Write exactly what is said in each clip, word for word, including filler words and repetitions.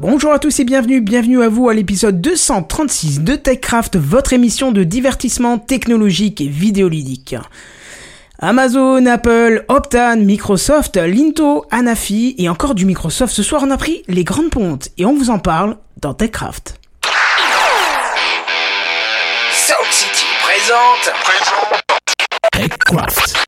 Bonjour à tous et bienvenue, bienvenue à vous à l'épisode deux cent trente-six de TechCraft, votre émission de divertissement technologique et vidéoludique. Amazon, Apple, Optane, Microsoft, Linto, Anafi et encore du Microsoft. Ce soir on a pris les grandes pontes et on vous en parle dans TechCraft. Sound City présente, présente TechCraft.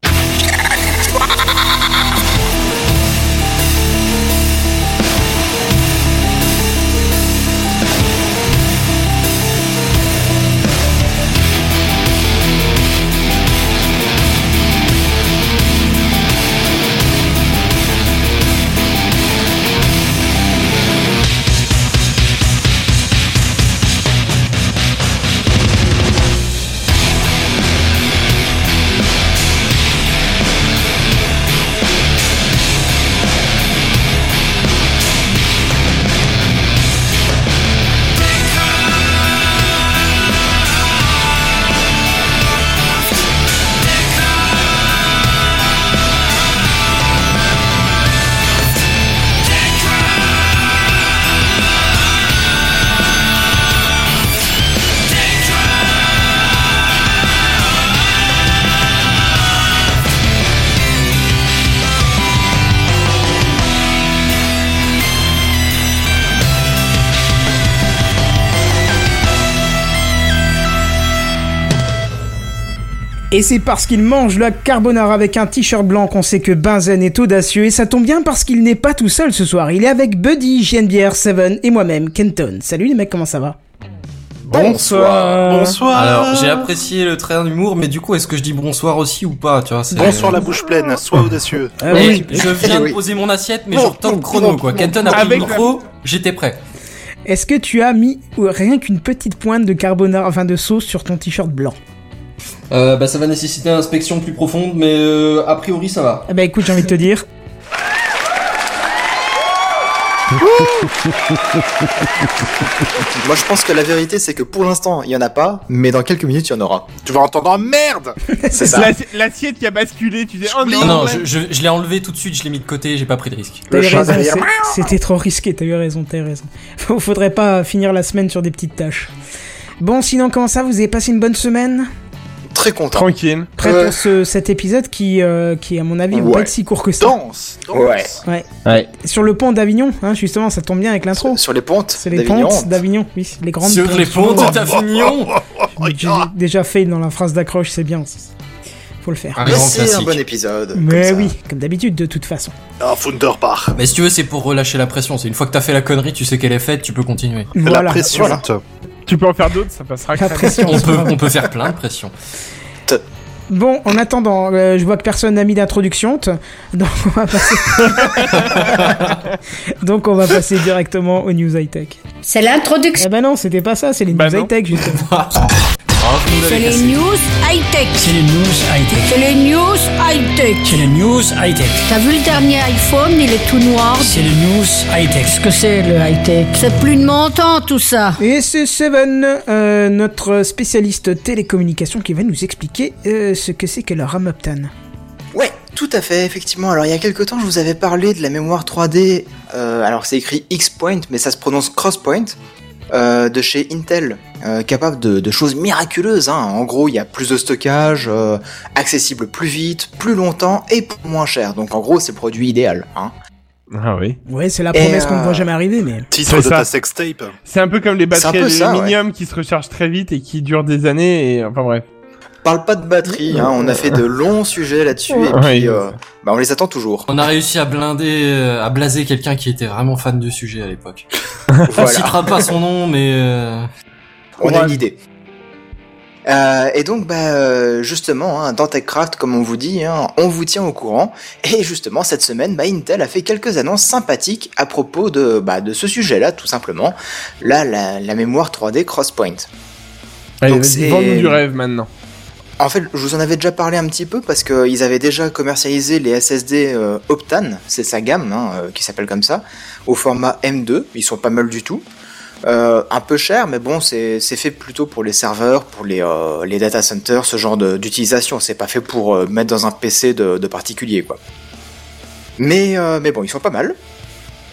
Et c'est parce qu'il mange la carbonara avec un t-shirt blanc qu'on sait que Benzen est audacieux, et ça tombe bien parce qu'il n'est pas tout seul ce soir. Il est avec Buddy, J N B R, Seven et moi-même, Kenton. Salut les mecs, comment ça va ? Bonsoir. Bonsoir. Alors, j'ai apprécié le trait d'humour, mais du coup, est-ce que je dis bonsoir aussi ou pas, tu vois, c'est... Bonsoir la bouche pleine, sois audacieux. Ah, Et oui. je viens oui. de poser mon assiette, mais Bon, genre top bon, chrono, bon, quoi. bon. Kenton a pris Avec le micro, j'étais prêt. Est-ce que tu as mis rien qu'une petite pointe de carbonara, enfin de sauce sur ton t-shirt blanc ? Euh, bah, ça va nécessiter une inspection plus profonde, mais euh, a priori, ça va. Eh ben écoute, j'ai envie de te dire... Moi je pense que la vérité c'est que pour l'instant il y en a pas, mais dans quelques minutes il y en aura. Tu vas entendre un merde. C'est ça. L'assi- L'assiette qui a basculé, tu sais. Oh non, Non, ouais. je, je, je l'ai enlevé tout de suite, je l'ai mis de côté, j'ai pas pris de risque. T'as Le eu chat raison, derrière. c'est- c'était trop risqué, t'as eu raison, t'as eu raison. Faudrait pas finir la semaine sur des petites tâches. Bon, sinon, comment ça, vous avez passé une bonne semaine ? Très content. Tranquille. Prêt Ouais. pour ce, cet épisode qui, euh, qui, à mon avis, va Ouais. pas être si court que ça. Danse, danse. Ouais. Ouais. Ouais. Sur le pont d'Avignon, hein, justement, ça tombe bien avec l'intro. Sur, sur les pontes C'est les d'Avignon. pontes d'Avignon, oui, les grandes Sur pontes. les ponts d'Avignon. J'ai déjà fait dans la phrase d'accroche, c'est bien. Faut le faire. Un Mais grand c'est un classique. bon épisode. Mais comme ça. oui, comme d'habitude, de toute façon. Ah, Funderbach. Mais si tu veux, c'est pour relâcher la pression. C'est une fois que t'as fait la connerie, tu sais qu'elle est faite, tu peux continuer. Voilà. La pression. voilà. Tu peux en faire d'autres, ça passera. La pression. On c'est peut, pas vrai. on peut faire plein de pression. Bon, en attendant, euh, je vois que personne n'a mis d'introduction, t- donc on va passer. donc on va passer directement aux news high tech. C'est l'introduction. Eh ben non, c'était pas ça, c'est les news Bah non. high tech justement. Oh, vous nous C'est avez les cassé. news high-tech. C'est les news high-tech. C'est les news high-tech. C'est les news high-tech. T'as vu le dernier iPhone, il est tout noir. C'est les news high-tech. Qu'est-ce que c'est le high-tech? C'est plus de mon temps tout ça. Et c'est Seven, euh, notre spécialiste télécommunication, qui va nous expliquer euh, ce que c'est que la RAM Optane. Ouais, tout à fait, effectivement. Alors il y a quelques temps je vous avais parlé de la mémoire trois D, euh, alors c'est écrit X-Point, mais ça se prononce Crosspoint, euh, de chez Intel, euh, capable de, de choses miraculeuses, hein. En gros il y a plus de stockage, euh, accessible plus vite, plus longtemps et pour moins cher. Donc en gros c'est le produit idéal, hein. Ah oui. Ouais, c'est la Et, promesse qu'on ne euh, voit jamais arriver, mais... Titre C'est de ça. ta sextape. C'est un peu comme les C'est un batteries peu ça, d'aluminium qui se rechargent très vite et qui durent des années. Et enfin bref. Parle pas de batterie, hein. On a fait de longs sujets là-dessus et Ouais, puis il- euh, bah, on les attend toujours. On a réussi à blinder, euh, à blaser quelqu'un qui était vraiment fan du sujet à l'époque. On Voilà. citera pas son nom, mais euh... On a Ouais. une idée. Euh, et donc, bah, euh, justement, hein, dans TechCraft, comme on vous dit, hein, on vous tient au courant. Et justement, cette semaine, bah, Intel a fait quelques annonces sympathiques à propos de, bah, de ce sujet-là, tout simplement. Là, la, la mémoire trois D Crosspoint. Allez, Donc, vas-y, c'est- vends-nous du rêve maintenant. En fait, je vous en avais déjà parlé un petit peu parce qu'ils avaient déjà commercialisé les S S D euh, Optane, c'est sa gamme hein, euh, qui s'appelle comme ça, au format M deux. Ils sont pas mal du tout. Euh, un peu cher, mais bon, c'est c'est fait plutôt pour les serveurs, pour les, euh, les data centers, ce genre de- d'utilisation. C'est pas fait pour euh, mettre dans un P C de, de particulier, quoi. Mais, euh, mais bon, ils sont pas mal.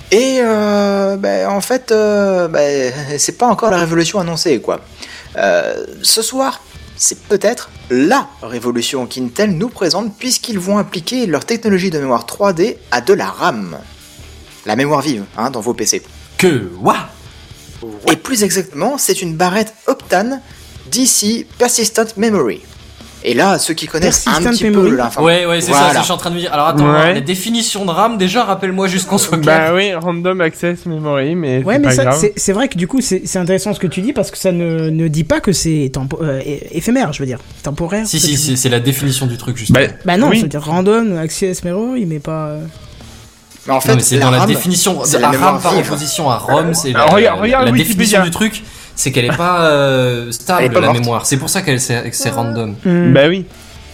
Et euh, bah, en fait, euh, bah, c'est pas encore la révolution annoncée, quoi. Euh, ce soir, c'est peut-être la révolution qu'Intel nous présente, puisqu'ils vont appliquer leur technologie de mémoire trois D à de la RAM. La mémoire vive, hein, dans vos P C. Que what? Et plus exactement, c'est une barrette Optane D C Persistent Memory. Et là, ceux qui connaissent Persistent un petit memory. peu l'information. Ouais, ouais, c'est Voilà. ça, ça, je suis en train de me dire. Alors attends, Ouais. la définition de RAM, déjà, rappelle-moi juste qu'on soit clair. Bah oui, Random Access Memory, mais Ouais, c'est mais pas ça, grave. c'est, c'est vrai que du coup, c'est, c'est intéressant ce que tu dis parce que ça ne, ne dit pas que c'est tempo- euh, é- éphémère, je veux dire. Temporaire. Si, ce que si, tu c'est, dis. c'est la définition du truc, justement. Bah, Bah non, oui. ça veut dire random, access memory, mais pas. euh, Mais en fait, non, mais c'est la dans la RAM, définition. c'est La la mémoire RAM par vive. opposition à ROM, c'est la, Alors, regarde- regarde la Wikipédia. définition du truc, c'est qu'elle est pas euh, stable, Elle est pas la morte. mémoire. C'est pour ça qu'elle c'est, que c'est random. hmm. Bah oui.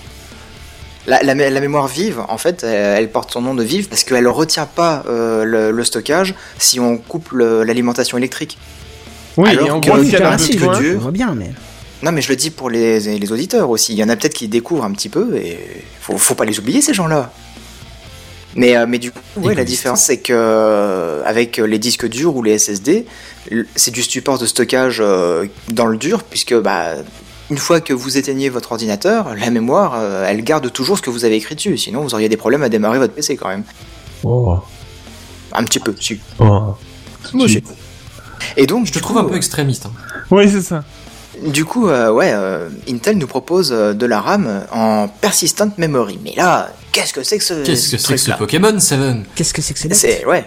La, la, la mémoire vive, en fait, elle, elle porte son nom de vive parce qu'elle ne retient pas euh, le, le stockage si on coupe le- l'alimentation électrique. Oui, Alors et en que gros, oui, s'il y a j'ai un un peu disque de besoin, dur. On voit bien, mais. Non, mais je le dis pour les, les auditeurs aussi. Il y en a peut-être qui découvrent un petit peu et faut, faut pas les oublier, ces gens-là. Mais, euh, mais du coup, ouais, la Égoïste. différence, c'est que euh, avec les disques durs ou les S S D, l- c'est du support de stockage euh, dans le dur, puisque bah, une fois que vous éteignez votre ordinateur, la mémoire, euh, elle garde toujours ce que vous avez écrit dessus. Sinon, vous auriez des problèmes à démarrer votre P C quand même. Oh. Un petit peu, si. Oh. Moi aussi. Et donc, Je te du trouve coup, un peu extrémiste. Hein. Oui, c'est ça. Du coup, euh, ouais, euh, Intel nous propose euh, de la RAM en persistent memory. Mais là, qu'est-ce que c'est que ce Qu'est-ce que ce c'est que ce truc-là Pokémon Seven? Qu'est-ce que c'est que c'est C'est ouais.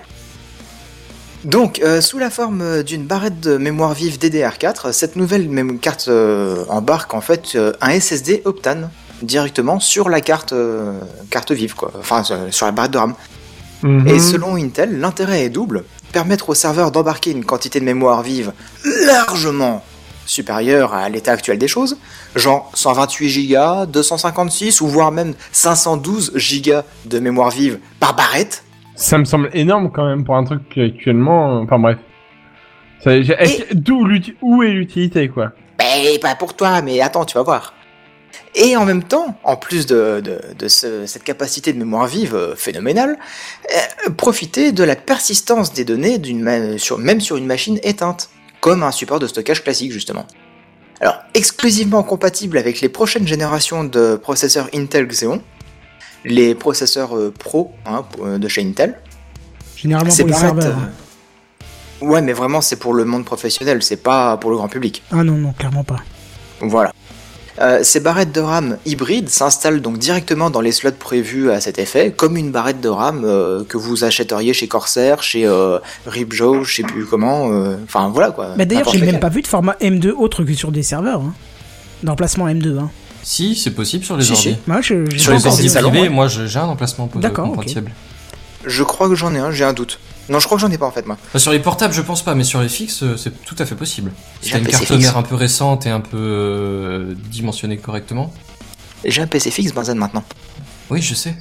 Donc, euh, sous la forme euh, d'une barrette de mémoire vive D D R quatre, cette nouvelle mém- carte euh, embarque en fait euh, un S S D Optane directement sur la carte euh, carte vive, quoi. Enfin, euh, sur la barrette de RAM. Mhm. Et selon Intel, l'intérêt est double. Permettre au serveur d'embarquer une quantité de mémoire vive largement supérieure à l'état actuel des choses, genre cent vingt-huit gigas, deux cent cinquante-six ou voire même cinq cent douze gigas de mémoire vive par barrette. Ça me semble énorme quand même pour un truc qui, actuellement. Enfin bref. Ça, j'ai- est-ce que- D'où l'uti- où est l'utilité, quoi? Ben, pas pour toi, mais attends, tu vas voir. Et en même temps, en plus de, de, de ce- cette capacité de mémoire vive euh, phénoménale, euh, profiter de la persistance des données d'une ma- sur, même sur une machine éteinte, comme un support de stockage classique justement. Alors, exclusivement compatible avec les prochaines générations de processeurs Intel Xeon, les processeurs euh, Pro hein, p- de chez Intel. Généralement Ces pour les barrettes, serveurs. euh, Ouais, mais vraiment, c'est pour le monde professionnel, c'est pas pour le grand public. Ah non, non, clairement pas. Voilà. Euh, ces barrettes de RAM hybrides s'installent donc directement dans les slots prévus à cet effet, comme une barrette de RAM euh, que vous achèteriez chez Corsair, chez euh, Ripjaw, je sais plus comment. euh, Enfin voilà quoi. Bah d'ailleurs, n'importe j'ai même lequel. pas vu de format M deux autre que sur des serveurs. Hein. D'emplacement M deux. Hein. Si, c'est possible sur les Si, ordi. si. Moi, je, j'ai Sur pas les Sur encore les ordi vu. de salon, privés, ouais. moi je- j'ai un emplacement po- D'accord, ok. compatible. Je crois que j'en ai un, j'ai un doute. Non, je crois que j'en ai pas en fait moi. Enfin, sur les portables, je pense pas, mais sur les fixes, euh, c'est tout à fait possible. Si J'ai t'as un une P C carte fixe. mère un peu récente et un peu euh, dimensionnée correctement. J'ai un P C fixe Benzen maintenant. Oui, je sais.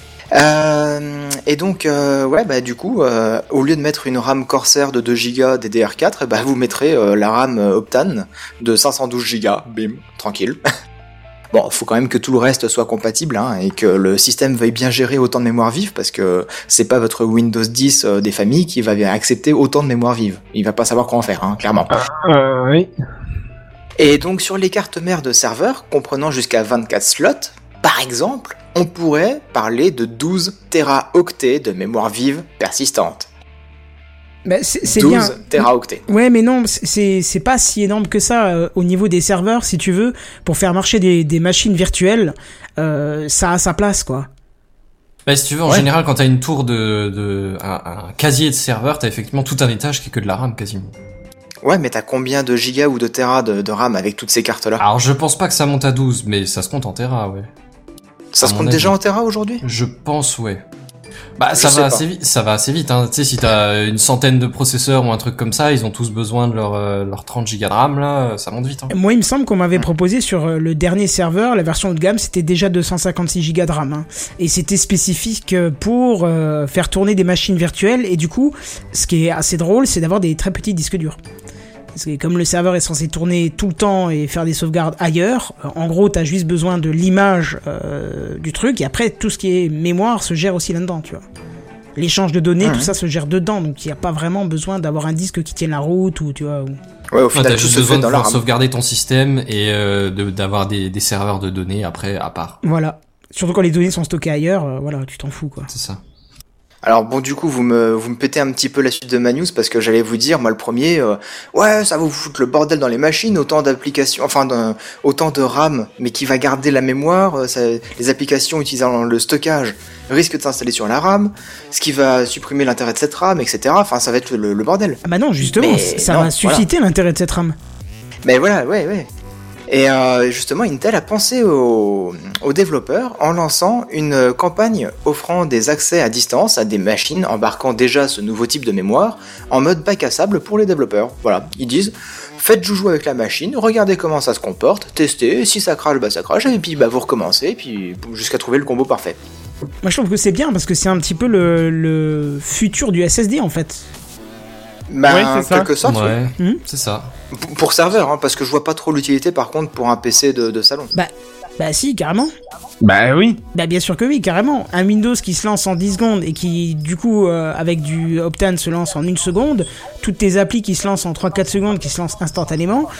Euh, et donc, euh, ouais, bah du coup, euh, au lieu de mettre une RAM Corsair de deux gigas D D R quatre, bah vous mettrez euh, la RAM euh, Optane de cinq cent douze gigas, bim, tranquille. Bon, faut quand même que tout le reste soit compatible hein, et que le système veuille bien gérer autant de mémoire vive parce que c'est pas votre Windows dix euh, des familles qui va accepter autant de mémoire vive. Il va pas savoir quoi en faire, hein, clairement. Euh, oui. Et donc sur les cartes mères de serveurs, comprenant jusqu'à vingt-quatre slots, par exemple, on pourrait parler de douze téraoctets de mémoire vive persistante. Bah, c'est, c'est bien. douze téraoctets. Ouais, mais non, c'est- c'est, c'est pas si énorme que ça euh, au niveau des serveurs, si tu veux, pour faire marcher des, des machines virtuelles, euh, ça a sa place, quoi. Bah, si tu veux, en Ouais. général, quand t'as une tour de, de un, un casier de serveur, t'as effectivement tout un étage qui est que de la RAM quasiment. Ouais, mais t'as combien de gigas ou de téra de, de RAM avec toutes ces cartes-là? Alors, je pense pas que ça monte à douze, mais ça se compte en Tera, ouais. Ça à se mon compte avis. déjà en téra aujourd'hui? Je pense, ouais. Bah, Je ça sais va pas. assez vite, ça va assez vite, hein. Tu sais, si t'as une centaine de processeurs ou un truc comme ça, ils ont tous besoin de leur, euh, leur trente gigas de RAM, là, ça monte vite, hein. Moi, il me semble qu'on m'avait proposé sur euh, le dernier serveur, la version haut de gamme, c'était déjà deux cent cinquante-six gigas de RAM. Hein. Et c'était spécifique euh, pour euh, faire tourner des machines virtuelles. Et du coup, ce qui est assez drôle, c'est d'avoir des très petits disques durs. Parce que comme le serveur est censé tourner tout le temps et faire des sauvegardes ailleurs, euh, en gros, t'as juste besoin de l'image euh, du truc. Et après, tout ce qui est mémoire se gère aussi là-dedans, tu vois. L'échange de données, Mmh. tout ça se gère dedans, donc il n'y a pas vraiment besoin d'avoir un disque qui tienne la route ou tu vois. Ou... Ouais, au Ouais, final, t'as tout juste se besoin fait de dans la pouvoir RAM. sauvegarder ton système et euh, de, d'avoir des, des serveurs de données après à part. Voilà. Surtout quand les données sont stockées ailleurs, euh, voilà, tu t'en fous quoi. C'est ça. Alors bon, du coup, vous me, vous me pétez un petit peu la suite de ma news parce que j'allais vous dire, moi le premier, euh, ouais, ça va vous foutre le bordel dans les machines, autant d'applications, enfin, d'un- autant de RAM, mais qui va garder la mémoire, euh, ça, les applications utilisant le stockage risquent de s'installer sur la RAM, ce qui va supprimer l'intérêt de cette RAM, et cetera. Enfin, ça va être le, le bordel. Ah bah non, justement, Mais ça non, va susciter l'intérêt de cette RAM. Mais voilà, ouais, ouais. Et euh, justement, Intel a pensé aux, aux développeurs en lançant une campagne offrant des accès à distance à des machines embarquant déjà ce nouveau type de mémoire en mode bac à sable pour les développeurs. Voilà, ils disent faites joujou avec la machine, regardez comment ça se comporte, testez, si ça crache, bah ça crache, et puis bah vous recommencez, puis jusqu'à trouver le combo parfait. Moi je trouve que c'est bien parce que c'est un petit peu le, le futur du S S D en fait. Bah, Ouais, c'est en ça. quelque sorte, oui. Ouais, Hmm. c'est ça. P- pour serveur, hein, parce que je vois pas trop l'utilité par contre pour un P C de, de salon. Bah, bah si, carrément. Bah oui. Bah bien sûr que oui, carrément. Un Windows qui se lance en dix secondes et qui, du coup, euh, avec du Optane se lance en une seconde, toutes tes applis qui se lancent en trois quatre secondes, qui se lancent instantanément,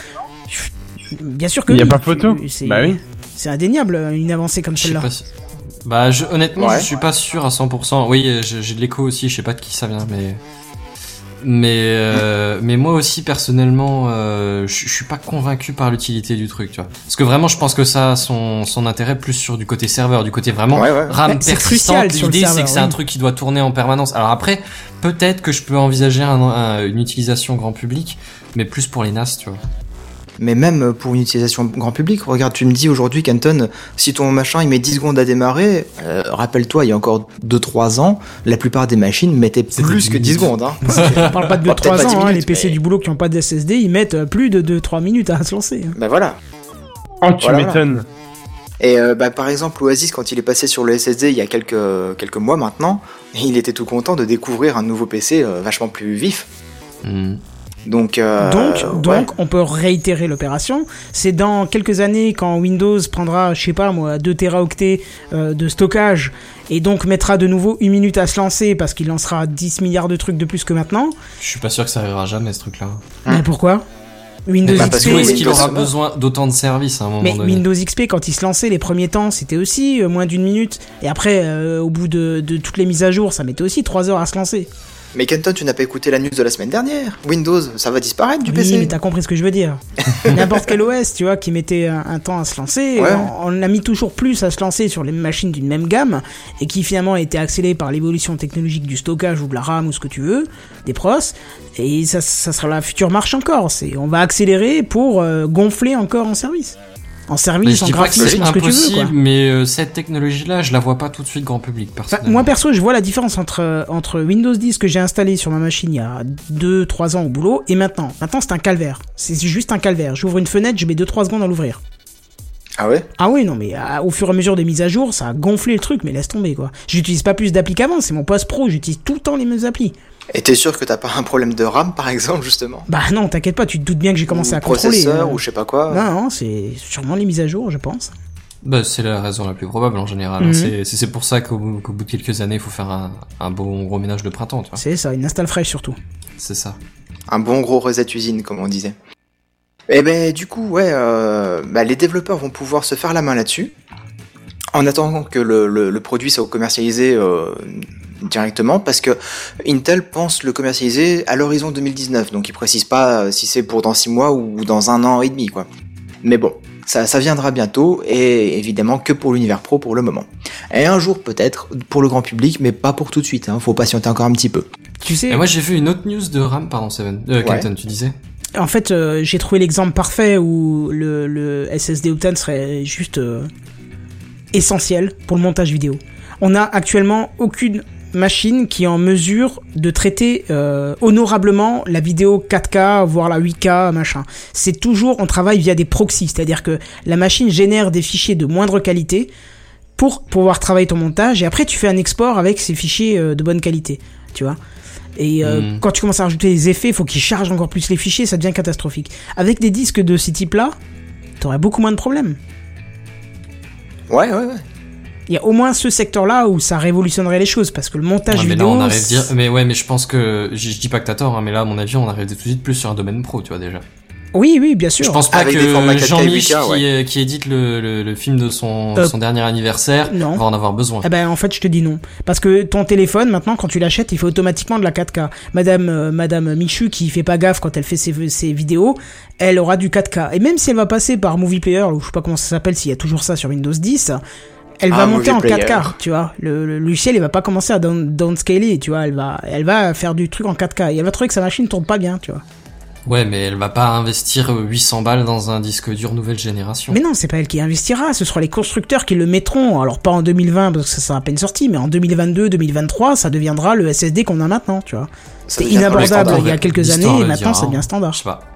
bien sûr que Il y a oui. pas photo. C'est, Bah oui. c'est indéniable, une avancée comme Je sais celle-là. pas si... Bah, je, honnêtement, Ouais. je suis pas sûr à cent pour cent. Oui, euh, j'ai j'ai de l'écho aussi, je sais pas de qui ça vient, mais... Mais, euh, mais moi aussi, personnellement, euh, je je suis pas convaincu par l'utilité du truc, tu vois. Parce que vraiment, je pense que ça a son, son intérêt plus sur du côté serveur, du côté vraiment Ouais, ouais. RAM Bah, c'est persistante. crucial sur le L'idée, c'est serveur, que c'est oui. un truc qui doit tourner en permanence. Alors après, peut-être que je peux envisager un, un- une utilisation grand public, mais plus pour les N A S, tu vois. Mais même pour une utilisation grand public, regarde, tu me dis aujourd'hui, Kenton, si ton machin il met dix secondes à démarrer, euh, rappelle-toi, il y a encore deux trois ans, la plupart des machines mettaient C'était plus dix que dix minutes. secondes. Hein. On parle pas de Bah, deux trois peut-être pas ans, dix hein, les minutes, P C mais- du boulot qui ont pas de S S D, ils mettent euh, plus de deux trois minutes à se lancer. hein. Bah voilà. Oh, tu Voilà, m'étonnes. Et euh, bah, par exemple, Oasis, quand il est passé sur le S S D il y a quelques, quelques mois maintenant, il était tout content de découvrir un nouveau P C euh, vachement plus vif. Hmm. Donc, euh, Donc, ouais. donc, on peut réitérer l'opération. C'est dans quelques années quand Windows prendra, je sais pas moi, deux téraoctets euh, de stockage et donc mettra de nouveau une minute à se lancer parce qu'il lancera dix milliards de trucs de plus que maintenant. Je suis pas sûr que ça arrivera jamais, ce truc-là. Mais pourquoi Windows Bah, parce X P. que Est-ce qu'il Windows, aura ça besoin d'autant de services à un moment Mais donné? Windows X P, quand il se lançait les premiers temps, c'était aussi euh, moins d'une minute. Et après, euh, au bout de, de toutes les mises à jour, ça mettait aussi trois heures à se lancer. Mais Kenton, tu n'as pas écouté la news de la semaine dernière. Windows, ça va disparaître du P C. Oui, mais t'as compris ce que je veux dire. N'importe quel O S, tu vois, qui mettait un, un temps à se lancer, Ouais. on, on l'a mis toujours plus à se lancer sur les machines d'une même gamme, et qui finalement a été accéléré par l'évolution technologique du stockage ou de la RAM ou ce que tu veux, des pros, et ça, ça sera la future marche encore. C'est, on va accélérer pour euh, gonfler encore en service. En Mais service, je en dis pas que c'est graphisme, ce que tu veux, impossible, quoi. mais euh, cette technologie-là, je la vois pas tout de suite grand public, Enfin, personnellement. moi perso, je vois la différence entre, entre Windows dix que j'ai installé sur ma machine il y a deux trois ans au boulot et maintenant. Maintenant, c'est un calvaire. C'est juste un calvaire. J'ouvre une fenêtre, je mets deux trois secondes à l'ouvrir. Ah ouais. Ah oui, non, mais à- au fur et à mesure des mises à jour, ça a gonflé le truc, mais laisse tomber, quoi. J'utilise pas plus d'applis qu'avant, c'est mon poste pro, j'utilise tout le temps les mêmes applis. Et t'es sûr que t'as pas un problème de RAM, par exemple, justement? Bah non, t'inquiète pas, tu te doutes bien que j'ai commencé Ou à contrôler. processeur, euh. ou je sais pas quoi. Non, non, c'est sûrement les mises à jour, je pense. Bah, c'est la raison la plus probable en général. Mhm. hein. C'est- C'est c'est pour ça qu'au bout, qu'au bout de quelques années, il faut faire un, un bon gros ménage de printemps, tu vois. C'est ça, une install fraîche surtout. C'est ça. Un bon gros reset usine, comme on disait. Et ben du coup, ouais, euh, bah, les développeurs vont pouvoir se faire la main là-dessus, en attendant que le, le, le produit soit commercialisé euh, directement, parce que Intel pense le commercialiser à l'horizon deux mille dix-neuf, donc ils précisent pas euh, si c'est pour dans six mois ou dans un an et demi, quoi. Mais bon, ça, ça viendra bientôt, et évidemment que pour l'univers pro pour le moment. Et un jour peut-être pour le grand public, mais pas pour tout de suite, hein, faut patienter encore un petit peu. Tu sais, Et moi, j'ai vu une autre news de RAM, pardon, Seven. Euh, Ouais. Kenton, tu disais? en fait, euh, j'ai trouvé l'exemple parfait où le, le S S D Optane serait juste euh, essentiel pour le montage vidéo. On n'a actuellement aucune machine qui est en mesure de traiter euh, honorablement la vidéo quatre K, voire la huit K, machin. C'est toujours, on travaille via des proxys, c'est-à-dire que la machine génère des fichiers de moindre qualité pour pouvoir travailler ton montage, et après tu fais un export avec ces fichiers euh, de bonne qualité, tu vois. Et euh, Mm. quand tu commences à rajouter des effets, il faut qu'ils chargent encore plus les fichiers, ça devient catastrophique. Avec des disques de ce type-là, t'aurais beaucoup moins de problèmes. Ouais, ouais, ouais. Il y a au moins ce secteur-là où ça révolutionnerait les choses, parce que le montage Ouais, mais vidéo... là, on arrive dire, mais ouais, mais je pense que, je, je dis pas que t'as tort, hein, mais là, à mon avis, on arrive tout de suite plus sur un domaine pro, tu vois, déjà. Oui, oui, bien sûr. Je pense pas Avec des formats que quatre K Jean-Mich, huit K, qui, ouais. qui édite le, le, le film de son, Euh, son dernier anniversaire, non. va en avoir besoin. Eh ben, en fait, je te dis non. Parce que ton téléphone, maintenant, quand tu l'achètes, il fait automatiquement de la quatre K. Madame, euh, Madame Michu, qui fait pas gaffe quand elle fait ses, ses vidéos, elle aura du quatre K. Et même si elle va passer par Movie Player, ou je sais pas comment ça s'appelle, s'il y a toujours ça sur Windows dix, elle va Ah, monter en Movie Player. quatre K, tu vois. Le, le logiciel, il va pas commencer à down, downscaler, tu vois. Elle va, elle va faire du truc en quatre K. Et elle va trouver que sa machine tourne pas bien, tu vois. Ouais, mais elle va pas investir huit cents balles dans un disque dur nouvelle génération. Mais non, c'est pas elle qui investira, ce sera les constructeurs qui le mettront. Alors pas en deux mille vingt parce que ça sera à peine sorti, mais en deux mille vingt-deux, deux mille vingt-trois, ça deviendra le S S D qu'on a maintenant, tu vois. Ça C'était devient inabordable standard, il y a ouais. quelques L'histoire années et le maintenant dira, ça devient hein. standard. Je sais pas.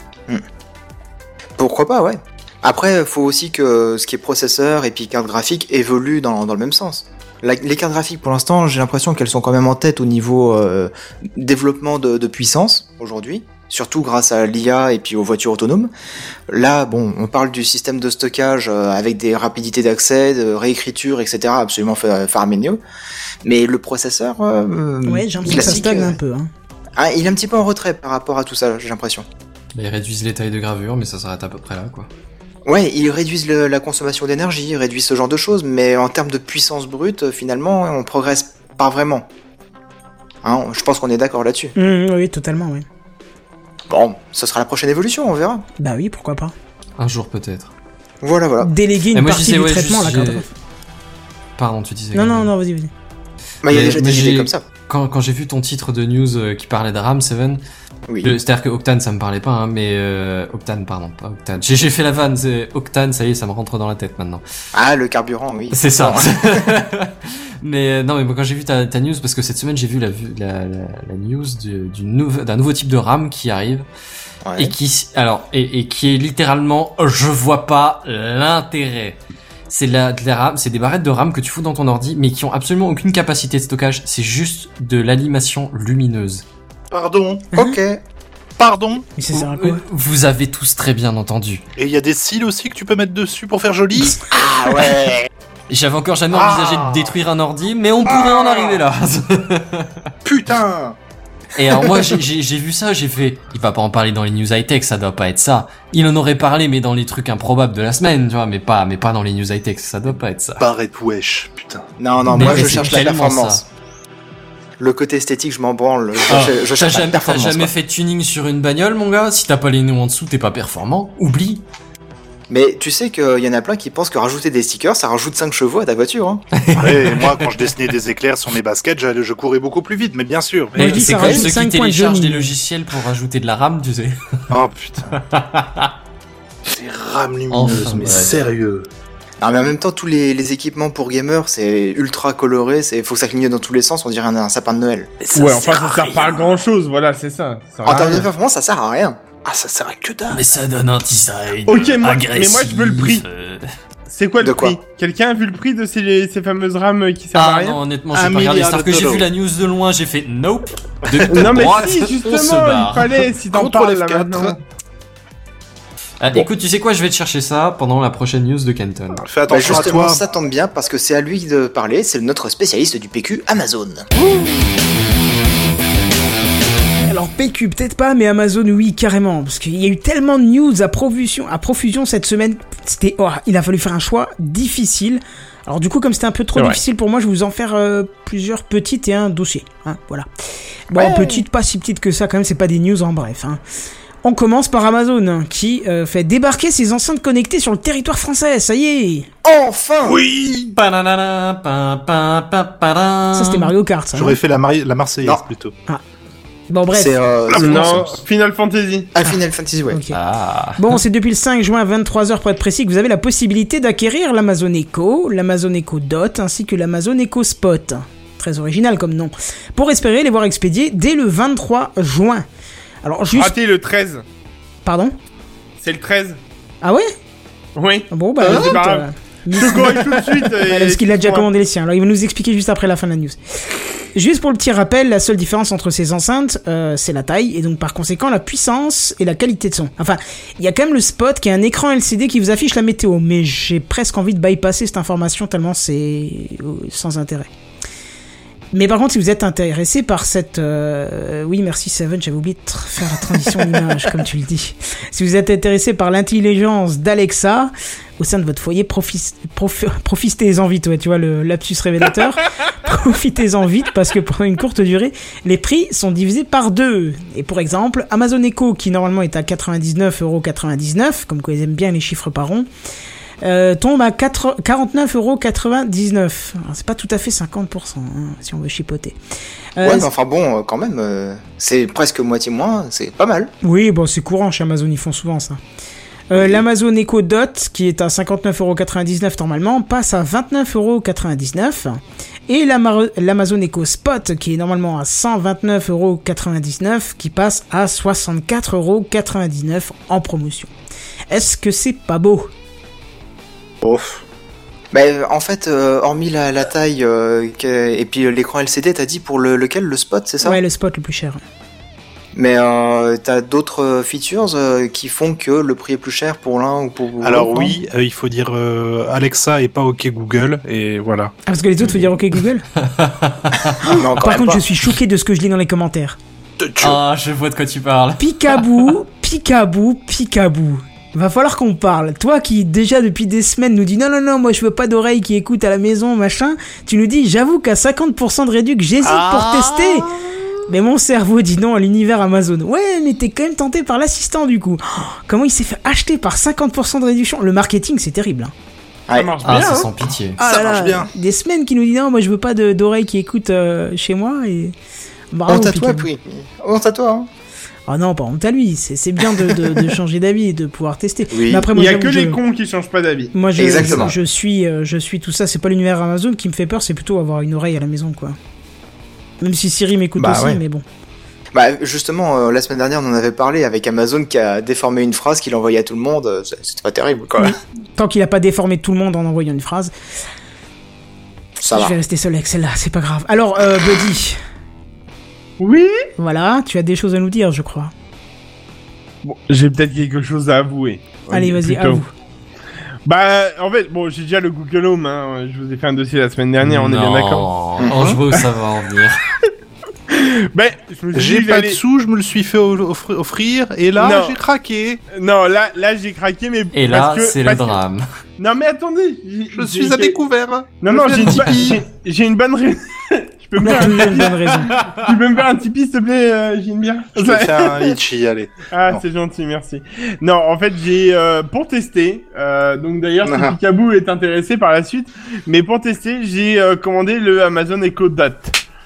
Pourquoi pas, ouais. Après, faut aussi que ce qui est processeur et puis carte graphique évolue dans, dans le même sens. La- les cartes graphiques, pour l'instant, j'ai l'impression qu'elles sont quand même en tête au niveau euh, développement de, de puissance aujourd'hui, surtout grâce à l'I A et puis aux voitures autonomes. Là, bon, on parle du système de stockage euh, avec des rapidités d'accès, de réécriture, et cetera, absolument fa- faramineux. Mais le processeur, euh, Ouais, j'ai l'impression que ça classique, stagne euh, un peu. Hein. ah, il est un petit peu en retrait par rapport à tout ça, j'ai l'impression. Ils réduisent les tailles de gravure, mais ça s'arrête à peu près là, quoi. Ouais, ils réduisent le- la consommation d'énergie, ils réduisent ce genre de choses, mais en termes de puissance brute, finalement, on progresse pas vraiment. Hein, je pense qu'on est d'accord là-dessus. Mmh, oui, totalement, oui. Bon, ce sera la prochaine évolution, on verra. Bah oui, pourquoi pas. Un jour peut-être. Voilà, voilà. Déléguer Et une moi, je partie disais, du ouais, traitement à la juste, carte j'ai- graphique. Pardon, tu disais. Non, que- non, non, vas-y, vas-y. Bah, il y a Mais- déjà mais des idées j'ai- comme ça. Quand, quand j'ai vu ton titre de news euh, qui parlait de RAM sept, Oui. le- c'est-à-dire que Octane ça me parlait pas, hein, mais euh, Octane, pardon, pas Octane. J'ai, j'ai fait la vanne, c'est Octane, ça y est, ça me rentre dans la tête maintenant. Ah, le carburant, oui. C'est ça. Bon, mais euh, non, mais moi, quand j'ai vu ta, ta news, parce que cette semaine j'ai vu la, vu- la, la, la news du, du nouveau, d'un nouveau type de RAM qui arrive ouais. et qui, s- alors, et, et qui est littéralement, je vois pas l'intérêt. C'est de la, de la RAM, c'est des barrettes de RAM que tu fous dans ton ordi, mais qui ont absolument aucune capacité de stockage. C'est juste de l'animation lumineuse. Pardon, Ok. pardon. Mais ça sert à Vous, quoi? vous avez tous très bien entendu. Et il y a des cils aussi que tu peux mettre dessus pour faire joli. Ah ouais. J'avais encore jamais Ah. envisagé de détruire un ordi, mais on pourrait en arriver là. Putain. Et alors moi j'ai, j'ai, j'ai vu ça, j'ai fait, il va pas en parler dans les news high tech, ça doit pas être ça. Il en aurait parlé mais dans les trucs improbables de la semaine, tu vois, mais pas, mais pas dans les news high tech, ça doit pas être ça. Barrette wesh, putain. Non, non, Mais moi mais je c'est cherche la tellement performance. ça. Le côté esthétique, je m'en branle. Je, Ah, je- je t'as cherche la jamais, t'as performance. jamais quoi. fait de tuning sur une bagnole, mon gars? Si t'as pas les nœuds en dessous, t'es pas performant. Oublie. Mais tu sais qu'il y en a plein qui pensent que rajouter des stickers, ça rajoute cinq chevaux à ta voiture. Hein. Ouais, et moi, quand je dessinais des éclairs sur mes baskets, j'allais- je courais beaucoup plus vite, mais bien sûr. Moi, Mais je dis c'est ça comme rajoute ceux cinq qui points de téléchargent génie. des logiciels pour rajouter de la RAM, tu sais. Oh putain. Des rames lumineuses, Enfin, mais bref. sérieux. Non, mais en même temps, tous les, les équipements pour gamers, c'est ultra coloré, c'est faut que ça clignote dans tous les sens, on dirait un, un sapin de Noël. Mais ça Ouais, enfin, sert à ça sert pas à rien. grand chose, voilà, c'est ça. Ça sert En à termes de rien. performance, ça sert à rien. Ah, ça sert à que dalle. Mais ça donne un design Ok, moi- agressif. mais moi, je veux le prix. euh. C'est quoi De le quoi prix? Quelqu'un a vu le prix de ces, ces fameuses rames qui servent à Ah rien? non, honnêtement, Un j'ai pas regardé. milliard C'est-à-dire de que j'ai dollars. vu la news de loin, j'ai fait nope. De Non, mais droite, si, on se justement, barre. il fallait, si t'en Contrôle parles là F quatre. maintenant. Ah, Bon. Écoute, tu sais quoi, je vais te chercher ça pendant la prochaine news de Kenton. Fais Bah, attention à justement, toi. ça tombe bien parce que c'est à lui de parler, c'est notre spécialiste du P Q Amazon. Alors P Q peut-être pas, mais Amazon oui carrément, parce qu'il y a eu tellement de news à profusion, à profusion cette semaine, c'était, oh, il a fallu faire un choix difficile. Alors du coup comme c'était un peu trop C'est vrai. difficile pour moi, je vais vous en faire euh, plusieurs petites et un dossier, hein, voilà. Bon, Ouais. petites, pas si petites que ça quand même, c'est pas des news en bref. Hein. On commence par Amazon, hein, qui euh, fait débarquer ses enceintes connectées sur le territoire français, ça y est. Enfin. Oui. Pananana, pin, pin, pin, pin. Ça c'était Mario Kart, ça. J'aurais hein. fait la, Mari- la Marseillaise Non. plutôt. Bon bref. C'est euh, La c'est- Non, Final Fantasy. ah, Final Fantasy, ouais. Ok. Ah. Bon, c'est depuis le cinq juin à vingt-trois heures pour être précis que vous avez la possibilité d'acquérir l'Amazon Echo, l'Amazon Echo Dot ainsi que l'Amazon Echo Spot. Très original comme nom. Pour espérer les voir expédiés dès le vingt-trois juin. Alors juste... Raté le treize. Pardon. C'est le treize. Ah ouais. Oui. Bon bah... Ah, c'est écoute, pas grave. euh, Je te corrige tout de suite. Voilà, parce qu'il a déjà commandé les siens. Alors il va nous expliquer juste après la fin de la news. Juste pour le petit rappel, la seule différence entre ces enceintes, euh, c'est la taille, et donc par conséquent la puissance et la qualité de son. Enfin, il y a quand même le spot qui est un écran L C D qui vous affiche la météo, mais j'ai presque envie de bypasser cette information tellement c'est sans intérêt. Mais par contre, si vous êtes intéressé par cette... Euh... Oui, merci Seven, j'avais oublié de tr- faire la transition d'image, comme tu le dis. Si vous êtes intéressé par l'intelligence d'Alexa au sein de votre foyer, profi- profi- profitez-en vite, ouais, tu vois, le lapsus révélateur. Profitez-en vite, parce que pendant une courte durée, les prix sont divisés par deux. Et pour exemple, Amazon Echo, qui normalement est à quatre-vingt-dix-neuf euros quatre-vingt-dix-neuf, comme quoi ils aiment bien les chiffres par rond, Euh, tombe à quarante-neuf euros quatre-vingt-dix-neuf. Alors, c'est pas tout à fait cinquante pour cent, hein, si on veut chipoter. Euh, Ouais, mais enfin bon, euh, quand même, euh, c'est presque moitié moins, c'est pas mal. Oui, bon, c'est courant chez Amazon, ils font souvent ça. Euh, L'Amazon Echo Dot, qui est à cinquante-neuf euros quatre-vingt-dix-neuf normalement, passe à vingt-neuf euros quatre-vingt-dix-neuf. Et l'Ama- l'Amazon Echo Spot, qui est normalement à cent vingt-neuf euros quatre-vingt-dix-neuf, qui passe à soixante-quatre euros quatre-vingt-dix-neuf en promotion. Est-ce que c'est pas beau ? Ouf. Bah, en fait, euh, hormis la, la taille euh, que- et puis l'écran L C D, t'as dit pour le, lequel, le Spot, c'est ça? Ouais, le Spot le plus cher. Mais euh, t'as d'autres features euh, qui font que le prix est plus cher pour l'un ou pour l'autre? Alors non oui, euh, il faut dire euh, Alexa et pas OK Google, et voilà. Ah, parce que les autres, faut dire OK Google. Non, quand Par même contre, pas. je suis choqué de ce que je lis dans les commentaires. Ah, je vois de quoi tu parles. Picabou, picabou, picabou. Va falloir qu'on parle. Toi qui déjà depuis des semaines nous dis non non non moi je veux pas d'oreilles qui écoutent à la maison machin. Tu nous dis j'avoue qu'à cinquante pour cent de réduc j'hésite Ah. pour tester. Mais mon cerveau dit non à l'univers Amazon. Ouais mais t'es quand même tenté par l'assistant du coup. Oh, comment il s'est fait acheter par cinquante pour cent de réduction. Le marketing c'est terrible. Hein. Ça Ouais. marche Ah, bien. c'est hein. sans pitié. Ah Ça là marche là, bien. Des semaines qui nous disent non moi je veux pas de, d'oreilles qui écoutent euh, chez moi et bravo. Honte à toi, Picabou. puis. Honte à toi, hein. Ah non pas honte à lui. C'est, c'est bien de, de, de changer d'avis et de pouvoir tester. Oui. Mais après, Il moi, y a j'avoue que je- les cons qui changent pas d'avis. Moi, je, Exactement. je, je suis, euh, je suis tout ça. C'est pas l'univers Amazon qui me fait peur, c'est plutôt avoir une oreille à la maison, quoi. Même si Siri m'écoute Bah aussi, ouais. mais bon. Bah justement, euh, la semaine dernière, on en avait parlé avec Amazon qui a déformé une phrase qu'il envoyait à tout le monde. euh, c'est- C'était pas terrible, quoi. Tant qu'il a pas déformé tout le monde en envoyant une phrase, Ça je va. vais rester seul avec celle-là. C'est pas grave. Alors, euh, Buddy, Oui. voilà, tu as des choses à nous dire, je crois. Bon, j'ai peut-être quelque chose à avouer. Allez, Oui, vas-y, plutôt. avoue. Bah, en fait, bon, j'ai déjà le Google Home. Hein. Je vous ai fait un dossier la semaine dernière. On est bien d'accord. Non. Oh, je vois où ça va en venir. Ben, je me suis J'ai dit, pas de j'allais- sous, je me le suis fait o- offri- offrir, et là, Non. j'ai craqué. Non, là, là, j'ai craqué, mais Et là, parce que- c'est le parce que- drame. Non, mais attendez. j'ai- Je j'ai- suis à j'ai- découvert. Non, Je non, fais j'ai un une, ba- Tipeee. j'ai- j'ai une bonne raison. Je peux On me a faire toujours un une bonne raison. Tu peux me faire un Tipeee, s'il te plaît, euh, j'ai une bière Je vais faire un litchi, allez. Ah, Non. c'est gentil, merci. Non, en fait, j'ai euh, pour tester. Euh, donc d'ailleurs, si Ah. Picaboo est intéressé par la suite, mais pour tester, j'ai euh, commandé le Amazon Echo Dot.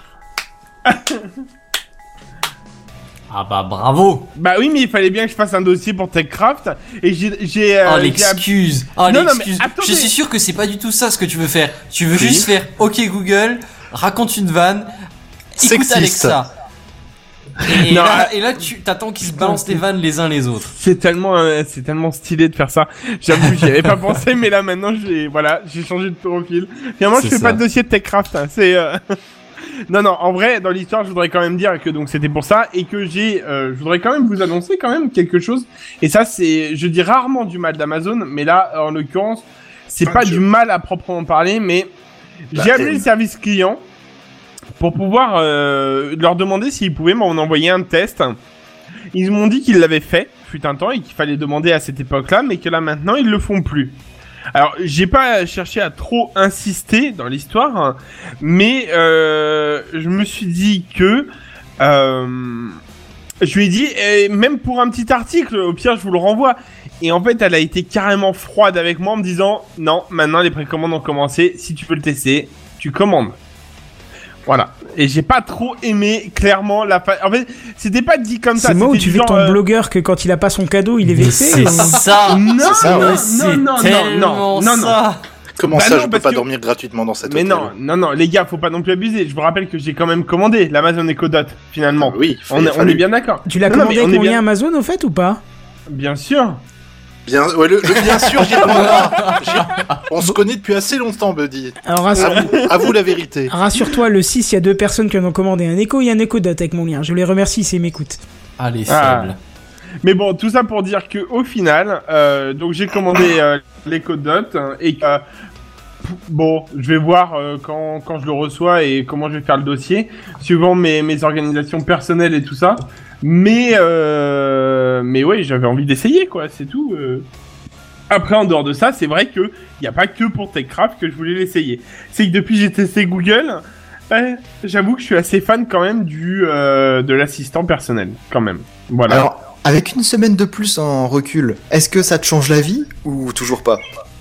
Ah bah bravo. Bah oui, mais il fallait bien que je fasse un dossier pour TechCraft et j'ai j'ai. euh, Oh j'ai app- l'excuse. Oh Non, non, mais l'excuse. attendez. Je suis sûr que c'est pas du tout ça ce que tu veux faire. Tu veux Oui. juste faire OK Google, raconte une vanne, écoute Sexiste. Alexa. Et, et Non, là, ah. et là, tu t'attends qu'ils se balancent les vannes les uns les autres. C'est tellement, euh, c'est tellement stylé de faire ça. J'avoue, j'y avais pas pensé, mais là maintenant, j'ai, voilà, j'ai changé de profil. Finalement, je C'est fais ça. pas de dossier de TechCraft. Hein, c'est. Euh... non, non. En vrai, dans l'histoire, je voudrais quand même dire que donc c'était pour ça et que j'ai, euh, je voudrais quand même vous annoncer quand même quelque chose. Et ça, c'est, je dis rarement du mal d'Amazon, mais là, en l'occurrence, c'est Ah, pas je- du mal à proprement parler, mais Bah, j'ai appelé euh, le service client pour pouvoir euh, leur demander s'ils pouvaient m'en envoyer un test. Ils m'ont dit qu'ils l'avaient fait, fut un temps, et qu'il fallait demander à cette époque-là, mais que là maintenant ils le font plus. Alors j'ai pas cherché à trop insister dans l'histoire, hein, mais euh, je me suis dit que euh, je lui ai dit, eh, même pour un petit article, au pire je vous le renvoie. Et en fait elle a été carrément froide avec moi en me disant non, maintenant les précommandes ont commencé, si tu veux le tester, tu commandes. Voilà. Et j'ai pas trop aimé, clairement, la fa... En fait, c'était pas dit comme ça. C'est moi où c'était tu du veux que genre, ton euh, blogueur que quand il a pas son cadeau, il est Mais vexé. c'est ou- ça. Non, ça, ouais. non, C'est non, non, non, tellement non, non, ça. Comment Bah ça, non, je peux parce pas que- dormir gratuitement dans cet Mais hôtel? non, non, non, les gars, faut pas non plus abuser. Je vous rappelle que j'ai quand même commandé l'Amazon Echo Dot, finalement. Oui, On, est- on est bien d'accord. Tu l'as Non, non, commandé mais avec on est mon bien- lien Amazon au fait ou pas? Bien sûr. Bien, ouais, le, le bien sûr, j'y ai pas. J'y- On se connaît depuis assez longtemps, Buddy. Alors, rassure- À vous, à vous la vérité. rassure-toi, le six, il y a deux personnes qui en ont commandé un Echo et un Echo Dot avec mon lien. Je les remercie s'ils m'écoutent. Ah, les Ah. faibles. Mais bon, tout ça pour dire que au final, euh, donc j'ai commandé euh, l'Echo Dot hein, et que euh, bon, je vais voir euh, quand quand je le reçois et comment je vais faire le dossier, suivant mes mes organisations personnelles et tout ça. Mais euh, mais ouais, j'avais envie d'essayer quoi, c'est tout. euh. Après, en dehors de ça, c'est vrai que il y a pas que pour TechCraft que je voulais l'essayer. C'est que depuis que j'ai testé Google, ouais, j'avoue que je suis assez fan quand même du euh, de l'assistant personnel, quand même. Voilà. Alors, avec une semaine de plus en recul, est-ce que ça te change la vie ou toujours pas?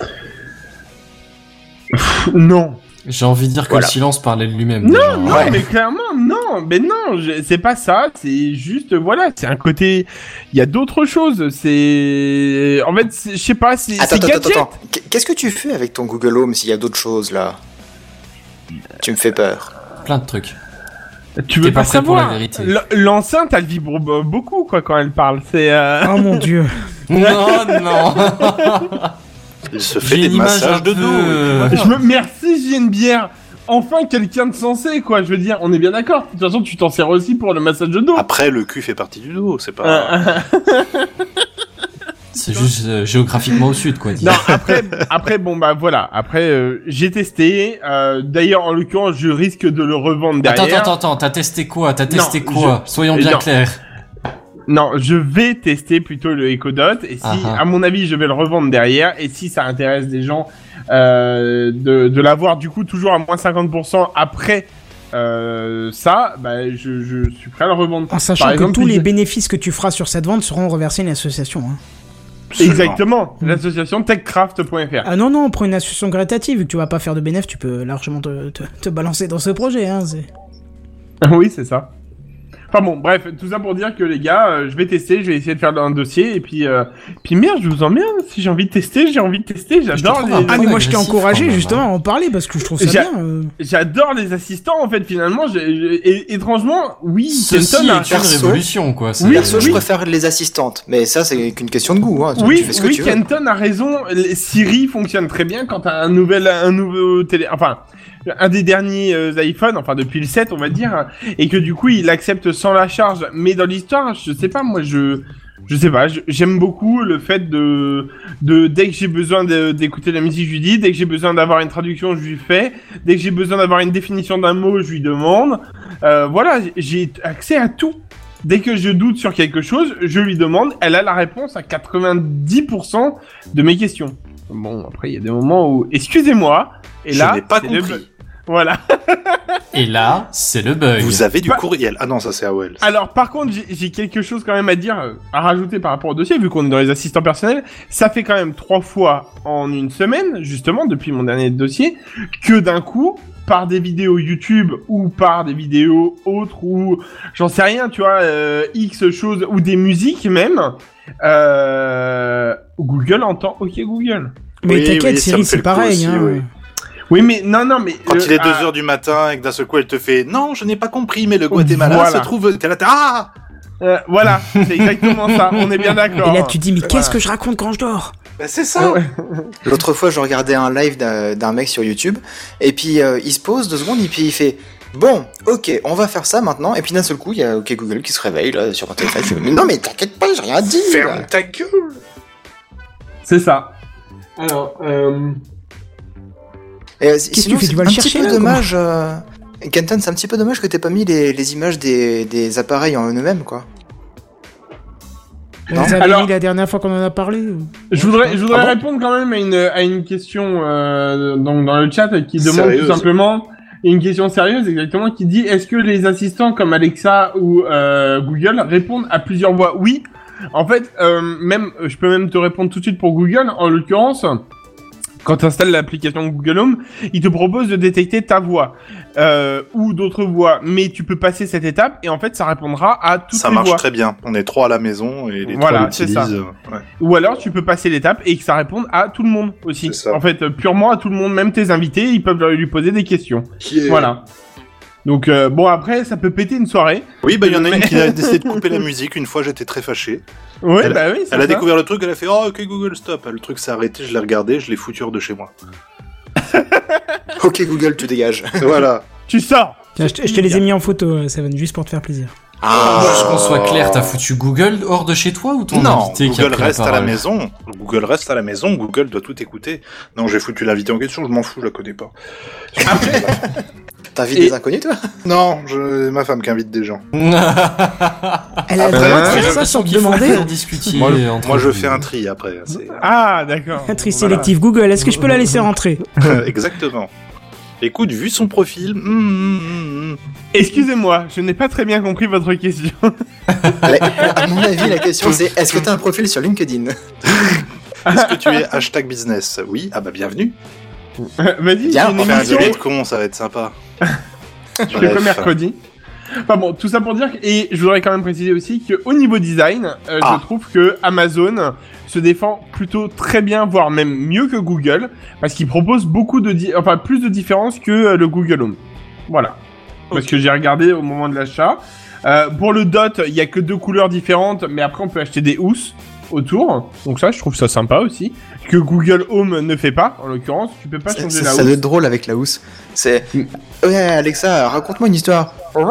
non. J'ai envie de dire que Voilà. le silence parlait de lui-même. Non, déjà. non, Ouais. mais clairement, non, mais non, je- c'est pas ça, c'est juste, voilà, c'est un côté, il y a d'autres choses, c'est, en fait, c'est- je sais pas, c'est, Attends, c'est attends, gadget. attends, attends. Qu- Qu'est-ce que tu fais avec ton Google Home s'il y a d'autres choses là? Tu me fais peur. Plein de trucs. Tu veux T'es pas, pas prêt pour savoir. la vérité. L- L'enceinte, elle vibre b- beaucoup, quoi, quand elle parle, c'est, euh... Oh mon dieu. Non, non. Il se fait J'ai des une image massages un de peu, dos. euh, je me, merci, j'ai une bière. Enfin, quelqu'un de sensé, quoi, je veux dire, on est bien d'accord. De toute façon, tu t'en sers aussi pour le massage de dos. Après, le cul fait partie du dos, c'est pas. Euh, C'est juste euh, géographiquement au sud, quoi. dis. Non, après, après, bon bah voilà. Après, euh, j'ai testé. Euh, D'ailleurs, en l'occurrence, je risque de le revendre derrière. Attends, attends, attends, t'as testé quoi? T'as testé Non, quoi? Soyons bien non. clairs. Non, je vais tester plutôt le Echo Dot. Et si, Ah ah. à mon avis, je vais le revendre derrière. Et si ça intéresse des gens euh, de, de l'avoir du coup toujours à moins cinquante pour cent après euh, ça, bah je, je suis prêt à le revendre. En sachant Par que exemple, tous si les je- bénéfices que tu feras sur cette vente seront reversés à une association. Hein. Exactement. L'association techcraft point F R. Ah non, non, prends une association caritative. Vu que tu vas pas faire de bénéfice, tu peux largement te, te, te balancer dans ce projet. Hein, c'est... Oui, c'est ça. Enfin bon, bref, tout ça pour dire que les gars, euh, je vais tester, je vais essayer de faire un dossier et puis, euh, puis merde, je vous emmerde. Si j'ai envie de tester, j'ai envie de tester. J'adore trouve les, un peu Ah, mais moi je t'ai agressif, encouragé quand même, justement hein. à en parler parce que je trouve ça J'ai- bien. euh. j'adore les assistants en fait. Finalement, j'ai, j'ai- et, étrangement, oui, Ceci Kenton a- est une perso. révolution, quoi. c'est- Oui, Perso, je oui. préfère les assistantes, mais ça c'est qu'une question de goût. Hein. Tu- Oui, tu fais ce que oui, tu veux. Kenton a raison. Les- Siri fonctionne très bien quand t'as un nouvel, un nouveau télé, enfin, un des derniers euh, iPhone, enfin depuis le sept, on va dire, et que du coup il accepte sans la charge. Mais dans l'histoire, je sais pas, moi je, je sais pas, je- j'aime beaucoup le fait de, de dès que j'ai besoin de- d'écouter la musique, je lui dis, dès que j'ai besoin d'avoir une traduction, je lui fais, dès que j'ai besoin d'avoir une définition d'un mot, je lui demande. Euh, voilà, j'ai accès à tout. Dès que je doute sur quelque chose, je lui demande, elle a la réponse à quatre-vingt-dix pour cent de mes questions. Bon, après, il y a des moments où, excusez-moi, et Je là, n'ai pas c'est le compris. bug. Voilà. Et là, c'est le bug. Vous avez du Bah- courriel. Ah non, ça c'est A O L. Alors, par contre, j'ai- j'ai quelque chose quand même à dire, euh, à rajouter par rapport au dossier, vu qu'on est dans les assistants personnels. Ça fait quand même trois fois en une semaine, justement, depuis mon dernier dossier, que d'un coup, par des vidéos YouTube ou par des vidéos autres ou j'en sais rien, tu vois, euh, X choses ou des musiques même, euh, Google entend OK Google. Mais Oui, t'inquiète, oui, ça Siri, me fait c'est le coup pareil. aussi, hein. oui. Oui, mais non, non, mais Quand euh, il est deux ah, heures du matin et que d'un seul coup elle te fait non, je n'ai pas compris, mais le Guatemala Voilà. se trouve. T'es là, t'es ah. euh, voilà, c'est exactement ça. On est bien d'accord. Et là, tu dis, mais qu'est-ce Voilà. que je raconte quand je dors? Bah, c'est ça. Ouais. L'autre fois, je regardais un live d'un d'un mec sur YouTube, et puis euh, il se pose deux secondes, et puis il fait bon, ok, on va faire ça maintenant, et puis d'un seul coup, il y a OK Google qui se réveille là sur un téléphone. Je fais, mais non, mais t'inquiète pas, j'ai rien dit. Ferme ta gueule. C'est ça. Alors, euh... Et, euh, Qu'est-ce que sinon, tu fais, c'est tu vas un le petit chercher, peu là, dommage. Euh... Kenton, c'est un petit peu dommage que t'aies pas mis les, les images des, des appareils en eux-mêmes, quoi. Vous Non. avez Alors- mis la dernière fois qu'on en a parlé ou... Je voudrais, je voudrais Ah bon répondre quand même à une, à une question euh, donc dans le chat qui demande Sérieuse. tout simplement une question sérieuse exactement qui dit est-ce que les assistants comme Alexa ou euh, Google répondent à plusieurs voix? Oui. En fait, euh, même je peux même te répondre tout de suite pour Google. En l'occurrence, quand tu installes l'application Google Home, il te propose de détecter ta voix euh, ou d'autres voix, mais tu peux passer cette étape et en fait ça répondra à toutes Ça les marche voix. très bien. On est trois à la maison et les Voilà, trois c'est l'utilisent. ça. Ouais. Ou alors tu peux passer l'étape et que ça réponde à tout le monde aussi. C'est ça. En fait, euh, purement à tout le monde, même tes invités, ils peuvent lui poser des questions. Qui est- Voilà. Donc euh, bon, après, ça peut péter une soirée. Oui, bah il y en a Mais- une qui a décidé de couper la musique. Une fois, j'étais très fâché. Ouais, Elle- bah oui, c'est Elle a ça. découvert le truc, elle a fait « Oh, ok, Google, stop !» Le truc s'est arrêté, je l'ai regardé, je l'ai foutu hors de chez moi. Ok Google, tu dégages. Voilà. Tu sors. Tiens, je, te- je te les ai mis en photo, euh, Seven, juste pour te faire plaisir. Ah, Juste qu'on soit clair, t'as foutu Google hors de chez toi ou ton Non, invité qui a Google pris la reste à la parole maison. Google reste à la maison, Google doit tout écouter. Non, j'ai foutu l'invité en question, je m'en fous, je la connais pas. T'invites Et- des inconnus, toi? Non, je... ma femme qui invite des gens. Elle a le Après, droit de j'ai faire ça sans te demander. Pour discuter Moi, je- entre moi, je vous. fais un tri après. c'est- Ah, d'accord. Un tri Voilà. sélectif Google, est-ce que je peux la laisser rentrer? Exactement. Écoute, vu son profil... hum, hum, hum, hum. Excusez-moi, je n'ai pas très bien compris votre question. La- À mon avis, la question c'est est-ce que t'as un profil sur LinkedIn? Est-ce que tu es hashtag business? Oui, ah bah bienvenue. Vas-y, Bien, j'ai une On fait un émission. dîner de con, ça va être sympa. Je fais que mercredi. Enfin bon, tout ça pour dire que, et je voudrais quand même préciser aussi qu'au niveau design, euh, Ah. je trouve que Amazon se défend plutôt très bien, voire même mieux que Google, parce qu'il propose beaucoup de, di- enfin plus de différences que euh, le Google Home. Voilà. Parce que j'ai regardé au moment de l'achat. Euh, pour le dot, il y a que deux couleurs différentes, mais après on peut acheter des housses autour. Donc ça, je trouve ça sympa aussi. Que Google Home ne fait pas, en l'occurrence. Tu peux pas Ça, changer ça- la ça doit housse. être drôle avec la housse. C'est. Ouais, Alexa, raconte-moi une histoire.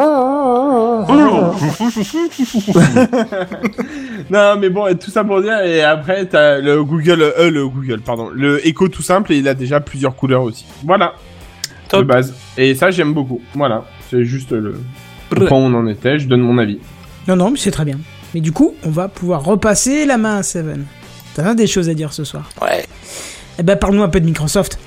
Non, mais bon, et tout ça pour dire, et après, t'as le Google, euh, le Google, pardon, le Echo tout simple, et il a déjà plusieurs couleurs aussi. Voilà. Top. De base. Et ça, j'aime beaucoup. Voilà. C'est juste le, le point où on en était, je donne mon avis. Non, non, mais c'est très bien. Mais du coup, on va pouvoir repasser la main à Seven. T'as des choses à dire ce soir. Ouais. Eh ben, parle-nous un peu de Microsoft.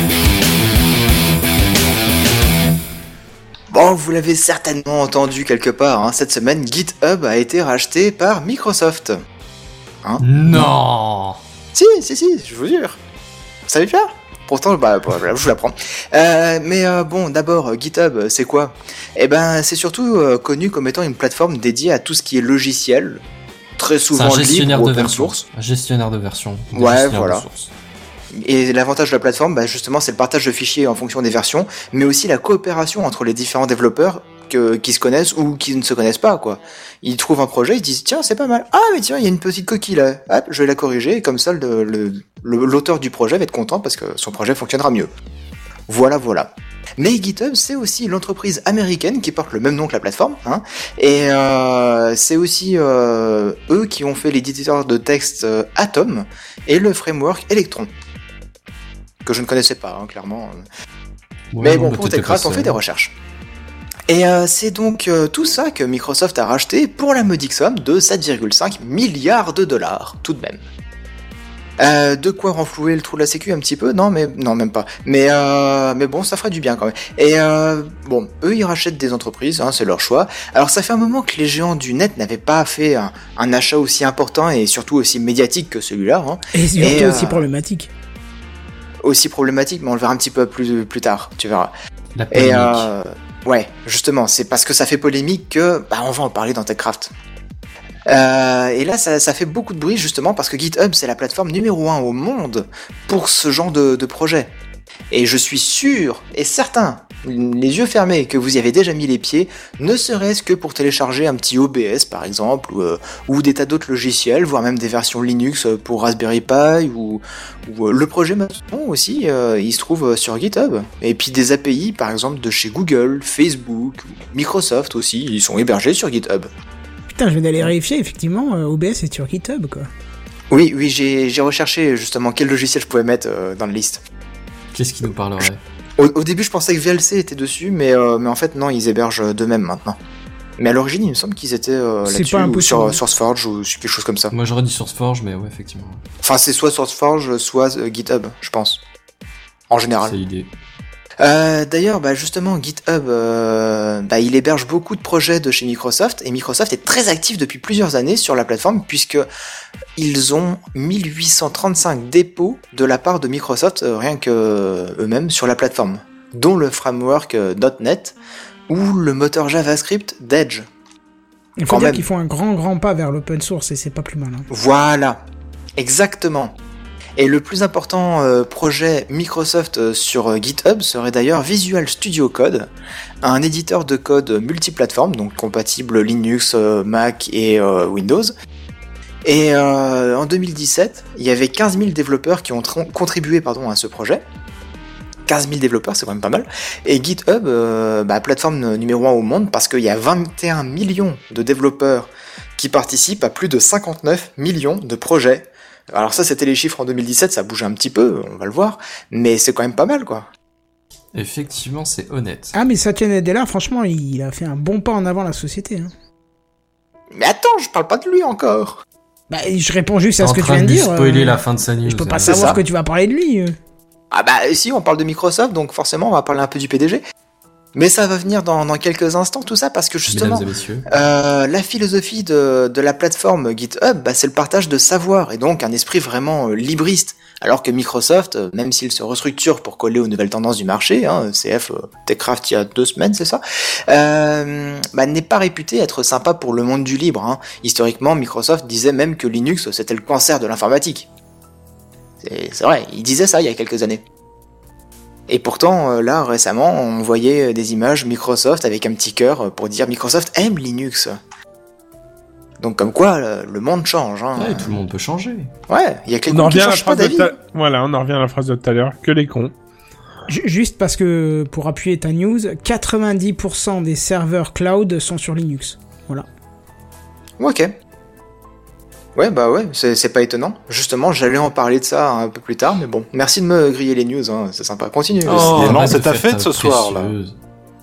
Bon, vous l'avez certainement entendu quelque part, hein, cette semaine, GitHub a été racheté par Microsoft. Non. Si, si, si, je vous jure. Vous savez faire? Pourtant, bah, bah, je vous l'apprends. Euh, mais euh, bon, d'abord, euh, GitHub, c'est quoi? Eh ben, c'est surtout euh, connu comme étant une plateforme dédiée à tout ce qui est logiciel, très C'est un souvent gestionnaire libre, de open version. source. Un gestionnaire de version. Des Ouais, gestionnaires voilà. de source. Et l'avantage de la plateforme, bah, justement, c'est le partage de fichiers en fonction des versions, mais aussi la coopération entre les différents développeurs que, qui se connaissent ou qui ne se connaissent pas, quoi. Ils trouvent un projet, ils disent, tiens, c'est pas mal. Ah, mais tiens, il y a une petite coquille là. Hop, je vais la corriger, et comme ça, le, le, le- l'auteur du projet va être content parce que son projet fonctionnera mieux. Voilà, voilà. Mais GitHub, c'est aussi l'entreprise américaine qui porte le même nom que la plateforme, hein, et euh, c'est aussi euh, eux qui ont fait l'éditeur de texte euh, Atom et le framework Electron, que je ne connaissais pas, hein, clairement. Ouais, Mais non, bon, bah, pour t'étais Techcraft, pas on fait seul. des recherches. Et euh, c'est donc euh, tout ça que Microsoft a racheté pour la modique somme de sept virgule cinq milliards de dollars, tout de même. Euh, de quoi renflouer le trou de la sécu un petit peu? Non, mais non, même pas. Mais euh, mais bon, ça ferait du bien quand même. Et euh, bon, eux, ils rachètent des entreprises, hein, c'est leur choix. Alors, ça fait un moment que les géants du net n'avaient pas fait un, un achat aussi important et surtout aussi médiatique que celui-là, hein. Et surtout Et, euh, aussi problématique. Aussi problématique, mais on le verra un petit peu plus plus tard, tu verras. La Et polémique. euh, ouais, justement, c'est parce que ça fait polémique que bah, on va en parler dans Techcraft. Euh, et là, ça, ça fait beaucoup de bruit justement parce que GitHub, c'est la plateforme numéro un au monde pour ce genre de, de projet. Et je suis sûr et certain, les yeux fermés, que vous y avez déjà mis les pieds, ne serait-ce que pour télécharger un petit O B S par exemple, ou, euh, ou des tas d'autres logiciels, voire même des versions Linux pour Raspberry Pi, ou, ou euh, le projet Mastodon aussi, euh, il se trouve sur GitHub. Et puis des A P I par exemple de chez Google, Facebook, Microsoft aussi, ils sont hébergés sur GitHub. Putain, je viens d'aller vérifier, effectivement, euh, O B S est sur GitHub, quoi. Oui, oui, j'ai j'ai recherché justement quel logiciel je pouvais mettre euh, dans la liste. Qu'est-ce qui nous parlerait? Au, au début, je pensais que V L C était dessus, mais, euh, mais en fait, non, ils hébergent d'eux-mêmes maintenant. Mais à l'origine, il me semble qu'ils étaient euh, C'est là-dessus, pas ou impossible. sur SourceForge, ou sur quelque chose comme ça. Moi j'aurais dit SourceForge, mais ouais, effectivement. Enfin, c'est soit SourceForge, soit euh, GitHub, je pense. En général. C'est l'idée. Euh, D'ailleurs, bah, justement, GitHub, euh, bah, il héberge beaucoup de projets de chez Microsoft, et Microsoft est très actif depuis plusieurs années sur la plateforme, puisque ils ont mille huit cent trente-cinq dépôts de la part de Microsoft, euh, rien que euh, eux-mêmes, sur la plateforme, dont le framework euh, .NET ou le moteur JavaScript d'Edge. Il Quand faut dire même. qu'ils font un grand, grand pas vers l'open source, et c'est pas plus mal. Hein. Voilà, exactement. Et le plus important euh, projet Microsoft euh, sur euh, GitHub serait d'ailleurs Visual Studio Code, un éditeur de code multiplateforme, donc compatible Linux, euh, Mac et euh, Windows. Et euh, en deux mille dix-sept, il y avait quinze mille développeurs qui ont tr- contribué pardon, à ce projet. quinze mille développeurs, c'est quand même pas mal. Et GitHub, euh, bah, plateforme numéro un au monde, parce qu'il y a vingt et un millions de développeurs qui participent à plus de cinquante-neuf millions de projets. Alors ça, c'était les chiffres en deux mille dix-sept, ça bougeait un petit peu, on va le voir, mais c'est quand même pas mal, quoi. Effectivement, c'est honnête. Ah, mais Satya Nadella, franchement, il a fait un bon pas en avant la société. Hein. Mais attends, je parle pas de lui encore. Bah, je réponds juste à ce en que tu train viens de lui dire. spoiler euh, la fin de sa news. Je peux pas hein. savoir ça. que tu vas parler de lui. euh. Ah bah si, on parle de Microsoft, donc forcément on va parler un peu du P D G. Mais ça va venir dans, dans quelques instants tout ça, parce que justement, Mesdames et messieurs. euh, la philosophie de, de la plateforme GitHub, bah, c'est le partage de savoir, et donc un esprit vraiment euh, libriste. Alors que Microsoft, euh, même s'il se restructure pour coller aux nouvelles tendances du marché, hein, C F euh, TechCraft il y a deux semaines, c'est ça, euh, bah, n'est pas réputé être sympa pour le monde du libre. Hein. Historiquement, Microsoft disait même que Linux c'était le cancer de l'informatique. C'est, c'est vrai, il disait ça il y a quelques années. Et pourtant, euh, là, récemment, on voyait des images Microsoft avec un petit cœur pour dire Microsoft aime Linux. Donc comme quoi, le, le monde change. Hein. Ouais, tout le monde peut changer. Ouais, il y a On quelqu'un en qui revient à la change pas phrase de d'avis. ta... Voilà, on en revient à la phrase de tout à l'heure. Que les cons. Ju- Juste parce que, pour appuyer ta news, quatre-vingt-dix pour cent des serveurs cloud sont sur Linux. Voilà. Ok. Ouais, bah ouais, c'est, c'est pas étonnant. Justement, j'allais en parler de ça un peu plus tard, mais bon. Merci de me griller les news, hein. C'est sympa. Continue. Oh, arrête non, de c'est ta faire fête ce soir, là. précieuse.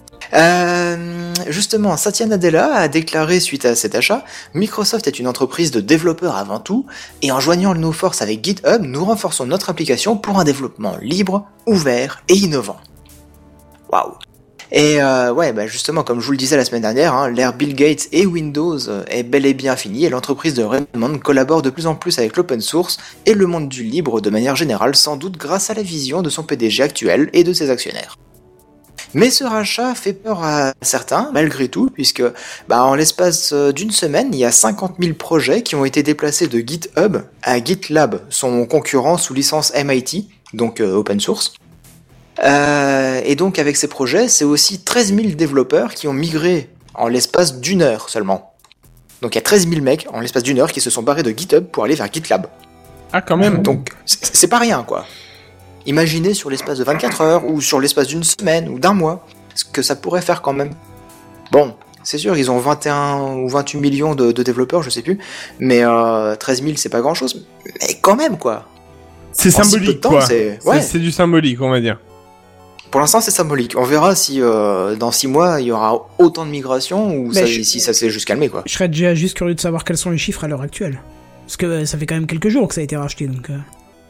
Euh, justement, Satya Nadella a déclaré suite à cet achat, Microsoft est une entreprise de développeurs avant tout, et en joignant nos forces avec GitHub, nous renforçons notre application pour un développement libre, ouvert et innovant. Waouh. Et euh, ouais, bah justement, comme je vous le disais la semaine dernière, hein, l'ère Bill Gates et Windows est bel et bien finie, et l'entreprise de Redmond collabore de plus en plus avec l'open source et le monde du libre de manière générale, sans doute grâce à la vision de son P D G actuel et de ses actionnaires. Mais ce rachat fait peur à certains, malgré tout, puisque bah, en l'espace d'une semaine, il y a cinquante mille projets qui ont été déplacés de GitHub à GitLab, son concurrent sous licence M I T, donc euh, open source. Euh, et donc avec ces projets, c'est aussi treize mille développeurs qui ont migré en l'espace d'une heure seulement. Donc il y a treize mille mecs en l'espace d'une heure qui se sont barrés de GitHub pour aller vers GitLab. Ah, quand même. Donc c'est, c'est pas rien, quoi. Imaginez sur l'espace de vingt-quatre heures, ou sur l'espace d'une semaine, ou d'un mois, ce que ça pourrait faire quand même. Bon, c'est sûr, ils ont vingt et un ou vingt-huit millions de, de développeurs, je sais plus, mais euh, treize mille c'est pas grand chose, mais quand même, quoi. C'est En si peu de symbolique, temps, quoi. c'est- C'est... ouais. c'est du symbolique, on va dire. Pour l'instant, c'est symbolique. On verra si euh, dans six mois, il y aura autant de migrations, ou Mais ça, je- si ça s'est juste calmé, quoi. Je serais déjà juste curieux de savoir quels sont les chiffres à l'heure actuelle. Parce que euh, ça fait quand même quelques jours que ça a été racheté, donc... euh,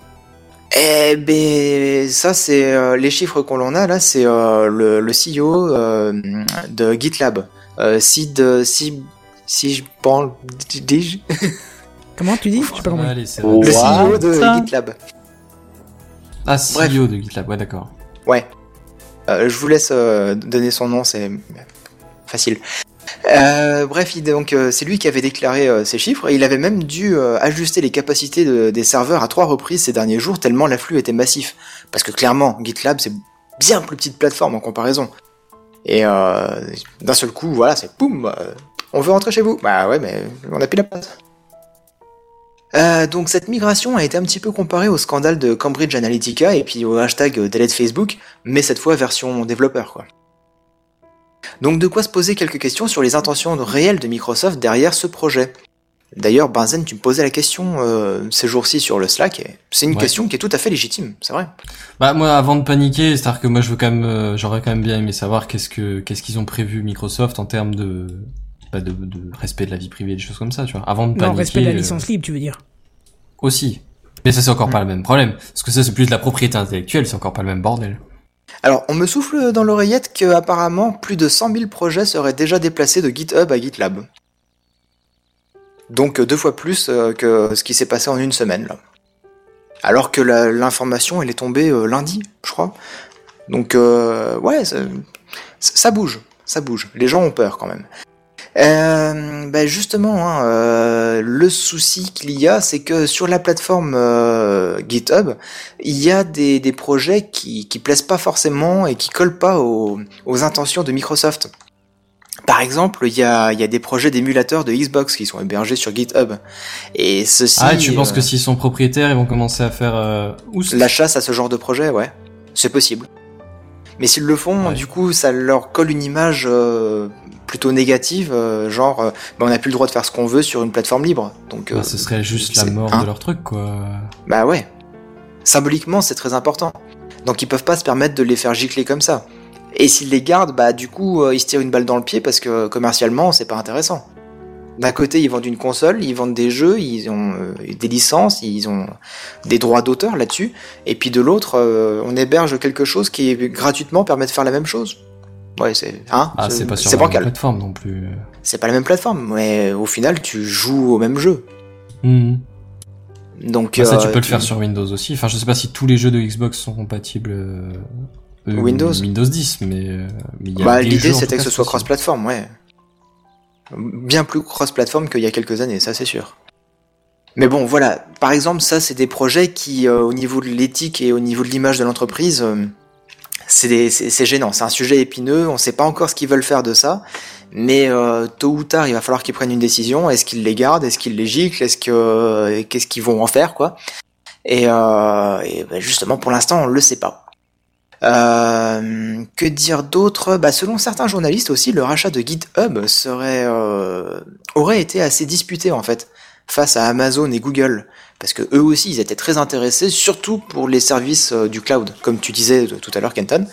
Eh ben, ça, c'est euh, les chiffres qu'on en a là, c'est euh, le, le C E O euh, de GitLab, euh, Sid, si, si je parle, dis-je, Comment tu dis? Je sais pas comment. Allez, c'est Oh. le vrai. C E O de Ça. GitLab. Ah, C E O de GitLab, ouais, d'accord. Ouais. Euh, je vous laisse euh, donner son nom, c'est facile. Euh, bref, il, donc euh, c'est lui qui avait déclaré euh, ces chiffres, et il avait même dû euh, ajuster les capacités de- des serveurs à trois reprises ces derniers jours, tellement l'afflux était massif. Parce que clairement, GitLab, c'est bien plus petite plateforme en comparaison. Et euh, d'un seul coup, voilà, c'est poum, euh, on veut rentrer chez vous. Bah ouais, mais on a plus la place. Euh, donc cette migration a été un petit peu comparée au scandale de Cambridge Analytica et puis au hashtag delete Facebook, mais cette fois version développeur, quoi. Donc de quoi se poser quelques questions sur les intentions réelles de Microsoft derrière ce projet. D'ailleurs, Benzen, tu me posais la question euh, ces jours-ci sur le Slack, et c'est une Ouais. question qui est tout à fait légitime, c'est vrai. Bah moi, avant de paniquer, c'est-à-dire que moi, je veux quand même, euh, j'aurais quand même bien aimé savoir qu'est-ce que qu'est-ce qu'ils ont prévu Microsoft en termes de, bah, de de respect de la vie privée, des choses comme ça, tu vois. Avant de paniquer. Non, respect de la euh, licence libre, tu veux dire. Aussi. Mais ça, c'est encore pas le même problème. Parce que ça, c'est plus de la propriété intellectuelle, c'est encore pas le même bordel. Alors, on me souffle dans l'oreillette que apparemment plus de cent mille projets seraient déjà déplacés de GitHub à GitLab. Donc deux fois plus euh, que ce qui s'est passé en une semaine, là. Alors que la- l'information, elle est tombée euh, lundi, je crois. Donc, euh, ouais, ça, ça bouge, ça bouge. Les gens ont peur quand même. Euh, bah justement, hein, euh, le souci qu'il y a, c'est que sur la plateforme euh, GitHub, il y a des, des projets qui, qui plaisent pas forcément et qui collent pas aux, aux intentions de Microsoft. Par exemple, il y a, il y a des projets d'émulateurs de Xbox qui sont hébergés sur GitHub. Et ceci. Ah, tu penses euh, que s'ils sont propriétaires, ils vont commencer à faire euh, oust la chasse à ce genre de projet, ouais, c'est possible. Mais s'ils le font, Ouais. du coup, ça leur colle une image euh, plutôt négative, euh, genre, euh, bah, on n'a plus le droit de faire ce qu'on veut sur une plateforme libre. Donc, Bah, euh, ce serait juste la c'est- mort hein de leur truc, quoi. Bah ouais. Symboliquement, c'est très important. Donc ils peuvent pas se permettre de les faire gicler comme ça. Et s'ils les gardent, bah du coup, euh, ils se tirent une balle dans le pied parce que commercialement, c'est pas intéressant. D'un côté, ils vendent une console, ils vendent des jeux, ils ont euh, des licences, ils ont des droits d'auteur là-dessus. Et puis de l'autre, euh, on héberge quelque chose qui gratuitement permet de faire la même chose. Ouais, c'est hein, Ah, c'est pas sur c'est la même bancal. plateforme non plus. C'est pas la même plateforme, mais au final, tu joues au même jeu. Mhm. Donc Bah, ça, tu euh, peux le faire sur Windows aussi. Enfin, je sais pas si tous les jeux de Xbox sont compatibles euh, euh, Windows. Windows dix, mais, euh, mais il y a Bah, des l'idée jeux, en c'était tout que ce cas, soit possible. cross-platform, ouais. Bien plus cross-platform qu'il y a quelques années, ça c'est sûr. Mais bon, voilà. Par exemple, ça c'est des projets qui, euh, au niveau de l'éthique et au niveau de l'image de l'entreprise, euh, c'est, des- c'est, c'est gênant. C'est un sujet épineux. On sait pas encore ce qu'ils veulent faire de ça, mais euh, tôt ou tard, il va falloir qu'ils prennent une décision. Est-ce qu'ils les gardent? Est-ce qu'ils les giclent? Est-ce que euh, qu'est-ce qu'ils vont en faire, quoi? Et, euh, et ben, justement, pour l'instant, on le sait pas. Euh, que dire d'autre? Bah, selon certains journalistes aussi, le rachat de GitHub serait euh, aurait été assez disputé en fait face à Amazon et Google, parce que eux aussi ils étaient très intéressés, surtout pour les services euh, du cloud, comme tu disais tout à l'heure, Kenton.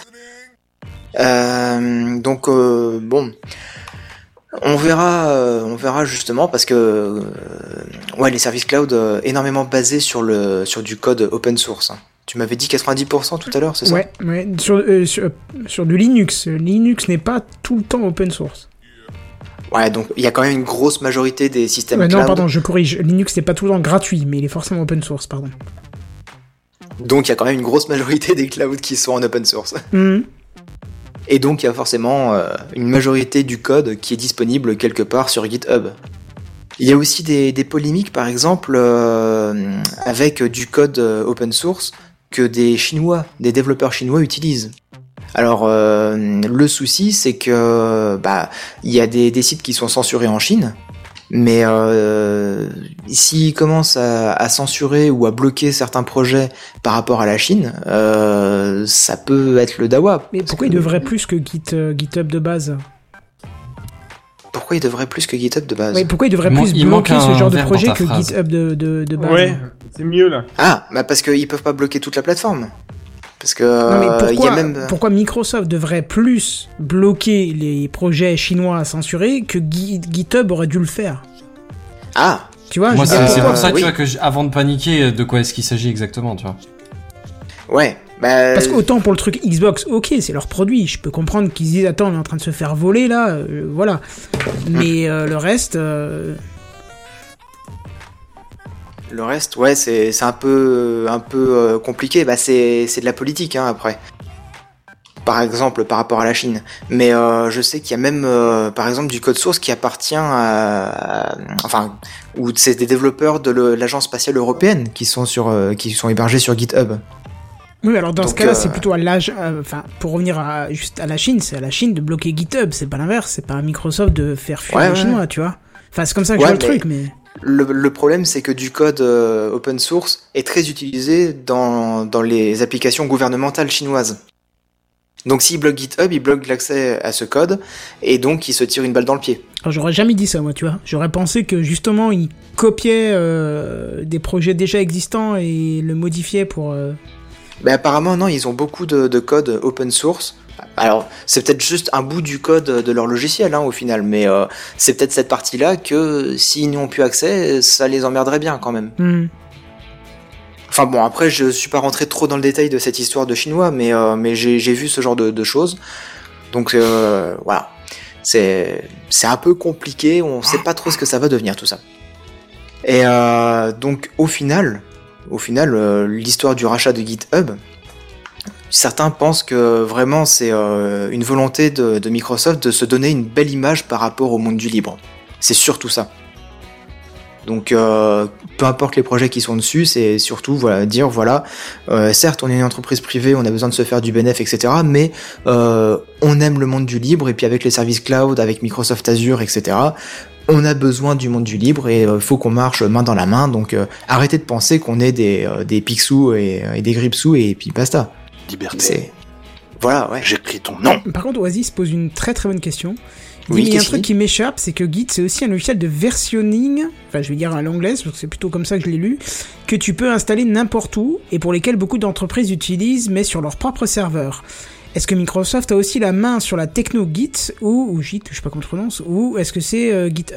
Euh, donc euh, bon, on verra, euh, on verra justement parce que euh, ouais, les services cloud euh, énormément basés sur le sur du code open source. Tu m'avais dit quatre-vingt-dix pour cent tout à l'heure, c'est ça? Ouais, ouais. Sur, euh, sur, sur du Linux. Linux n'est pas tout le temps open source. Ouais, donc il y a quand même une grosse majorité des systèmes Ouais, cloud. non, pardon, je corrige. Linux n'est pas tout le temps gratuit, mais il est forcément open source, pardon. Donc il y a quand même une grosse majorité des clouds qui sont en open source. Mhm. Et donc il y a forcément euh, une majorité du code qui est disponible quelque part sur GitHub. Il y a aussi des, des polémiques, par exemple, euh, avec du code euh, open source que des Chinois, des développeurs chinois utilisent. Alors euh, le souci, c'est que bah il y a des, des sites qui sont censurés en Chine, mais euh, s'ils commencent à, à censurer ou à bloquer certains projets par rapport à la Chine, euh, ça peut être le dawa. Mais Parce pourquoi que- il devrait plus que Git, euh, GitHub de base? Pourquoi il devrait plus que GitHub de base? Ouais, pourquoi il devrait Il man- plus il manque bloquer ce un genre de verbe projet dans ta que phrase. GitHub de, de, de base? Ouais, c'est mieux là. Ah, bah parce qu'ils peuvent pas bloquer toute la plateforme. Parce que Non, mais euh, il y pourquoi, a même. pourquoi Microsoft devrait plus bloquer les projets chinois censurés que Git- GitHub aurait dû le faire? Ah, Tu vois, Moi, je c'est veux dire, c'est pourquoi pour ça, oui. tu vois, que j- avant de paniquer, de quoi est-ce qu'il s'agit exactement, tu vois. ouais. Bah, Parce qu'autant pour le truc Xbox, ok, c'est leur produit. Je peux comprendre qu'ils se disent, attends, on est en train de se faire voler là, euh, voilà. Mais euh, le reste, euh, le reste, ouais, c'est c'est un peu un peu euh, compliqué. Bah c'est c'est de la politique hein, après. Par exemple, par rapport à la Chine. Mais euh, je sais qu'il y a même, euh, par exemple, du code source qui appartient à, à- enfin, ou c'est des développeurs de le- l'agence spatiale européenne qui sont sur, euh, qui sont hébergés sur GitHub. oui, alors dans ce Donc, cas-là, euh, c'est plutôt à l'âge, euh, enfin, pour revenir à, juste à la Chine, c'est à la Chine de bloquer GitHub, c'est pas l'inverse, c'est pas à Microsoft de faire fuir Ouais, les ouais. Chinois, tu vois. Enfin, c'est comme ça que Ouais, je vois le mais- truc, mais. Le, le problème, c'est que du code euh, open source est très utilisé dans, dans les applications gouvernementales chinoises. Donc s'ils bloquent GitHub, ils bloquent l'accès à ce code, et donc ils se tirent une balle dans le pied. Alors, j'aurais jamais dit ça, moi, tu vois. J'aurais pensé que justement, ils copiaient euh, des projets déjà existants et le modifiaient pour. euh, Mais apparemment, non, ils ont beaucoup de, de code open source. Alors, c'est peut-être juste un bout du code de leur logiciel, hein, au final, mais euh, c'est peut-être cette partie-là que s'ils n'y ont plus accès, ça les emmerderait bien quand même. hmm. Enfin bon, après, je suis pas rentré trop dans le détail de cette histoire de chinois, mais, euh, mais j'ai, j'ai vu ce genre de, de choses. Donc euh, voilà, c'est, c'est un peu compliqué, on sait pas trop ce que ça va devenir tout ça. Et euh, donc au final, au final, euh, l'histoire du rachat de GitHub, certains pensent que vraiment c'est euh, une volonté de, de Microsoft de se donner une belle image par rapport au monde du libre. C'est surtout ça. Donc euh, peu importe les projets qui sont dessus, c'est surtout voilà, dire voilà, euh, certes on est une entreprise privée, on a besoin de se faire du bénéfice, et cetera. Mais euh, on aime le monde du libre, et puis avec les services cloud, avec Microsoft Azure, et cetera, on a besoin du monde du libre, et il euh, faut qu'on marche main dans la main. Donc euh, arrêtez de penser qu'on est des, euh, des Picsou et, et des Gripsou, et puis basta. Liberté. C'est... Voilà, ouais. J'écris ton nom. Par contre, Oasis pose une très très bonne question. Il Oui, y a un qu'est-ce truc qu'il qui m'échappe, c'est que Git, c'est aussi un logiciel de versionning, enfin je vais dire à l'anglaise, parce que c'est plutôt comme ça que je l'ai lu, que tu peux installer n'importe où, et pour lesquels beaucoup d'entreprises utilisent, mais sur leur propre serveur. Est-ce que Microsoft a aussi la main sur la techno Git, ou, ou Git, je sais pas comment on prononce, ou est-ce que c'est euh, GitHub ?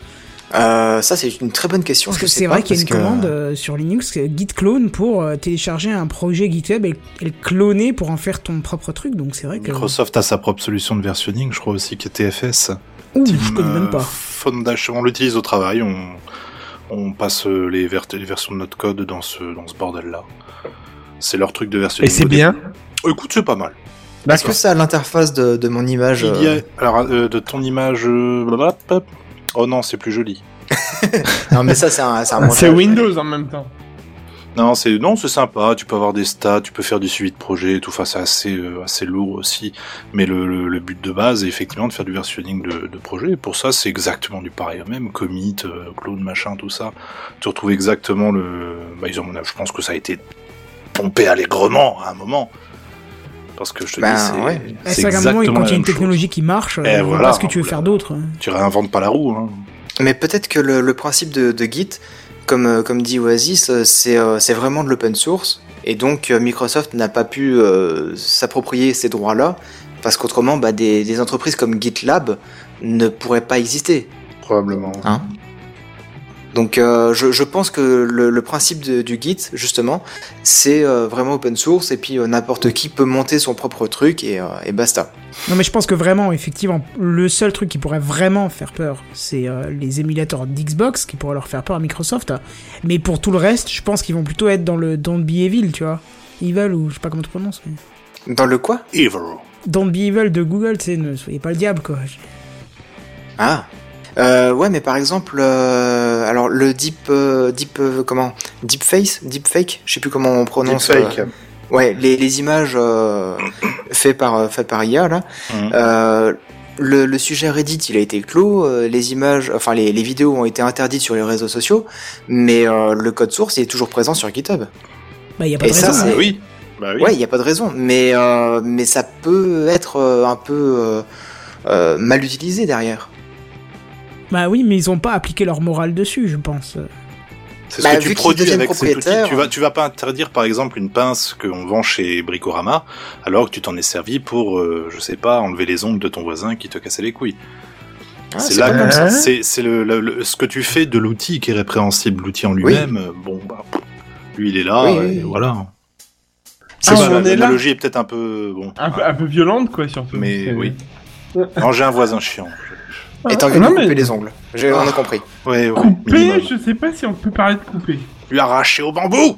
Euh, ça c'est une très bonne question. Parce que je sais c'est pas, vrai qu'il y a une parce que... commande euh, sur Linux, euh, Git clone, pour euh, télécharger un projet GitHub et, et le cloner pour en faire ton propre truc, donc c'est vrai que... Microsoft a sa propre solution de versionning, je crois aussi, qui est T F S. Ouh, Team, je connais même pas. euh, Foundation, on l'utilise au travail, on, on passe les, ver- les versions de notre code dans ce, dans ce bordel-là. C'est leur truc de versionning. Et c'est bien. Oh, écoute, c'est pas mal. Est-ce que ça a l'interface de, de mon image Il y a, euh... alors, euh, de ton image... euh, blablabla. Oh non, c'est plus joli. Non mais ça c'est un, c'est un C'est montage. Windows en même temps. Non, c'est non, c'est sympa. Tu peux avoir des stats, tu peux faire du suivi de projet, et tout. Enfin, c'est assez euh, assez lourd aussi. Mais le, le, le but de base est effectivement de faire du versionning de, de projet. Et pour ça, c'est exactement du pareil au même. Commit, euh, clone, machin, tout ça. Tu retrouves exactement le. Bah, ils ont. Je pense que ça a été pompé allègrement à un moment. Parce que je te Ben, dis, c'est, ouais. c'est C'est qu'à un moment, exactement quand il y a la une même chose. technologie qui marche, Et euh, on voilà, voit ce que tu veux voilà. faire d'autre. Tu réinventes pas la roue. Hein. Mais peut-être que le, le principe de, de Git, comme, euh, comme dit Oasis, euh, c'est, euh, c'est vraiment de l'open source, et donc euh, Microsoft n'a pas pu euh, s'approprier ces droits-là, parce qu'autrement, bah, des, des entreprises comme GitLab ne pourraient pas exister. Probablement. Hein. Donc euh, je, je pense que le, le principe de, du Git, justement, c'est euh, vraiment open source, et puis euh, n'importe qui peut monter son propre truc, et, euh, et basta. Non mais je pense que vraiment, effectivement, le seul truc qui pourrait vraiment faire peur, c'est euh, les émulateurs d'Xbox qui pourraient leur faire peur à Microsoft. Mais pour tout le reste, je pense qu'ils vont plutôt être dans le Don't Be Evil, tu vois. Evil, ou je sais pas comment tu prononces. Mais... Dans le quoi ? Evil. Don't Be Evil de Google, tu sais, ne soyez pas le diable, quoi. Ah euh, ouais, mais par exemple, euh, alors le deep, euh, deep, euh, comment, deepface, deepfake, je sais plus comment on prononce. Deepfake. Euh, ouais, les, les images euh, faites par, faites par I A là. Mmh. Euh, le, le sujet Reddit, il a été clos. Euh, les images, enfin les, les vidéos ont été interdites sur les réseaux sociaux, mais euh, le code source il est toujours présent sur GitHub. Bah y a pas Et de ça, raison. c'est- hein. oui. Bah oui. Ouais, il y a pas de raison, mais euh, mais ça peut être euh, un peu euh, euh, mal utilisé derrière. Bah oui, mais ils ont pas appliqué leur morale dessus, je pense. C'est ce Bah, que vu tu qu'ils produis deviennent avec cet outil. propriétaires. Tu vas, tu vas pas interdire, par exemple, une pince qu'on vend chez Bricorama, alors que tu t'en es servi pour, euh, je sais pas, enlever les ongles de ton voisin qui te cassait les couilles. Ah, c'est c'est là pas comme mal. ça. C'est, c'est le, le- le- ce que tu fais de l'outil qui est répréhensible. L'outil en lui-même, euh, bon, bah, lui il est là, Oui, et oui. voilà. Ah, C'est on pas, la- en est là. l'analogie est peut-être un peu, bon. Un peu, un peu violente, quoi, surtout. Mais C'est- oui. Non, j'ai un voisin chiant. Et t'as envie Ah, de non, lui couper mais- les ongles. J'ai, on a compris. Ouais, ouais. Couper, minimum. je sais pas si on peut parler de couper. Lui arracher au bambou.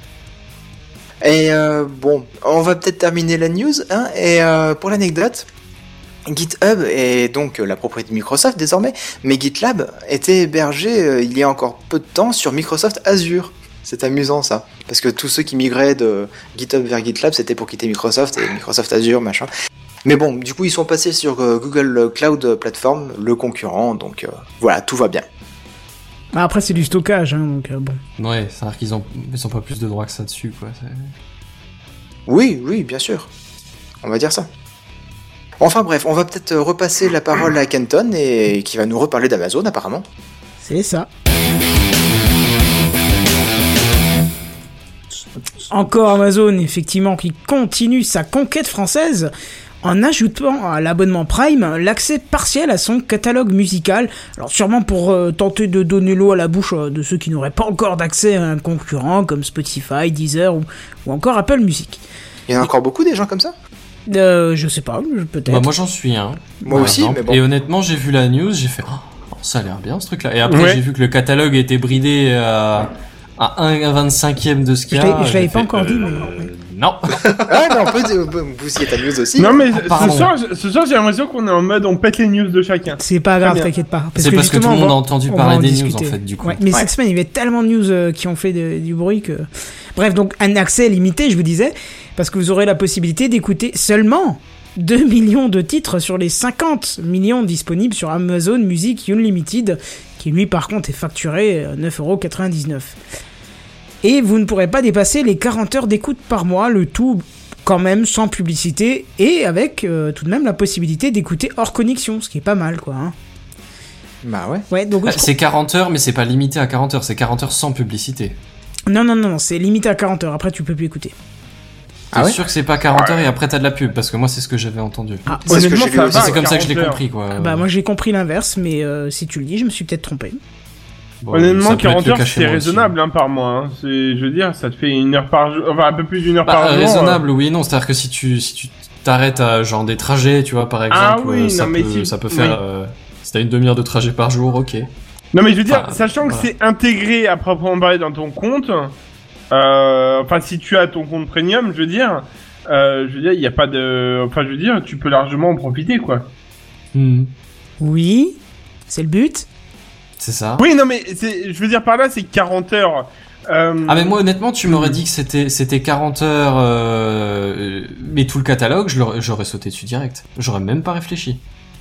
Et euh, bon, on va peut-être terminer la news. Hein, et euh, pour l'anecdote, GitHub est donc euh, la propriété de Microsoft désormais, mais GitLab était hébergé euh, il y a encore peu de temps sur Microsoft Azure. C'est amusant ça, parce que tous ceux qui migraient de GitHub vers GitLab, c'était pour quitter Microsoft et Microsoft Azure, machin. Mais bon, du coup, ils sont passés sur euh, Google Cloud Platform, le concurrent, donc euh, voilà, tout va bien. Bah, après, c'est du stockage, hein, donc euh, bon. Ouais, c'est-à-dire qu'ils ont, ils ont pas plus de droits que ça dessus, quoi. C'est... Oui, oui, bien sûr. On va dire ça. Enfin bref, on va peut-être repasser la parole à Kenton, et qui va nous reparler d'Amazon apparemment. C'est ça. Encore Amazon, effectivement, qui continue sa conquête française en ajoutant à l'abonnement Prime l'accès partiel à son catalogue musical. Alors sûrement pour euh, tenter de donner l'eau à la bouche euh, de ceux qui n'auraient pas encore d'accès à un concurrent comme Spotify, Deezer ou, ou encore Apple Music. Il y en a encore beaucoup des gens comme ça? Euh, je sais pas, peut-être. Bah, moi j'en suis un. Moi par aussi, exemple. mais bon. Et honnêtement, j'ai vu la news, j'ai fait oh, ça a l'air bien ce truc-là. Et après, Ouais. j'ai vu que le catalogue était bridé à, à un vingt-cinquième de ce qu'il y Je a. l'avais- je l'avais J'ai pas fait, encore dit, mais- euh, Non. Ah non, on peut, on peut bousiller ta news aussi. Non mais Ah, ce pardon. soir, ce soir j'ai l'impression qu'on est en mode on pète les news de chacun. C'est pas grave, bien. t'inquiète pas. C'est parce que tout justement, le monde on va- a entendu on va parler en des news, discuter. en fait, du coup. Ouais, mais Ouais. cette semaine, il y avait tellement de news euh, qui ont fait de- du bruit que... Bref, donc un accès limité, je vous disais, parce que vous aurez la possibilité d'écouter seulement deux millions de titres sur les cinquante millions disponibles sur Amazon Music Unlimited, qui lui, par contre, est facturé euh, neuf euros quatre-vingt-dix-neuf. Et vous ne pourrez pas dépasser les quarante heures d'écoute par mois, le tout quand même sans publicité, et avec euh, tout de même la possibilité d'écouter hors connexion, ce qui est pas mal, quoi. Hein. Bah ouais. Ouais, donc... Ah, je c'est quarante heures, mais c'est pas limité à quarante heures, c'est quarante heures sans publicité. Non, non, non, non, c'est limité à quarante heures, après tu peux plus écouter. T'es Ah ouais sûr que c'est pas quarante heures et après t'as de la pub? Parce que moi, c'est ce que j'avais entendu. Ah, C'est ce que Honnêtement, j'ai lu ça aussi. va, C'est comme ça que je l'ai quarante heures. compris, quoi. bah moi j'ai compris l'inverse, mais euh, si tu le dis, je me suis peut-être trompé. Bon, Honnêtement, ça peut être quarante le heures cas chez c'est moi aussi. raisonnable hein, par mois. Hein. C'est, je veux dire, ça te fait une heure par jour, enfin un peu plus d'une heure Bah, par jour. raisonnable, oui et non. C'est-à-dire que si tu, si tu t'arrêtes à genre des trajets, tu vois, par exemple, Ah oui, euh, ça, non, mais peut, si- ça peut faire. oui. Euh, si t'as une demi-heure de trajet par jour, ok. Non mais je veux dire, Enfin, sachant que voilà. c'est intégré à proprement parler dans ton compte, euh, enfin si tu as ton compte premium, je veux dire, euh, je veux dire, il n'y a pas de, enfin je veux dire, tu peux largement en profiter quoi. Hmm, Oui, c'est le but. c'est ça. Oui, non mais c'est, je veux dire par là, c'est quarante heures. Euh, Ah mais moi honnêtement tu m'aurais dit que c'était c'était quarante heures euh, mais tout le catalogue je l'aurais- j'aurais sauté dessus direct. J'aurais même pas réfléchi.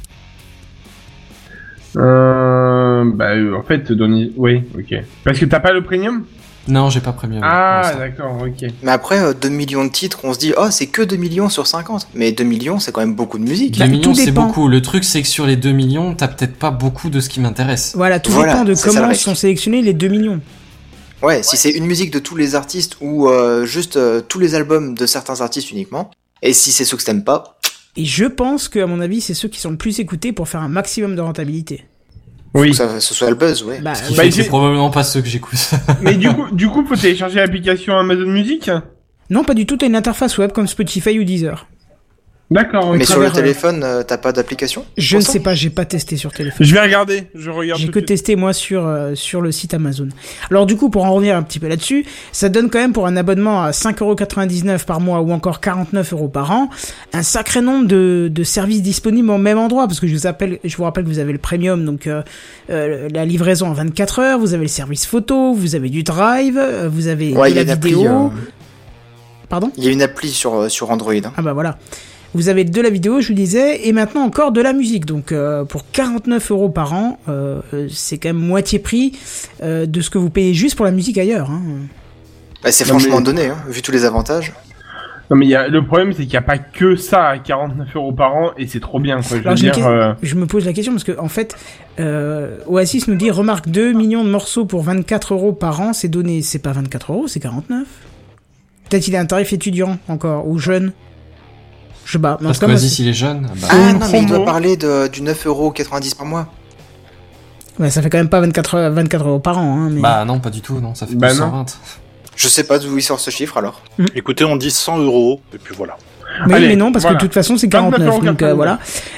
euh, bah euh, en fait, donner, oui, ok. Parce que t'as pas le premium. Non, j'ai pas premium. Ah pour l'instant. d'accord, ok. Mais après, euh, deux millions de titres, on se dit, oh, c'est que deux millions sur cinquante. Mais deux millions, c'est quand même beaucoup de musique. Bah, deux tout millions c'est dépend. beaucoup. Le truc c'est que sur les deux millions, t'as peut-être pas beaucoup de ce qui m'intéresse. Voilà, tout Voilà, dépend de c'est ça le comment risque. sont sélectionnés les deux millions. Ouais, si c'est une musique de tous les artistes ou euh, juste euh, tous les albums de certains artistes uniquement. Et si c'est ceux que t'aimes pas, Et je pense que, à mon avis, c'est ceux qui sont le plus écoutés pour faire un maximum de rentabilité. faut Oui. que ça, ce soit le buzz, ouais. Bah, Ce qui Bah, fait que j'ai- c'est probablement pas ceux que j'écoute. Mais du coup, du coup, faut télécharger l'application Amazon Music. non, pas du tout, t'as une interface web comme Spotify ou Deezer. D'accord. Mais ok. sur le travers, euh, téléphone, euh, t'as pas d'application Je ne pour ça sais pas, j'ai pas testé sur téléphone. Je vais regarder. Je regarde. J'ai tout que de suite. testé moi sur euh, sur le site Amazon. Alors du coup, pour en revenir un petit peu là-dessus, ça donne quand même pour un abonnement à cinq euros quatre-vingt-dix-neuf par mois ou encore quarante-neuf euros par an, un sacré nombre de, de services disponibles au même endroit, parce que je vous appelle, je vous rappelle que vous avez le premium, donc euh, euh, la livraison en vingt-quatre heures, vous avez le service photo, vous avez du drive, euh, vous avez Ouais, de il y a la une appli. vidéo. euh, Pardon? Il y a une appli sur, euh, sur Android. Hein. Ah bah voilà. Vous avez de la vidéo, je vous disais, et maintenant encore de la musique. Donc euh, pour quarante-neuf euros par an, euh, c'est quand même moitié prix euh, de ce que vous payez juste pour la musique ailleurs. Hein. Bah, c'est Non, franchement mais- donné, hein, vu tous les avantages. Non mais il y a, le problème c'est qu'il n'y a pas que ça à quarante-neuf euros par an et c'est trop bien quoi. Je veux Alors, j'ai une dire. que- euh, Je me pose la question parce que en fait, euh, Oasis nous dit remarque deux millions de morceaux pour vingt-quatre euros par an, c'est donné, c'est pas vingt-quatre euros, c'est quarante-neuf. Peut-être il a un tarif étudiant encore ou jeune. Je sais pas. Mais en Parce tout que cas, moi, Oasis il est jeune. Ah bah. Ah une non, mais il promo. doit parler de, du neuf euros quatre-vingt-dix par mois. ouais, ça fait quand même pas vingt-quatre, euh, vingt-quatre euros par an. Hein, mais... Bah non, pas du tout, non, ça fait Bah plus non. cent vingt. Je sais pas d'où il sort ce chiffre alors. Écoutez, on dit cent euros, et puis voilà. Mais, Allez, mais non, parce voilà. que de toute façon, c'est vingt-neuf quarante-neuf, euros donc euh, voilà.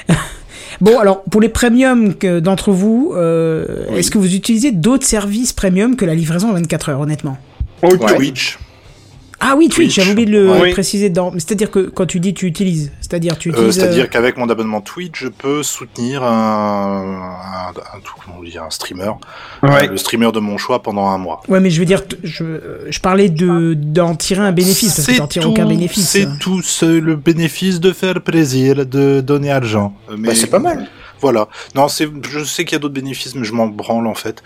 Bon, alors, pour les premiums que- d'entre vous, euh, Oui. est-ce que vous utilisez d'autres services premium que la livraison à vingt-quatre heures, honnêtement? Ok. Ouais. Twitch. Ah oui, Twitch, Twitch. j'avais oublié de le Oui. préciser dedans. Mais c'est-à-dire que quand tu dis tu utilises, c'est-à-dire tu Euh, utilises... C'est-à-dire euh, qu'avec mon abonnement Twitch, je peux soutenir un, un, un, tout- comment on dit, un streamer, Ouais. euh, le streamer de mon choix pendant un mois. Ouais, mais je veux dire, t- je, euh, je parlais de d'en tirer un bénéfice, parce que C'est t'en tires tout- aucun bénéfice. C'est tout ce- le bénéfice de faire plaisir, de donner argent. Euh, Mais Bah, c'est pas mal. Voilà. Non, c'est, je sais qu'il y a d'autres bénéfices, mais je m'en branle en fait.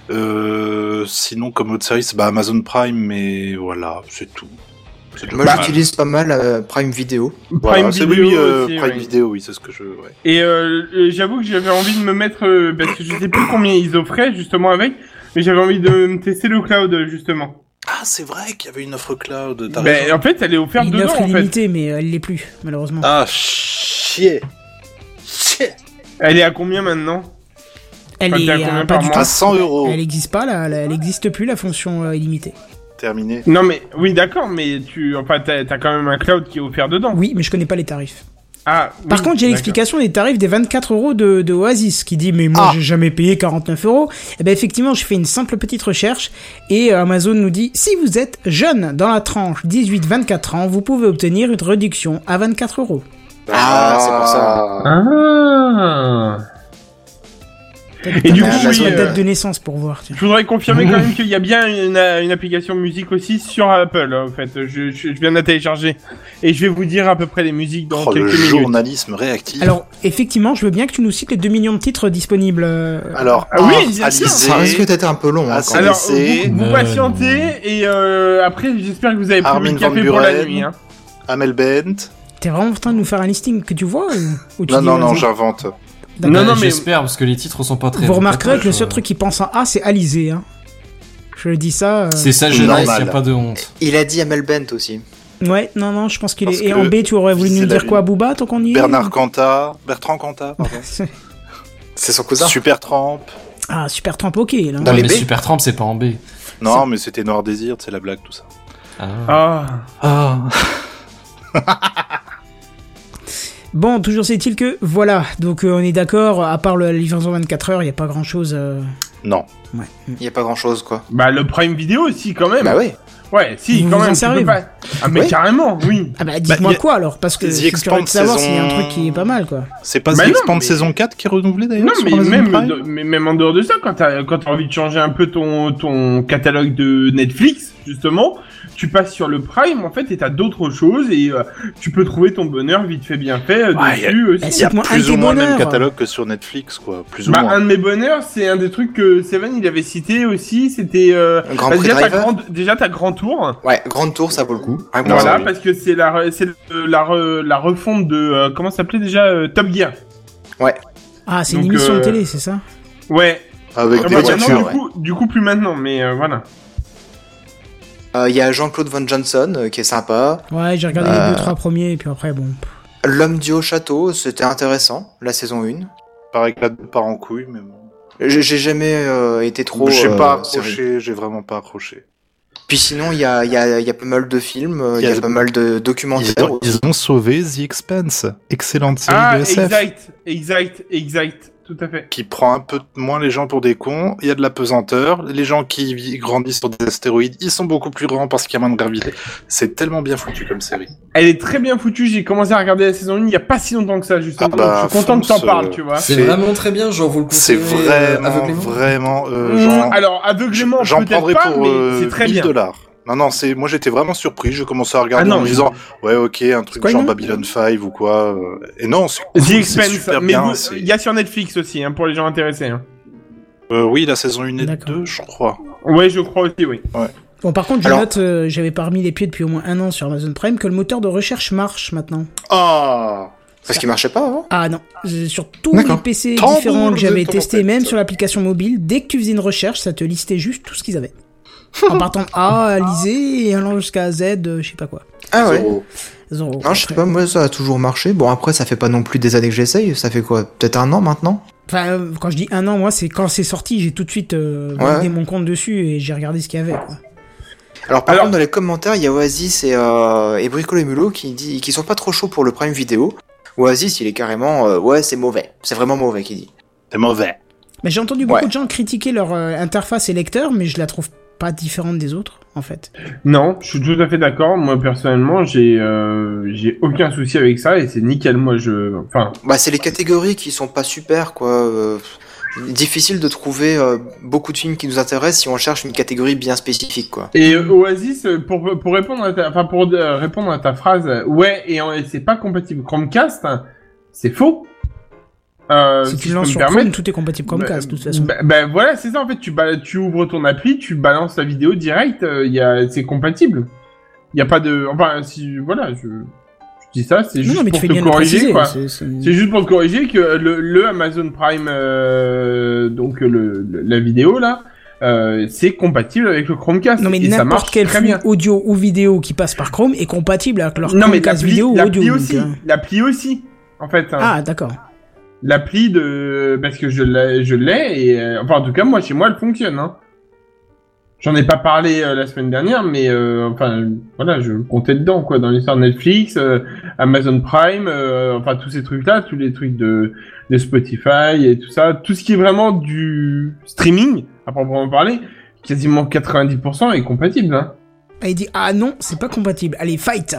Euh, sinon, comme autre service, bah Amazon Prime, mais voilà, c'est tout. C'est tout. Moi, Bah, j'utilise pas mal euh, Prime Video. Voilà, Prime c'est Video oui, euh, aussi, Prime ouais. Video, oui, c'est ce que je. Ouais. Et euh, euh, j'avoue que j'avais envie de me mettre euh, parce que je sais plus combien ils offraient justement avec, mais j'avais envie de me tester le cloud justement. Ah, c'est vrai qu'il y avait une offre cloud. T'as Ben raison. en fait, elle est offerte Une dedans offre en fait. illimitée, mais elle l'est plus, malheureusement. Ah, chier. Chier. Elle est à combien maintenant? elle enfin, est t'es à euh, combien pas par du mois tout. À cent euros. Elle existe pas, là, elle existe plus, la fonction euh, illimitée. Terminé. Non mais oui d'accord, mais tu enfin t'as t'as quand même un cloud qui est offert dedans. Oui, mais je connais pas les tarifs. Ah, Par oui, contre, j'ai d'accord. l'explication des tarifs des vingt-quatre euros de, de Oasis, qui dit, mais moi, Ah. j'ai jamais payé quarante-neuf euros. Et ben, effectivement, j'ai fait une simple petite recherche, et euh, Amazon nous dit, si vous êtes jeune dans la tranche dix-huit vingt-quatre ans, vous pouvez obtenir une réduction à vingt-quatre euros. Ah, c'est pour ça. Ah. Peut-être Et que du t'as coup, la oui, date euh, de naissance pour voir, tiens. Je voudrais confirmer quand même qu'il y a bien une, une application musique aussi sur Apple, en fait. Je, je, je viens de la télécharger. Et je vais vous dire à peu près les musiques dans Oh, le quelques minutes. journalisme réactif. Alors, effectivement, je veux bien que tu nous cites les deux millions de titres disponibles. euh, Alors, Ah oui, un, bien sûr. Alizé, Ça risque d'être un peu long. Hein, Ah, quand c'est- même. Alors, c'est- vous, vous Euh, patientez, et euh, après, j'espère que vous avez prévu Armin le café van pour la Buren. nuit. Hein. Amel Bent. T'es vraiment en train de nous faire un listing que tu vois ou, ou tu Non, dis, non, non, vas-y. j'invente. D'accord. Non, non, mais- J'espère, parce que les titres sont pas très... Vous remarquerez que le euh, seul truc qui pense en A, c'est Alizé. Hein. Je le dis ça. euh, C'est sa jeunesse, Normal. y a pas de honte. Il a dit Amel Bent aussi. Ouais, non, non, je pense qu'il Parce est. Et que en B, tu aurais voulu c'est nous la dire lune. quoi, Booba, tant qu'on y est Bernard Cantat. Bertrand Cantat, pardon. C'est son cousin. Super Tramp. Ah, super Tramp, ok. Là. Dans Ouais, les mais B Super Tramp, c'est pas en B. Non, mais c'était Noir Désir, c'est la blague, tout ça. Ah. Ah. Ah. Bon, toujours c'est-il que, voilà, donc euh, on est d'accord, à part le- la livraison vingt-quatre heures, il n'y a pas grand-chose. euh, Non. Ouais. Il y a pas grand chose, quoi. Bah, le Prime Vidéo aussi, quand même. Bah oui. Ouais, si, Vous quand vous en même. Tu servez, peux pas... Ah, mais Oui. carrément, oui. Ah bah, dites-moi y a- quoi, alors, parce que The c'est curieux de Expanse savoir saison- s'il y a un truc qui est pas mal, quoi. C'est pas Bah The non, Expanse mais- saison quatre qui est renouvelé d'ailleurs Non, sur mais Amazon même, Prime de- mais même en dehors de ça, quand t'as, quand t'as envie de changer un peu ton, ton catalogue de Netflix, justement, tu passes sur le Prime, en fait, et t'as d'autres choses, et euh, tu peux trouver ton bonheur vite fait, bien fait, euh, Ouais, dessus aussi. Bah, Il y a Cite-moi un plus de ou tes moins le même bonheurs. catalogue que sur Netflix, quoi. Plus ou Bah, moins. un de mes bonheurs, c'est un des trucs que Seven, il avait cité aussi, c'était, euh, Un Grand bah, Prix déjà, ta Driver. grande, déjà, ta grand tour. Ouais, Grande Tour, ça vaut le coup. Rien que pour Voilà, ça. oui. parce que c'est la, re- c'est le- la, re- la refonte de, euh, comment ça s'appelait déjà, euh, Top Gear. Ah, c'est une Donc, émission euh, de télé, c'est ça Ouais. Avec Ah, des bah, maintenant, voitures. du coup, du coup, plus maintenant, mais euh, voilà. Euh, Il y a Jean-Claude Van Johnson, euh, qui est sympa. Ouais, j'ai regardé Euh. les deux, trois premiers, et puis après, bon. L'homme du haut château, c'était intéressant, la saison un. Pareil que la part en couille, mais bon. J'ai j'ai jamais euh, été trop... J'ai euh, pas série. accroché, j'ai vraiment pas accroché. Puis sinon, il y a, il y, a, il y a pas mal de films, euh, il y, Il y a a- pas mal de Ils documentaires. ont, ils ont sauvé The Expanse, excellente série Ah, de S F, exact, exact, exact, tout à fait. qui prend un peu moins les gens pour des cons. Il y a de la pesanteur. Les gens qui vi- grandissent sur des astéroïdes, ils sont beaucoup plus grands parce qu'il y a moins de gravité. C'est tellement bien foutu comme série. Elle est très bien foutue, j'ai commencé à regarder la saison un il y a pas si longtemps que ça, justement. Ah bah, donc je suis content que t'en fonce, parles, euh, tu vois. C'est C'est- vraiment très bien, genre, vous le C'est conseillez vraiment, aveuglément vraiment, euh, Mmh, genre, alors, aveuglément, j'en peut-être prendrais pas, pour mais euh, c'est très mille bien. dollars. Non, non, c'est, moi j'étais vraiment surpris. J'ai commencé à regarder Ah non, en me mais- disant, ouais, ok, un truc quoi le genre nom Babylon cinq ou quoi. euh, Et non, c'est The cool, c'est Expanse, super mais bien. vous- c'est- il y a sur Netflix aussi, hein, pour les gens intéressés. Hein. Euh, oui, la saison un et D'accord. deux, je crois. Ouais, je crois aussi, oui. Bon, par contre, je Alors- note, euh, j'avais pas remis les pieds depuis au moins un an sur Amazon Prime, que le moteur de recherche marche maintenant. Ah! Parce qu'il marchait pas avant. Ah non, je- sur tous D'accord. les P C Tambour différents que j'avais de testés, trompette. même sur l'application mobile, dès que tu faisais une recherche, ça te listait juste tout ce qu'ils avaient. En partant de A à lisée et allant jusqu'à Z, euh, je sais pas quoi. Ah ouais. Zéro. Zéro. Non, je sais pas, moi ça a toujours marché. Bon, après, ça fait pas non plus des années que j'essaye. Ça fait quoi? Peut-être un an maintenant? Enfin, euh, quand je dis un an, moi, c'est quand c'est sorti, j'ai tout de suite euh, Ouais. validé mon compte dessus et j'ai regardé ce qu'il y avait, quoi. Alors, par Alors- contre, dans les commentaires, il y a Oasis et, euh, et Bricolo et Mulot qui, dit, qui sont pas trop chauds pour le Prime Vidéo. Oasis, il est carrément, euh, ouais, c'est mauvais. C'est vraiment mauvais, qu'il dit. C'est mauvais. Mais j'ai entendu beaucoup Ouais. de gens critiquer leur euh, interface et lecteur, mais je la trouve pas différente des autres, en fait. Non, je suis tout à fait d'accord. Moi, personnellement, j'ai euh, j'ai aucun souci avec ça et c'est nickel. Moi, je... Enfin, Bah, c'est les catégories qui sont pas super, quoi. Euh, difficile de trouver euh, beaucoup de films qui nous intéressent si on cherche une catégorie bien spécifique, quoi. et euh, Oasis, euh, pour, pour répondre à ta, enfin, pour euh, répondre à ta phrase, euh, ouais, et, euh, c'est pas compatible Chromecast, hein, c'est faux. Euh, si si tu je le lances peux me sur permettre. Chrome, tout est compatible Chromecast, de toute façon. Bah, bah, voilà, c'est ça en fait. Tu, ba- tu ouvres ton appli, tu balances la vidéo direct, euh, y a, c'est compatible. Il y a pas de, enfin, si voilà, je, je dis ça, c'est non, juste non, mais tu pour fais te bien de le corriger, préciser. quoi. c'est- c'est- C'est juste pour te corriger que le, le Amazon Prime, euh, donc le, le- la vidéo là, euh, c'est compatible avec le Chromecast. Non, mais et ça n'importe marche quel très flux bien. audio ou vidéo qui passe par Chrome est compatible avec leur Non mais Chromecast l'appli, vidéo ou audio. l'appli donc, aussi, euh. l'appli aussi, en fait. hein. Ah, d'accord. L'appli de, parce que je l'ai, je l'ai et euh, enfin en tout cas moi chez moi elle fonctionne. Hein. J'en ai pas parlé euh, la semaine dernière, mais euh, enfin voilà, je comptais dedans quoi, dans l'histoire de Netflix, euh, Amazon Prime, euh, enfin tous ces trucs-là, tous les trucs de, de Spotify et tout ça, tout ce qui est vraiment du streaming, à proprement parler, quasiment quatre-vingt-dix pour cent est compatible. Hein. Ah, il dit ah non, c'est pas compatible. Allez, fight.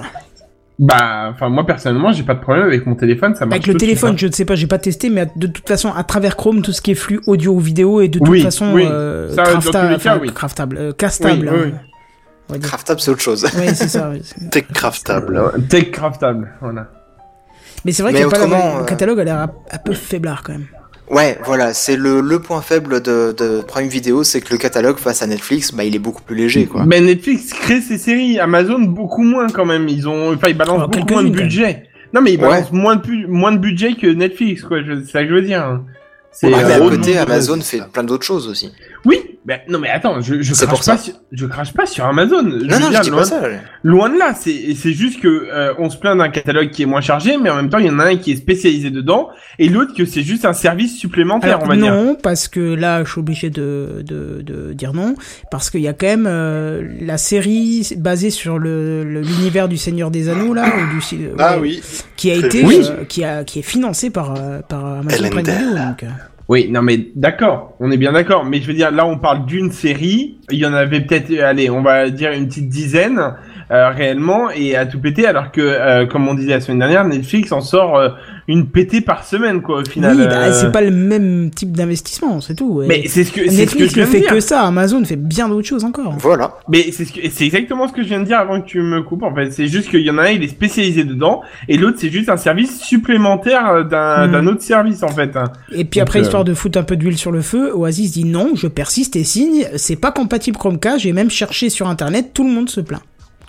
Bah, enfin moi personnellement, j'ai pas de problème avec mon téléphone, ça marche. Avec le tout de téléphone, suite, je ne sais pas, j'ai pas testé, mais de toute façon, à travers Chrome, tout ce qui est flux audio ou vidéo est de toute Oui, façon oui. euh, Ça, dans tous crafta- les cas, enfin, oui. craftable, euh, castable. Oui, oui, hein, oui. on va dire. Craftable, c'est autre chose. Oui, c'est ça. oui, c'est- Techcraftable. Euh, Tech craftable, voilà. Mais c'est vrai Mais qu'il y a pas la- autrement, le euh, catalogue a l'air un, un peu faiblard quand même. Ouais, voilà, c'est le, le point faible de, de Prime Video, c'est que le catalogue face à Netflix, bah il est beaucoup plus léger, quoi. Ben Netflix crée ses séries, Amazon beaucoup moins quand même. Ils ont, enfin ils balancent Alors, beaucoup moins de quelques-unes, budget. Non mais ils Ouais. balancent moins de pu- moins de budget que Netflix quoi. Je- C'est ça que je veux dire. C'est Ah, mais à euh, côté, euh, Amazon fait plein d'autres choses aussi. Oui, ben non mais attends, je je C'est crache pour ça. pas, sur, je crache pas sur Amazon. Non, veux non, dire, je dis loin, pas ça. loin de là. C'est c'est juste que euh, on se plaint d'un catalogue qui est moins chargé, mais en même temps il y en a un qui est spécialisé dedans et l'autre que c'est juste un service supplémentaire, Alors on va dire. non, parce que là, je suis obligé de, de, de dire non, parce qu'il y a quand même euh, la série basée sur le le- l'univers du Seigneur des Anneaux là, ou du ci- Ah ouais, oui. qui a Très été, bien. euh, qui a qui est financé par euh, par Amazon Prime Elendel. Video, donc. euh. Oui, non mais d'accord, on est bien d'accord, mais je veux dire, là on parle d'une série, il y en avait peut-être, euh, allez, on va dire une petite dizaine euh, réellement, et à tout péter, alors que, euh, comme on disait la semaine dernière, Netflix en sort euh, une pétée par semaine, quoi, au final. Oui, bah, euh. c'est pas le même type d'investissement, c'est tout. ouais. Mais c'est ce que, c'est ce que Netflix je viens ne de fait dire. que ça, Amazon fait bien d'autres choses encore. Voilà. Mais c'est ce que, c'est exactement ce que je viens de dire avant que tu me coupes, en fait. C'est juste qu'il y en a un, il est spécialisé dedans, et l'autre, c'est juste un service supplémentaire euh, d'un, Mm. d'un autre service, en fait. hein. Et puis Donc, après, euh, histoire de foutre un peu d'huile sur le feu, Oasis dit non, je persiste et signe, c'est pas compatible Chromecast, j'ai même cherché sur internet, tout le monde se plaint.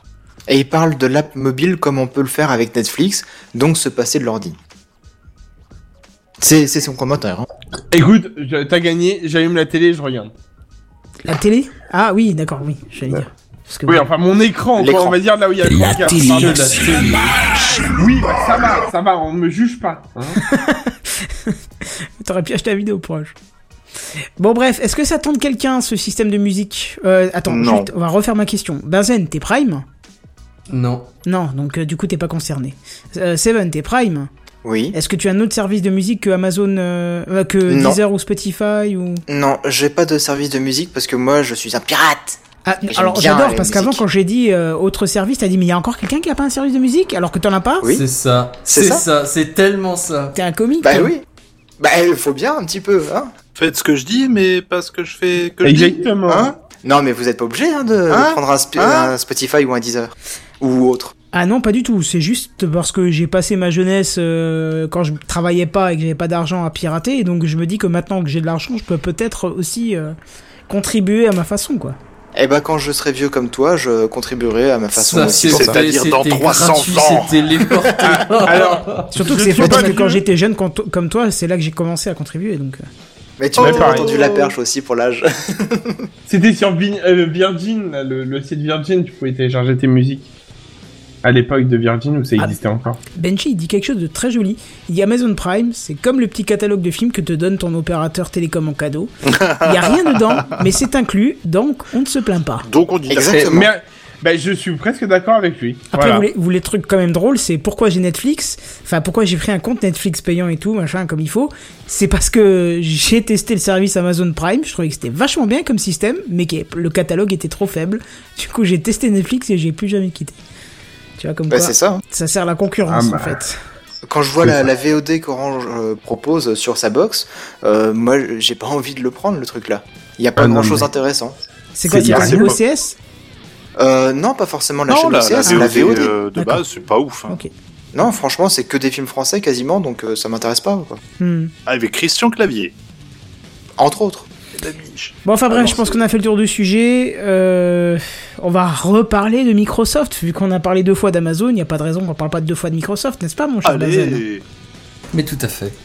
Et il parle de l'app mobile comme on peut le faire avec Netflix, donc se passer de l'ordi. C'est, c'est son commentaire. Hein. Écoute, je- t'as gagné, j'allume la télé et je regarde. La télé? Ah oui, d'accord, oui, j'allais dire. Parce que Oui, enfin mon écran, quoi, L'écran. on va dire là où il y a le La Chromecast. télé, Pardon, la c'est télé. Oui, bah, ça va, ça va, on me juge pas. Hein. t'aurais pu acheter la vidéo proche. Bon bref, est-ce que ça tente quelqu'un ce système de musique? euh, Attends, Non. juste, on va refaire ma question. Benzen, t'es Prime? Non. Non, donc euh, du coup t'es pas concerné. Euh, Seven, t'es Prime? Oui. Est-ce que tu as un autre service de musique que Amazon, euh, euh, que Non. Deezer ou Spotify ou... Non, j'ai pas de service de musique parce que moi je suis un pirate. Ah, J'aime alors bien j'adore la parce qu'avant musique. quand j'ai dit euh, autre service, t'as dit mais il y a encore quelqu'un qui a pas un service de musique alors que t'en as pas? Oui. C'est ça. C'est C'est ça. ça. C'est tellement ça. T'es un comique? Bah toi. oui. Bah il faut bien un petit peu, hein. Faites ce que je dis, mais pas ce que je fais que je dis. Exactement. Hein Non mais vous êtes pas obligé hein, de, de Hein prendre un, sp- Hein un Spotify ou un Deezer. Ou autre. Ah non, pas du tout. C'est juste parce que j'ai passé ma jeunesse euh, quand je travaillais pas et que j'avais pas d'argent à pirater, et donc je me dis que maintenant que j'ai de l'argent, je peux peut-être aussi euh, contribuer à ma façon, quoi. Eh bah quand je serai vieux comme toi, je contribuerai à ma façon Ça, aussi c'est- pour ça. c'est-à-dire c'était dans trois cents gratuit, ans. C'était téléporté. Alors, Surtout que je c'est suis faux pas parce que quand vieux. j'étais jeune quand- comme toi, c'est là que j'ai commencé à contribuer, donc. euh. Mais tu Oh. m'as Mais pas pareil. entendu la perche aussi pour l'âge. C'était sur Vi- euh, Virgin, là, le, le site Virgin, tu pouvais télécharger tes musiques. À l'époque de Virgin où ça Ah. existait encore. Benji, il dit quelque chose de très joli. Il dit Amazon Prime, c'est comme le petit catalogue de films que te donne ton opérateur télécom en cadeau. Il y a rien dedans, mais c'est inclus, donc on ne se plaint pas. Donc on dit Exactement. Mais, bah, je suis presque d'accord avec lui. Après, Voilà. vous, les, vous les trucs quand même drôles, c'est pourquoi j'ai Netflix, enfin pourquoi j'ai pris un compte Netflix payant et tout, machin, comme il faut. C'est parce que j'ai testé le service Amazon Prime, je trouvais que c'était vachement bien comme système, mais que le catalogue était trop faible. Du coup, j'ai testé Netflix et j'ai plus jamais quitté. Tu vois, comme Bah quoi, c'est ça. hein. ça sert à la concurrence, Ah bah. en fait. Quand je vois C'est la, ça. la V O D qu'Orange euh, propose sur sa box, euh, moi j'ai pas envie de le prendre le truc là. Il y a pas Ah non, grand chose mais- intéressant. C'est quoi, C'est- c'est y a quoi, c'est rien. O C S? Euh, non, pas forcément la Non, chaîne la, O C la, S, la V O D. euh, de D'accord. base, c'est pas ouf. Hein. Ok. Non, franchement, c'est que des films français quasiment, donc euh, ça m'intéresse pas. Quoi. Hmm. Avec Christian Clavier. Entre autres. Et la biche. Bon, enfin Ah bref, non, je pense c'est- qu'on a fait le tour du sujet. Euh, on va reparler de Microsoft, vu qu'on a parlé deux fois d'Amazon, il n'y a pas de raison qu'on parle pas deux fois de Microsoft, n'est-ce pas, mon cher Benzen? Allez. Mais tout à fait.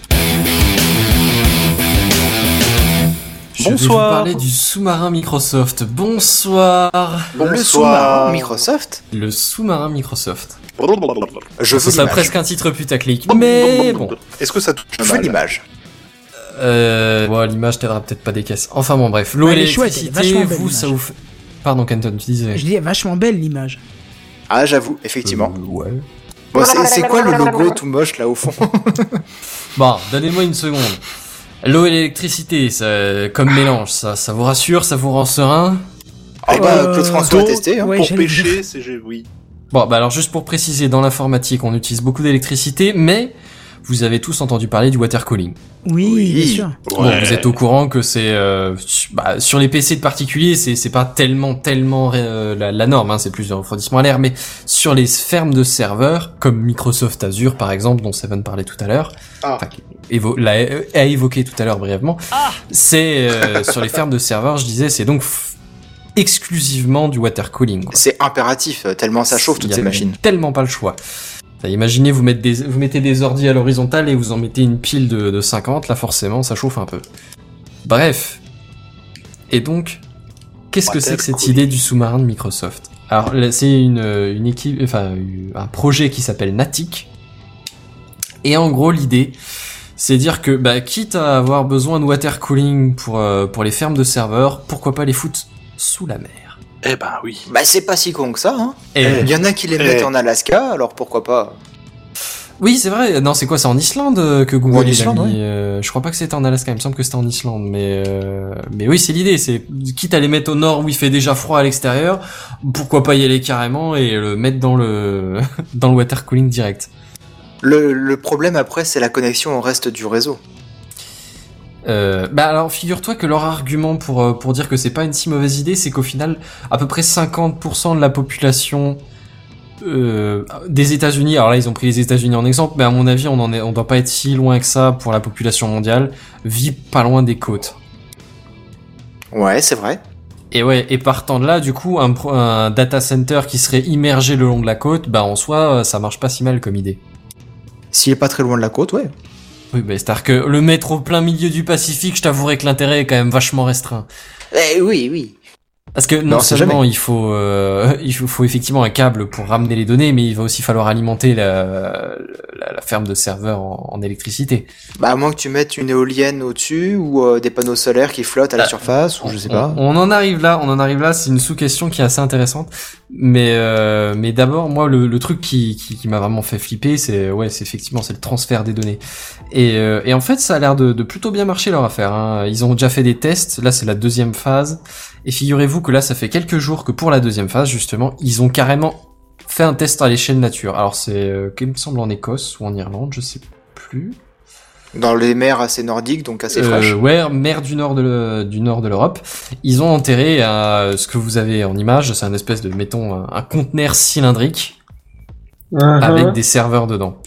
Je vais vous Bonsoir. parler du sous-marin Microsoft. Bonsoir. Le Bonsoir. sous-marin Microsoft. Le sous-marin Microsoft. Je veux Ça serait l'image. presque un titre putaclic. Mais bon. Est-ce que ça touche Je veux l'image. Euh, ouais, l'image t'aidera peut-être pas des caisses. Enfin bon, bref. L'eau Ouais, et elle est chouette, elle est l'électricité, vachement belle, vous, l'image. ça vous fait... pardon, Kenton, tu disais. Je dis, vachement belle l'image. Ah, j'avoue, effectivement. Euh, ouais. Bon, c'est, c'est quoi le logo tout moche là au fond? Bon, donnez-moi une seconde. L'eau et l'électricité, ça, comme mélange, ça, ça vous rassure, ça vous rend serein? Ah bah, Euh, Claude François a D'eau, testé. Hein. ouais, pour j'allais pêcher, c'est j'ai- oui. Bon, bah alors juste pour préciser, dans l'informatique, on utilise beaucoup d'électricité, mais vous avez tous entendu parler du water cooling. Oui, Oui. bien sûr. Bon, vous êtes au courant que c'est euh, su- bah, sur les P C de particuliers, c'est c'est pas tellement tellement euh, la, la norme, hein, c'est plus un refroidissement à l'air, mais sur les fermes de serveurs comme Microsoft Azure par exemple, dont Seven parlait tout à l'heure, Ah. enfin, qui évo- l'a a évoqué tout à l'heure brièvement, c'est euh, sur les fermes de serveurs, je disais, c'est donc f- exclusivement du water cooling. Quoi. C'est impératif, tellement ça chauffe toutes Il y a ces machines. Tellement pas le choix. Enfin, imaginez, vous mettez, des, vous mettez des ordis à l'horizontale et vous en mettez une pile de, de cinquante, là forcément ça chauffe un peu. Bref. Et donc, qu'est-ce que c'est que cette idée du sous-marin de Microsoft? Alors là, c'est une, une équipe, enfin un projet qui s'appelle Natic. Et en gros l'idée, c'est dire que bah, quitte à avoir besoin de water cooling pour, euh, pour les fermes de serveurs, pourquoi pas les foutre sous la mer? Eh ben oui. Bah, c'est pas si con que ça, hein. Et Il y en a qui les Eh. mettent en Alaska, alors pourquoi pas? oui, c'est vrai. Non, c'est quoi? C'est en Islande euh, que Google En il a Islande, mis, euh, je crois pas que c'était en Alaska. Il me semble que c'était en Islande, mais euh, mais oui, c'est l'idée. C'est quitte à les mettre au nord où il fait déjà froid à l'extérieur, pourquoi pas y aller carrément et le mettre dans le dans le water cooling direct. Le, le problème après, c'est la connexion au reste du réseau. Euh, bah alors figure-toi que leur argument pour euh, pour dire que c'est pas une si mauvaise idée, c'est qu'au final à peu près cinquante pour cent de la population euh, des États-Unis, alors là ils ont pris les États-Unis en exemple, mais à mon avis on en est, on doit pas être si loin que ça pour la population mondiale, vit pas loin des côtes. Ouais, c'est vrai. Et ouais, et partant de là, du coup, un, pro- un data center qui serait immergé le long de la côte, bah en soi, ça marche pas si mal comme idée. S'il est pas très loin de la côte, ouais. Oui, bah c'est-à-dire que le mettre au plein milieu du Pacifique, je t'avouerai que l'intérêt est quand même vachement restreint. Eh oui, oui. Parce que Non, non on sait seulement jamais. il faut, euh, il faut, faut effectivement un câble pour ramener les données, mais il va aussi falloir alimenter la, la, la ferme de serveurs en, en électricité. Bah, à moins que tu mettes une éolienne au-dessus, ou euh, des panneaux solaires qui flottent à la Ah, surface, ou je sais on, pas. on en arrive là, on en arrive là. C'est une sous-question qui est assez intéressante. Mais euh, mais d'abord, moi, le, le truc qui, qui, qui m'a vraiment fait flipper, c'est ouais, c'est effectivement c'est le transfert des données. Et, euh, et en fait, ça a l'air de, de plutôt bien marcher leur affaire. Hein. Ils ont déjà fait des tests. Là, c'est la deuxième phase. Et figurez-vous que là, ça fait quelques jours que pour la deuxième phase, justement, ils ont carrément fait un test à l'échelle nature. Alors c'est, euh, il me semble en Écosse ou en Irlande, je sais plus. Dans les mers assez nordiques, donc assez Euh, fraîches. ouais, mer du nord de le- du nord de l'Europe. Ils ont enterré euh, ce que vous avez en image, c'est un espèce de, mettons, un, un conteneur cylindrique avec des serveurs dedans.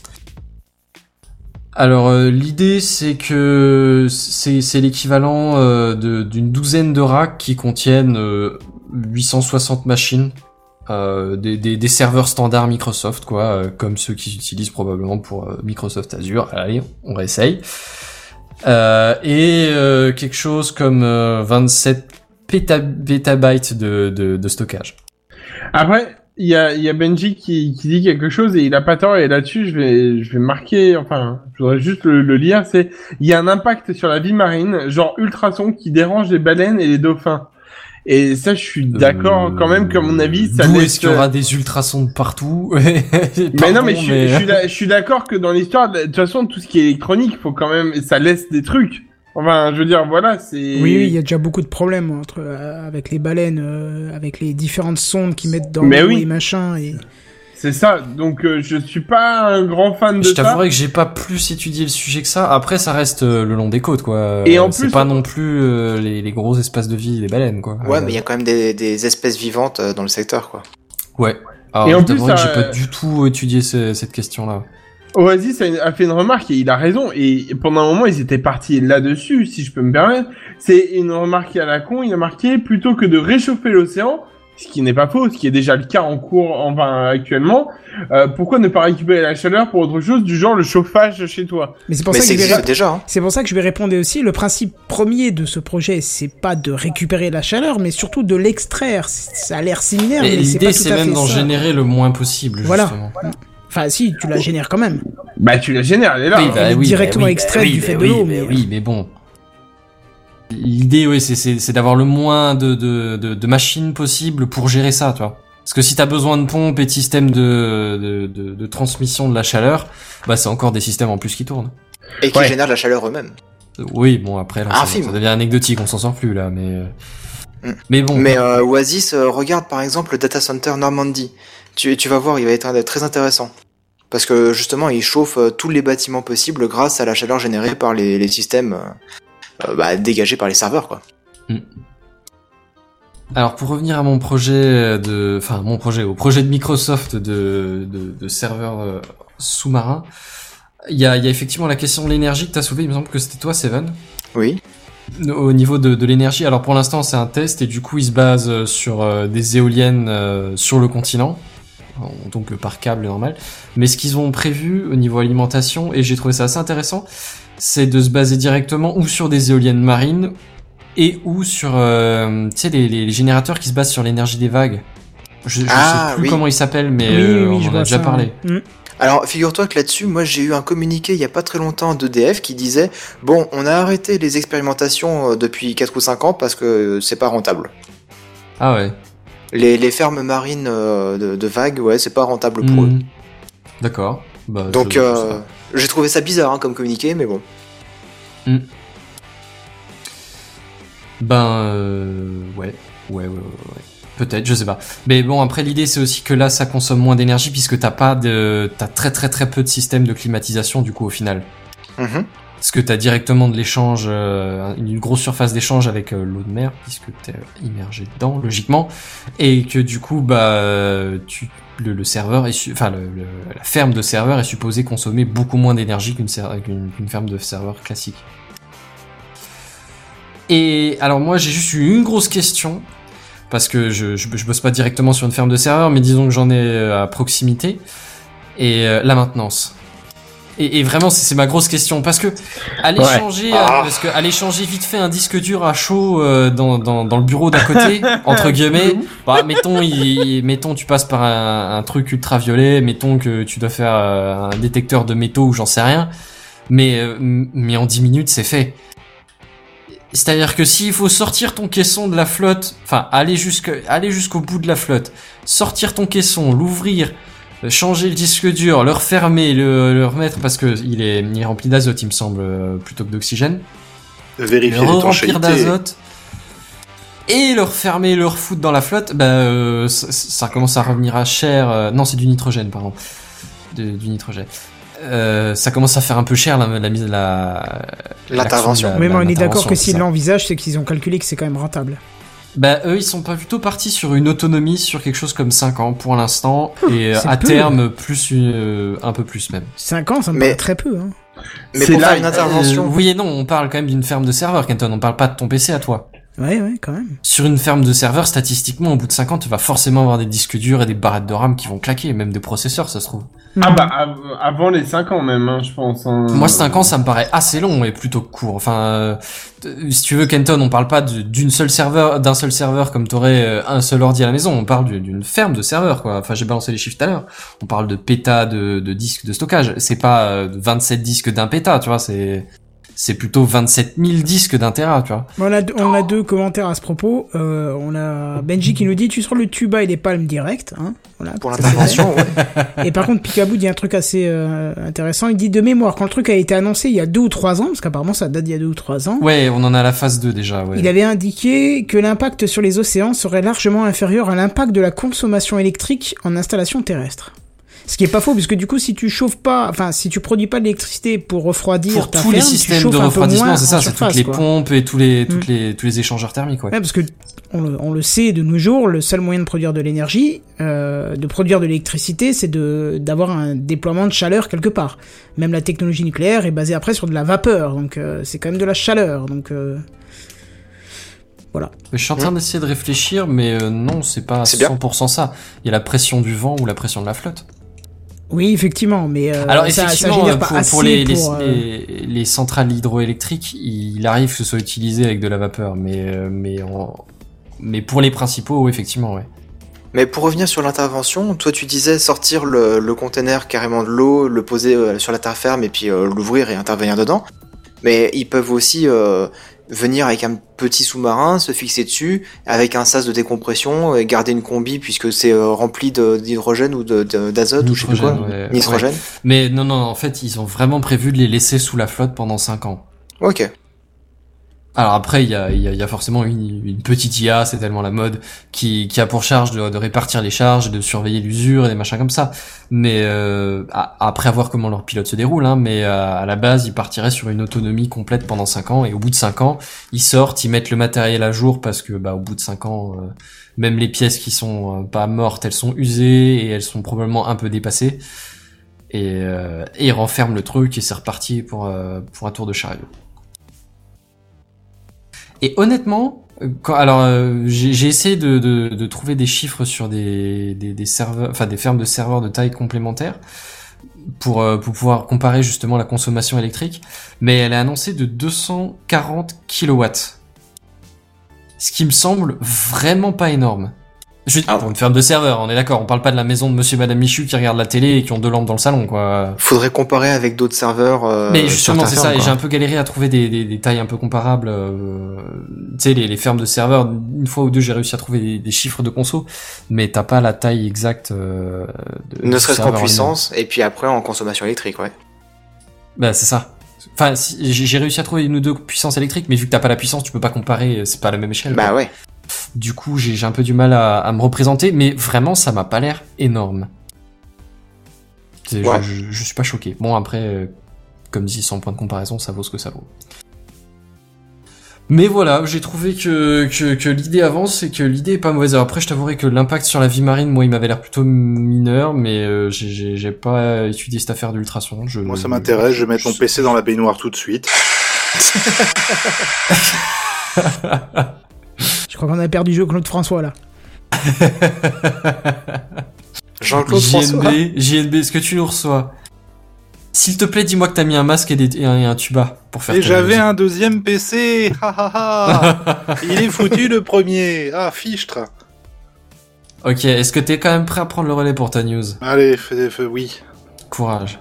Alors euh, l'idée c'est que c'est c'est l'équivalent euh, de d'une douzaine de racks qui contiennent euh, huit cent soixante machines, euh, des, des des serveurs standards Microsoft quoi, euh, comme ceux qui s'utilisent probablement pour euh, Microsoft Azure. Allez, on réessaye. Euh, et euh, quelque chose comme euh, vingt-sept péta- pétabytes de, de de stockage. Après, il y a, il y a Benji qui, qui dit quelque chose et il a pas tort, et là-dessus je vais, je vais marquer, enfin, je voudrais juste le, le lire, c'est, il y a un impact sur la vie marine, genre ultrason, qui dérange les baleines et les dauphins. Et ça, je suis d'accord quand même, qu'à mon avis, ça D'où laisse... est-ce qu'il y aura des ultrasons de partout? Mais non, mais je, suis- je suis d'a- je suis d'accord que dans l'histoire, de toute façon, tout ce qui est électronique, faut quand même, ça laisse des trucs. Enfin, je veux dire, voilà, c'est... Oui, oui, il y a déjà beaucoup de problèmes entre euh, avec les baleines, euh, avec les différentes sondes qu'ils mettent dans Mais l'eau oui. et machin. Et... C'est ça, donc euh, je suis pas un grand fan de Je ça. t'avouerai que j'ai pas plus étudié le sujet que ça. Après, ça reste euh, le long des côtes, quoi. Et en Euh, c'est plus, pas on- non plus euh, les, les gros espaces de vie des baleines, quoi. Ouais, Euh, mais il y a quand même des, des espèces vivantes euh, dans le secteur, quoi. ouais. Alors, Et en je plus, t'avouerai que ça, j'ai pas euh, du tout étudié ce- cette question-là. Oasis a, a fait une remarque et il a raison. Et pendant un moment, ils étaient partis là-dessus, si je peux me permettre. C'est une remarque à la con. Il a marqué, plutôt que de réchauffer l'océan, ce qui n'est pas faux, ce qui est déjà le cas en cours, enfin actuellement, euh, pourquoi ne pas récupérer la chaleur pour autre chose, du genre le chauffage chez toi? Mais c'est pour Mais ça ça que je vais existe ré- déjà, hein. c'est pour ça que je vais répondre aussi. Le principe premier de ce projet, c'est pas de récupérer la chaleur, mais surtout de l'extraire. C'est- Ça a l'air similaire, Et mais c'est pas l'idée, tout c'est à même fait d'en ça. générer le moins possible, Voilà. justement. Enfin, si, tu la génères quand même. Bah tu la génères, elle est là. Oui, hein. bah Elle est oui, directement bah oui, extraite bah du oui, fait bah de oui, l'eau, bah mais- oui, mais bon. L'idée, oui, c'est, c'est, c'est d'avoir le moins de, de, de, de machines possible pour gérer ça, tu vois. Parce que si t'as besoin de pompes et de systèmes de, de, de, de transmission de la chaleur, bah c'est encore des systèmes en plus qui tournent. Et qui Ouais. génèrent de la chaleur eux-mêmes. Oui, bon, après, là, Un ça, film. ça devient anecdotique, on s'en sort plus, là, mais... euh, Mm. Mais bon. Mais euh, Oasis, euh, regarde par exemple le data center Normandie. Tu, tu vas voir, il va être un- très intéressant. Parce que justement, il chauffe euh, tous les bâtiments possibles grâce à la chaleur générée par les, les systèmes euh, euh, bah, dégagés par les serveurs, quoi. Alors pour revenir à mon projet de, enfin mon projet, au projet de Microsoft de de, de serveurs euh, sous-marins, il y a il y a effectivement la question de l'énergie que t'as soulevée. Il me semble que c'était toi, Seven. Oui. Au niveau de de l'énergie. Alors pour l'instant c'est un test et du coup il se base sur euh, des éoliennes euh, sur le continent, donc par câble normal. Mais ce qu'ils ont prévu au niveau alimentation, et j'ai trouvé ça assez intéressant, c'est de se baser directement ou sur des éoliennes marines et ou sur euh, tu sais les, les, les générateurs qui se basent sur l'énergie des vagues. Je, je Ah, sais plus oui. comment ils s'appellent, mais oui, euh, oui, on je en vois a déjà ça. parlé. Mm. Alors, figure-toi que là-dessus, moi j'ai eu un communiqué il y a pas très longtemps d'E D F qui disait « Bon, on a arrêté les expérimentations euh, depuis quatre ou cinq ans parce que euh, c'est pas rentable. Ah ouais. Les, les fermes marines euh, de, de vagues, ouais, c'est pas rentable pour eux. Hmm. D'accord. Bah, Donc, je- je sais euh, pas. j'ai trouvé ça bizarre hein, comme communiqué, mais bon. Ben euh, ouais. Ouais, ouais, ouais, ouais. Peut-être, je sais pas. Mais bon, après l'idée c'est aussi que là ça consomme moins d'énergie puisque t'as pas de, t'as très très très peu de système de climatisation du coup au final. Mhm. Parce que t'as directement de l'échange, euh, une grosse surface d'échange avec euh, l'eau de mer puisque t'es euh, immergé dedans logiquement, et que du coup bah euh, tu le, le serveur est, su- enfin le, le- la ferme de serveur est supposée consommer beaucoup moins d'énergie qu'une, ser- qu'une, qu'une ferme de serveur classique. Et alors moi j'ai juste eu une grosse question. Parce que je, je, je bosse pas directement sur une ferme de serveurs, mais disons que j'en ai euh, à proximité. Et euh, la maintenance. Et, et vraiment, c'est, c'est ma grosse question. Parce que aller Ouais. changer, euh, parce que aller changer vite fait un disque dur à chaud euh, dans, dans, dans le bureau d'à côté, entre guillemets. Bah, mettons, il, mettons, tu passes par un, un truc ultraviolet. Mettons que tu dois faire euh, un détecteur de métaux ou j'en sais rien. Mais euh, mais en dix minutes, c'est fait. C'est-à-dire que s'il faut sortir ton caisson de la flotte, enfin aller jusque, aller jusqu'au bout de la flotte, sortir ton caisson, l'ouvrir, euh, changer le disque dur, le refermer, le, le remettre parce que il est, il est rempli d'azote, il me semble, euh, plutôt que d'oxygène. Vérifier Le remplir l'étanchéité. d'azote et le refermer, le refoutre dans la flotte, bah euh, ça, ça commence à revenir à cher. euh, non, c'est du nitrogène, pardon, De- du nitrogène. Euh, ça commence à faire un peu cher la, la mise la L'intervention. l'action de la- Oui, de mais la- on est d'accord l'intervention, que c'est s'ils ça. l'envisagent, c'est qu'ils ont calculé que c'est quand même rentable. Bah eux ils sont pas plutôt partis sur une autonomie sur quelque chose comme cinq ans pour l'instant et euh, c'est à peu. terme plus une, euh, un peu plus même. cinq ans, ça me Mais- paraît très peu. Hein. Mais C'est pour là, faire une euh, intervention... Euh, oui et non, on parle quand même d'une ferme de serveurs, Kenton, on parle pas de ton P C à toi. Ouais, ouais, quand même. Sur une ferme de serveurs, statistiquement, au bout de cinq ans, tu vas forcément avoir des disques durs et des barrettes de RAM qui vont claquer, même des processeurs, ça se trouve. Ah bah av- avant les cinq ans même, hein, je pense. hein. Moi, cinq ans, ça me paraît assez long et plutôt court. Enfin, euh, t- si tu veux, Kenton, on parle pas de- d'une seule serveur, d'un seul serveur comme t'aurais euh, un seul ordi à la maison. On parle du- d'une ferme de serveurs, quoi. Enfin, j'ai balancé les chiffres tout à l'heure. On parle de péta de, de disques de stockage. C'est pas euh, vingt-sept disques d'un péta, tu vois. C'est c'est plutôt vingt-sept mille disques d'un téra, tu vois. Bon, on, a, deux- on a deux commentaires à ce propos. Euh, on a Benji qui nous dit tu sors le tuba et les palmes direct. Hein. Voilà, Pour ça, c'est l'intervention, ouais. vrai. Et par contre, Picaboo dit un truc assez euh, intéressant. Il dit de mémoire, quand le truc a été annoncé il y a deux ou trois ans, parce qu'apparemment ça date d'il y a deux ou trois ans, Ouais, on en a la phase deux déjà, ouais. il avait indiqué que l'impact sur les océans serait largement inférieur à l'impact de la consommation électrique en installation terrestre. Ce qui est pas faux, puisque du coup, si tu chauffes pas, enfin, si tu produis pas d'électricité pour refroidir Pour ta tous les ferme, tu systèmes chauffes de un peu refroidissement, moins c'est ça, en c'est toutes surface, les quoi. pompes et tous les, toutes Mm. les, tous les échangeurs thermiques, ouais. Ouais, parce que on le, on le sait de nos jours, le seul moyen de produire de l'énergie, euh, de produire de l'électricité, c'est de d'avoir un déploiement de chaleur quelque part. Même la technologie nucléaire est basée après sur de la vapeur, donc euh, c'est quand même de la chaleur, donc. Euh... Voilà. Mais je suis en train d'essayer de réfléchir, mais euh, non, c'est pas C'est bien. cent pour cent ça. Il y a la pression du vent ou la pression de la flotte. Oui, effectivement, mais euh, Alors ça, ça effectivement, génère euh, pas pour, assez pour les, les, pour, euh, les, les centrales hydroélectriques, il arrive que ce soit utilisé avec de la vapeur, mais euh, mais en, mais pour les principaux, oui, effectivement, ouais. Mais pour revenir sur l'intervention, toi tu disais sortir le, le container carrément de l'eau, le poser euh, sur la terre ferme et puis euh, l'ouvrir et intervenir dedans. Mais ils peuvent aussi, euh, venir avec un petit sous-marin, se fixer dessus, avec un sas de décompression, et garder une combi puisque c'est euh, rempli de, d'hydrogène ou de, de, d'azote ou je sais plus quoi, ouais. nitrogène. Ouais. Mais non, non, en fait, ils ont vraiment prévu de les laisser sous la flotte pendant cinq ans. Ok. Alors après, il y a, il y a, il y a forcément une, une petite I A, c'est tellement la mode, qui, qui a pour charge de, de répartir les charges, de surveiller l'usure et des machins comme ça. Mais euh, à, après, à voir comment leur pilote se déroule, hein, mais à, à la base, ils partiraient sur une autonomie complète pendant cinq ans, et au bout de cinq ans, ils sortent, ils mettent le matériel à jour, parce que bah au bout de cinq ans, euh, même les pièces qui sont euh, pas mortes, elles sont usées, et elles sont probablement un peu dépassées, et, euh, et ils renferment le truc, et c'est reparti pour, euh, pour un tour de chariot. Et honnêtement, quand, alors euh, j'ai, j'ai essayé de, de, de trouver des chiffres sur des, des, des serveurs, enfin des fermes de serveurs de taille complémentaire pour euh, pour pouvoir comparer justement la consommation électrique, mais elle est annoncée de deux cent quarante kilowatts, ce qui me semble vraiment pas énorme. Je veux dire, pour une ferme de serveurs, on est d'accord, on parle pas de la maison de monsieur et madame Michu qui regardent la télé et qui ont deux lampes dans le salon, quoi. Faudrait comparer avec d'autres serveurs. Euh, Mais justement, c'est fermes, ça, quoi. et j'ai un peu galéré à trouver des, des, des tailles un peu comparables. Euh, tu sais, les, les fermes de serveurs, une fois ou deux, j'ai réussi à trouver des, des chiffres de conso, mais t'as pas la taille exacte euh, de Ne serait-ce qu'en serveur puissance, et puis après en consommation électrique, ouais. Bah, c'est ça. Enfin, si, j'ai, j'ai réussi à trouver une ou deux puissances électriques, mais vu que t'as pas la puissance, tu peux pas comparer, c'est pas à la même échelle. Bah quoi. ouais. Du coup, j'ai, j'ai un peu du mal à, à me représenter, mais vraiment, ça m'a pas l'air énorme. C'est, Ouais. je, je, je suis pas choqué. Bon, après, euh, comme dit, sans point de comparaison, ça vaut ce que ça vaut. Mais voilà, j'ai trouvé que, que, que l'idée avance et que l'idée est pas mauvaise. Alors après, je t'avouerai que l'impact sur la vie marine, moi, il m'avait l'air plutôt mineur, mais euh, j'ai, j'ai, j'ai pas étudié cette affaire d'ultrasons. Je, Moi, ça m'intéresse, je vais mettre mon P C dans la baignoire tout de suite. Je crois qu'on a perdu jeu Claude François là. Jean-Claude François. J N B, J N B, est-ce que tu nous reçois? S'il te plaît, dis-moi que t'as mis un masque et, des, et, un, et un tuba pour faire Et ta j'avais musique. un deuxième P C. Ha ha ha. Il est foutu le premier. Ah, fichtre. Ok, est-ce que t'es quand même prêt à prendre le relais pour ta news? Allez, fais, fais, oui. Courage.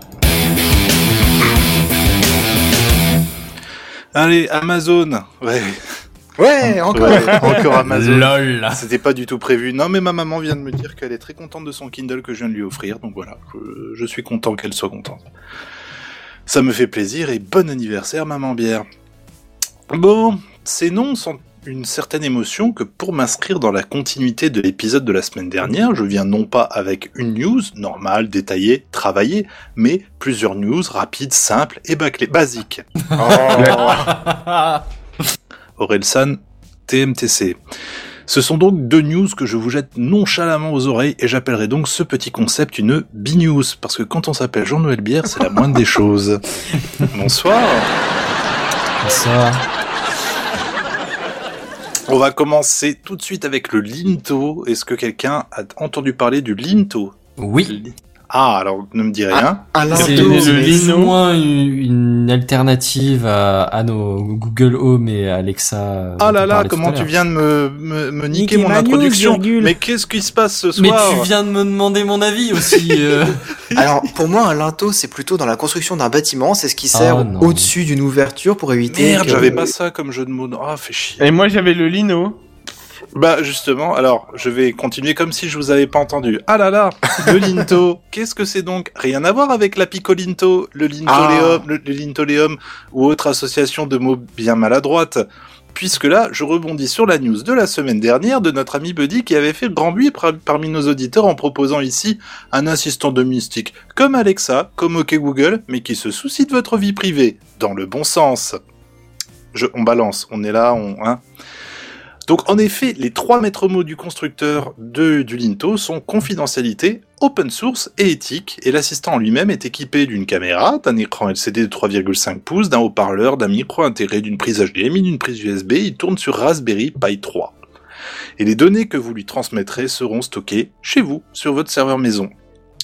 Allez, Amazon. Ouais. Ouais, encore. Ouais, encore Amazon. Lol. C'était pas du tout prévu. Non, mais ma maman vient de me dire qu'elle est très contente de son Kindle que je viens de lui offrir. Donc voilà, je, je suis content qu'elle soit contente. Ça me fait plaisir et bon anniversaire, maman bière. Bon, ces noms sont une certaine émotion que pour m'inscrire dans la continuité de l'épisode de la semaine dernière, je viens non pas avec une news normale, détaillée, travaillée, mais plusieurs news rapides, simples et bâclées, basiques. Orelsan, T M T C. Ce sont donc deux news que je vous jette nonchalamment aux oreilles et j'appellerai donc ce petit concept une B-News, parce que quand on s'appelle Jean-Noël Bière, c'est la moindre des choses. Bonsoir. Ça. On va commencer tout de suite avec le Linto. Est-ce que quelqu'un a entendu parler du Linto? Oui. Ah, alors ne me dis rien. Un C'est linteau, le mais- plus ou moins une, une alternative à, à nos Google Home et Alexa. Ah dont là on là, parlait tout comment à tu l'heure. viens de me, me, me niquer Niquer mon ma news, introduction. virgule. Mais qu'est-ce qui se passe ce Mais soir? tu viens de me demander mon avis aussi. euh. Alors, pour moi, un linteau, c'est plutôt dans la construction d'un bâtiment. C'est ce qui sert Ah, non. au-dessus d'une ouverture pour éviter. Merde, que- j'avais pas ça comme jeu de mots. Ah, fait chier. Et moi, j'avais le lino. Bah justement, alors je vais continuer comme si je vous avais pas entendu. Ah là là, le Linto, qu'est-ce que c'est donc? Rien à voir avec la Picolinto, le Lintoléum, Ah. le, le Lintoléum ou autre association de mots bien maladroite. Puisque là, je rebondis sur la news de la semaine dernière de notre ami Buddy qui avait fait le grand bruit par- parmi nos auditeurs en proposant ici un assistant domestique comme Alexa, comme OK Google, mais qui se soucie de votre vie privée, dans le bon sens. Je, on balance, on est là, on... Hein. Donc en effet, les trois maîtres mots du constructeur de, du Linto sont confidentialité, open source et éthique, et l'assistant en lui-même est équipé d'une caméra, d'un écran L C D de trois virgule cinq pouces, d'un haut-parleur, d'un micro intégré, d'une prise H D M I, d'une prise U S B, il tourne sur Raspberry Pi trois. Et les données que vous lui transmettrez seront stockées chez vous, sur votre serveur maison.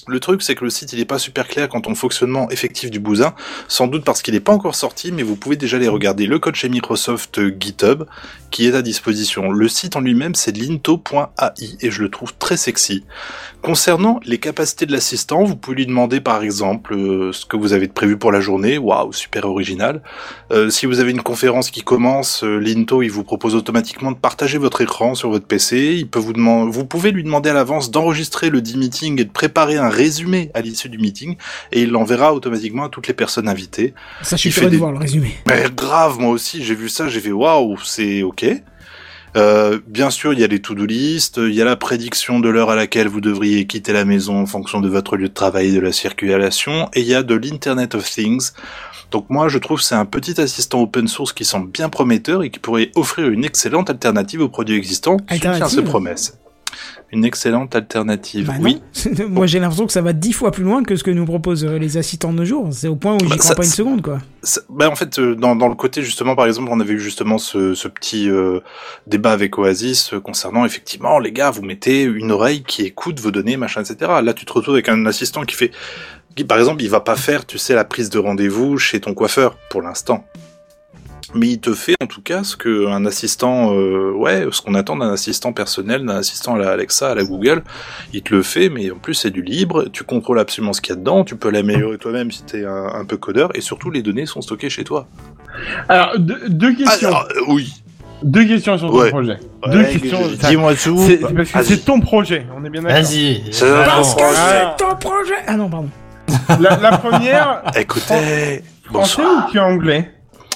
Le truc, c'est que le site, il est pas super clair quant au fonctionnement effectif du bousin, sans doute parce qu'il est pas encore sorti, mais vous pouvez déjà aller regarder le code chez Microsoft euh, GitHub, qui est à disposition. Le site en lui-même, c'est linto point a i, et je le trouve très sexy. Concernant les capacités de l'assistant, vous pouvez lui demander, par exemple, euh, ce que vous avez de prévu pour la journée. Waouh, super original. Euh, si vous avez une conférence qui commence, euh, Linto, il vous propose automatiquement de partager votre écran sur votre P C. Il peut vous demander, vous pouvez lui demander à l'avance d'enregistrer le dit meeting et de préparer un résumé à l'issue du meeting, et il l'enverra automatiquement à toutes les personnes invitées. Ça, je Il suis fait curieux de des- voir le résumé. Mais grave, moi aussi, j'ai vu ça, j'ai fait waouh, c'est ok. Euh, bien sûr, il y a les to-do list, il y a la prédiction de l'heure à laquelle vous devriez quitter la maison en fonction de votre lieu de travail et de la circulation, et il y a de l'Internet of Things. Donc moi, je trouve que c'est un petit assistant open source qui semble bien prometteur et qui pourrait offrir une excellente alternative aux produits existants, ce qui tient Alternative ses promesses. Une excellente alternative, Bah non. oui. Moi, j'ai l'impression que ça va dix fois plus loin que ce que nous proposent euh, les assistants de nos jours. C'est au point où j'y Bah, crois ça- pas une ça- seconde, quoi. Ça- bah en fait, euh, dans, dans le côté justement, par exemple, on avait eu justement ce, ce petit euh, débat avec Oasis euh, concernant effectivement, les gars, vous mettez une oreille qui écoute vos données, machin, et cetera. Là, tu te retrouves avec un assistant qui fait, qui, par exemple, il va pas faire, tu sais, la prise de rendez-vous chez ton coiffeur pour l'instant. Mais il te fait en tout cas ce que un assistant, euh, ouais, ce qu'on attend d'un assistant personnel, d'un assistant à la Alexa, à la Google, il te le fait, mais en plus c'est du libre, tu contrôles absolument ce qu'il y a dedans, tu peux l'améliorer toi-même si t'es un, un peu codeur, et surtout les données sont stockées chez toi. Alors, deux, deux Ah, questions. alors, euh, oui. Deux questions sur ton Ouais. projet. Ouais, Deux que- questions. ça- Dis-moi tout. C'est c'est parce que Vas-y. c'est ton projet, on est bien d'accord. Vas-y. C'est va, parce bon. que Ah. Ton projet. Ah non, pardon. La, la première, Écoutez, français bonsoir. ou tu es anglais?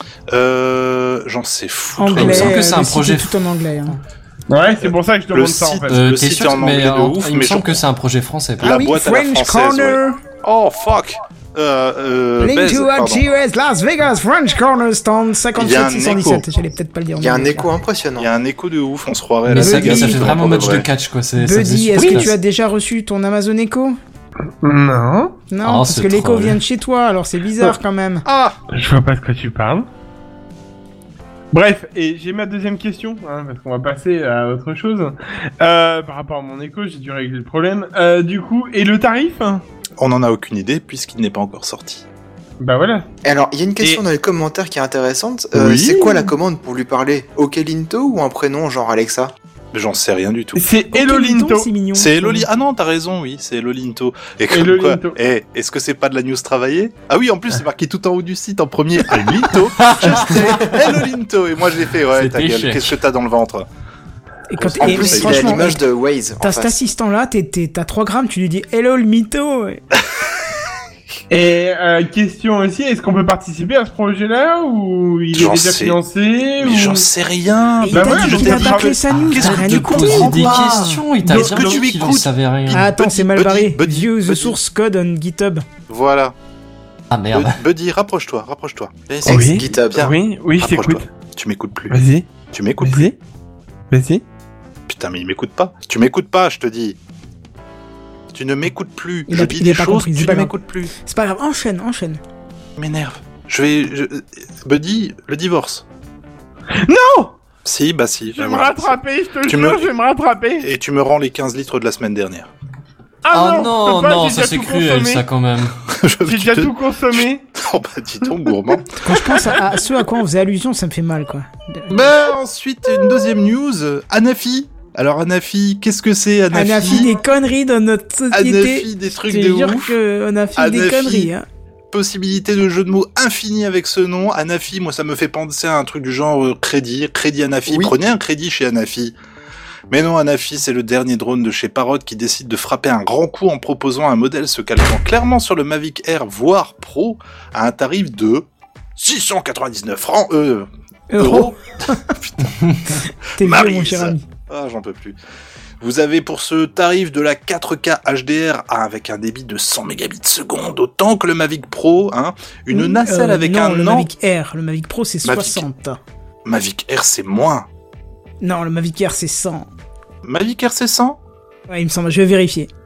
Euh, j'en sais fou. Anglais. Il me semble que c'est euh, un le site projet est tout en anglais. Hein. Ouais, c'est pour ça que je te Le demande ça en site- fait. Euh, Le t'es site sûr est en anglais mais de en- ouf, il me mais semble je- que c'est un projet français. La ah oui, boîte à la French française, Corner. Oh fuck. Euh, euh, Link Bez, to pardon. G U S Las Vegas French Corner Stand Il y a cinquante-sept un six cent dix-sept. écho. J'allais peut-être pas le dire. en Il y a un anglais. écho impressionnant. Il y a un écho de ouf, on se croirait à Mais la Buddy, ça, Vegas. ça fait Buddy, vraiment pour match de vrai. catch quoi. C'est, ça faisait Buddy, super est-ce que classe. tu as déjà reçu ton Amazon Echo? Non, Non, Oh, parce c'est que l'écho troll. vient de chez toi, alors c'est bizarre quand même. Ah, je vois pas de quoi tu parles. Bref, et j'ai ma deuxième question, hein, parce qu'on va passer à autre chose. Euh, par rapport à mon écho, j'ai dû régler le problème. Euh, du coup, et le tarif? on n'en a aucune idée puisqu'il n'est pas encore sorti. Bah voilà. Et alors, il y a une question Et- dans les commentaires qui est intéressante. Euh, Oui. C'est quoi la commande pour lui parler? OK Linto ou un prénom genre Alexa? J'en sais rien du tout. C'est Hello Ok, Linto. c'est mignon. C'est Eloli. Ah non, t'as raison, oui, c'est Elolinto. Et comme Hello quoi, Linto. eh, est-ce que c'est pas de la news travaillée? Ah oui, en plus c'est marqué tout en haut du site en premier, Linto. Elolinto. Et moi j'ai fait, ouais, C'est ta gueule, péché. qu'est-ce que t'as dans le ventre? Et quand En et plus, il est à franchement, l'image de Waze. en t'as cet face. assistant-là, t'es- t'es- t'as trois grammes, tu lui dis hello le mytho. ouais. Et euh, question aussi, est-ce qu'on peut participer à ce projet-là ou il est J'en déjà sais- financé Mais ou... j'en sais rien. Et il Bah t'a voilà, dit je qu'il t'ai a bâclé parlé- sa news, Qu'est-ce t'as que rien tu écouté. Poser des comprends pas. questions, il t'a Est-ce bien que dit tu qu'il en écoutes savait rien. Ah, attends, Buddy, c'est mal Buddy, barré. Buddy, View the Buddy. source code on GitHub. Voilà. Ah merde. Bud- Buddy, rapproche-toi, rapproche-toi. Eh, Ex c'est- Oui. GitHub. Bien. Oui, oui, je Rapproche-toi. t'écoute. Tu m'écoutes plus. Vas-y, Tu m'écoutes plus. vas-y, vas-y. Putain, mais il m'écoute pas. Tu m'écoutes pas, je te dis. Tu ne m'écoutes plus. Il je a- dis il des a pas choses, compris, c'est tu pas ne grave. m'écoutes plus. C'est pas grave, enchaîne, enchaîne. M'énerve. Je vais. Je... Buddy, le divorce. Non. Si, bah si. Je bah vais me voilà. rattraper, je te Tu jure, me- je vais me rattraper. Et tu me rends les quinze litres de la semaine dernière. Ah Oh non, je peux pas, non, j'ai ça déjà c'est tout cruel consommé. ça quand même. J'ai déjà tout consommé. Oh bah dis donc, gourmand. Quand je pense à, à ce à quoi on faisait allusion, ça me fait mal, quoi. Bah ensuite, une deuxième news. euh, Anafi. Alors Anafi, qu'est-ce que c'est Anafi On a fait des conneries dans notre société. Anafi, des trucs Je te de jure ouf. qu'on a fait des Anafi. conneries, hein. Possibilité de jeu de mots infini avec ce nom. Anafi, moi ça me fait penser à un truc du genre euh, crédit, crédit Anafi. Oui. Prenez un crédit chez Anafi. Mais non, Anafi, c'est le dernier drone de chez Parrot qui décide de frapper un grand coup en proposant un modèle se calquant clairement sur le Mavic Air, voire Pro, à un tarif de six cent quatre-vingt-dix-neuf francs, euh, euros. T'es vieux, Maryse. mon cher ami. Ah, j'en peux plus. Vous avez pour ce tarif de la quatre K H D R avec un débit de cent mégabits seconde, autant que le Mavic Pro, hein, une nacelle Euh, avec non, un le an. Mavic Air. Le Mavic Pro, c'est Mavic. soixante. Mavic Air, c'est moins. Non, le Mavic Air, c'est cent. Mavic Air, c'est cent? Ouais, il me semble, je vais vérifier.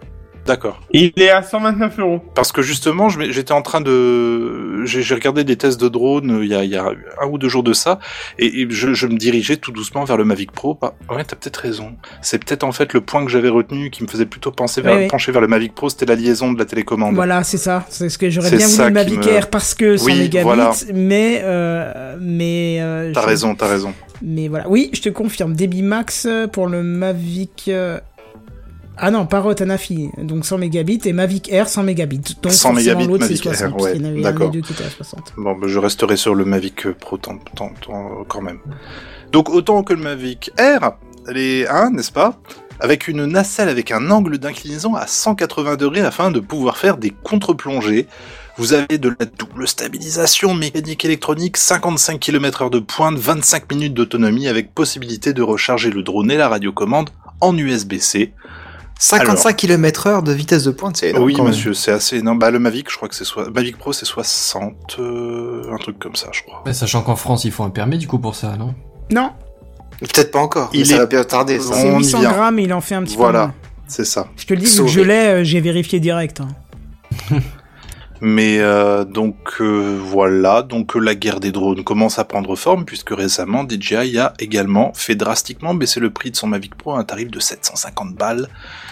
D'accord. Et il est à cent vingt-neuf euros. Parce que justement, je m'ai- j'étais en train de, j'ai j'ai regardé des tests de drone euh, il y a, il y a un ou deux jours de ça, et, et je, je me dirigeais tout doucement vers le Mavic Pro. Bah, ouais, t'as peut-être raison. C'est peut-être en fait le point que j'avais retenu qui me faisait plutôt penser vers, Oui, oui. pencher vers le Mavic Pro, c'était la liaison de la télécommande. Voilà, c'est ça. C'est ce que j'aurais C'est bien voulu ça le qui Mavic me- Air parce que cent Oui, mégabits, voilà. mais euh, mais euh, T'as je- raison, t'as raison. Mais voilà. Oui, je te confirme. Débit max pour le Mavic. euh, Ah non, Parrot Anafi, donc cent mégabits, et Mavic Air cent mégabits. Donc cent forcément, mégabits l'autre c'est Mavic Air, soixante, ouais, parce qu'il y en avait un d'accord. des deux qui était à soixante. Bon, bah, je resterai sur le Mavic Pro tant, tant, tant, quand même. Donc autant que le Mavic Air, les un, n'est-ce pas, avec une nacelle avec un angle d'inclinaison à cent quatre-vingts degrés afin de pouvoir faire des contre-plongées. Vous avez de la double stabilisation mécanique électronique, cinquante-cinq kilomètres heure de pointe, vingt-cinq minutes d'autonomie avec possibilité de recharger le drone et la radiocommande en U S B C. cinquante-cinq kilomètres heure de vitesse de pointe, c'est énorme. Oui, quand même. monsieur, c'est assez énorme. Bah, le Mavic, je crois que c'est soit, Mavic Pro, c'est soixante, euh, un truc comme ça, je crois. Ouais, sachant qu'en France, il faut un permis du coup pour ça, non? Non, Peut-être pas encore, mais Il ça est- va bien tarder, ça. c'est On y huit cents vient. grammes et il en fait un petit peu Voilà, moins. c'est ça. Je te le dis, vu Sauvé. que je l'ai, euh, j'ai vérifié direct. hein. Mais euh, donc euh, voilà, donc euh, la guerre des drones commence à prendre forme puisque récemment D J I a également fait drastiquement baisser le prix de son Mavic Pro à un tarif de sept cent cinquante balles.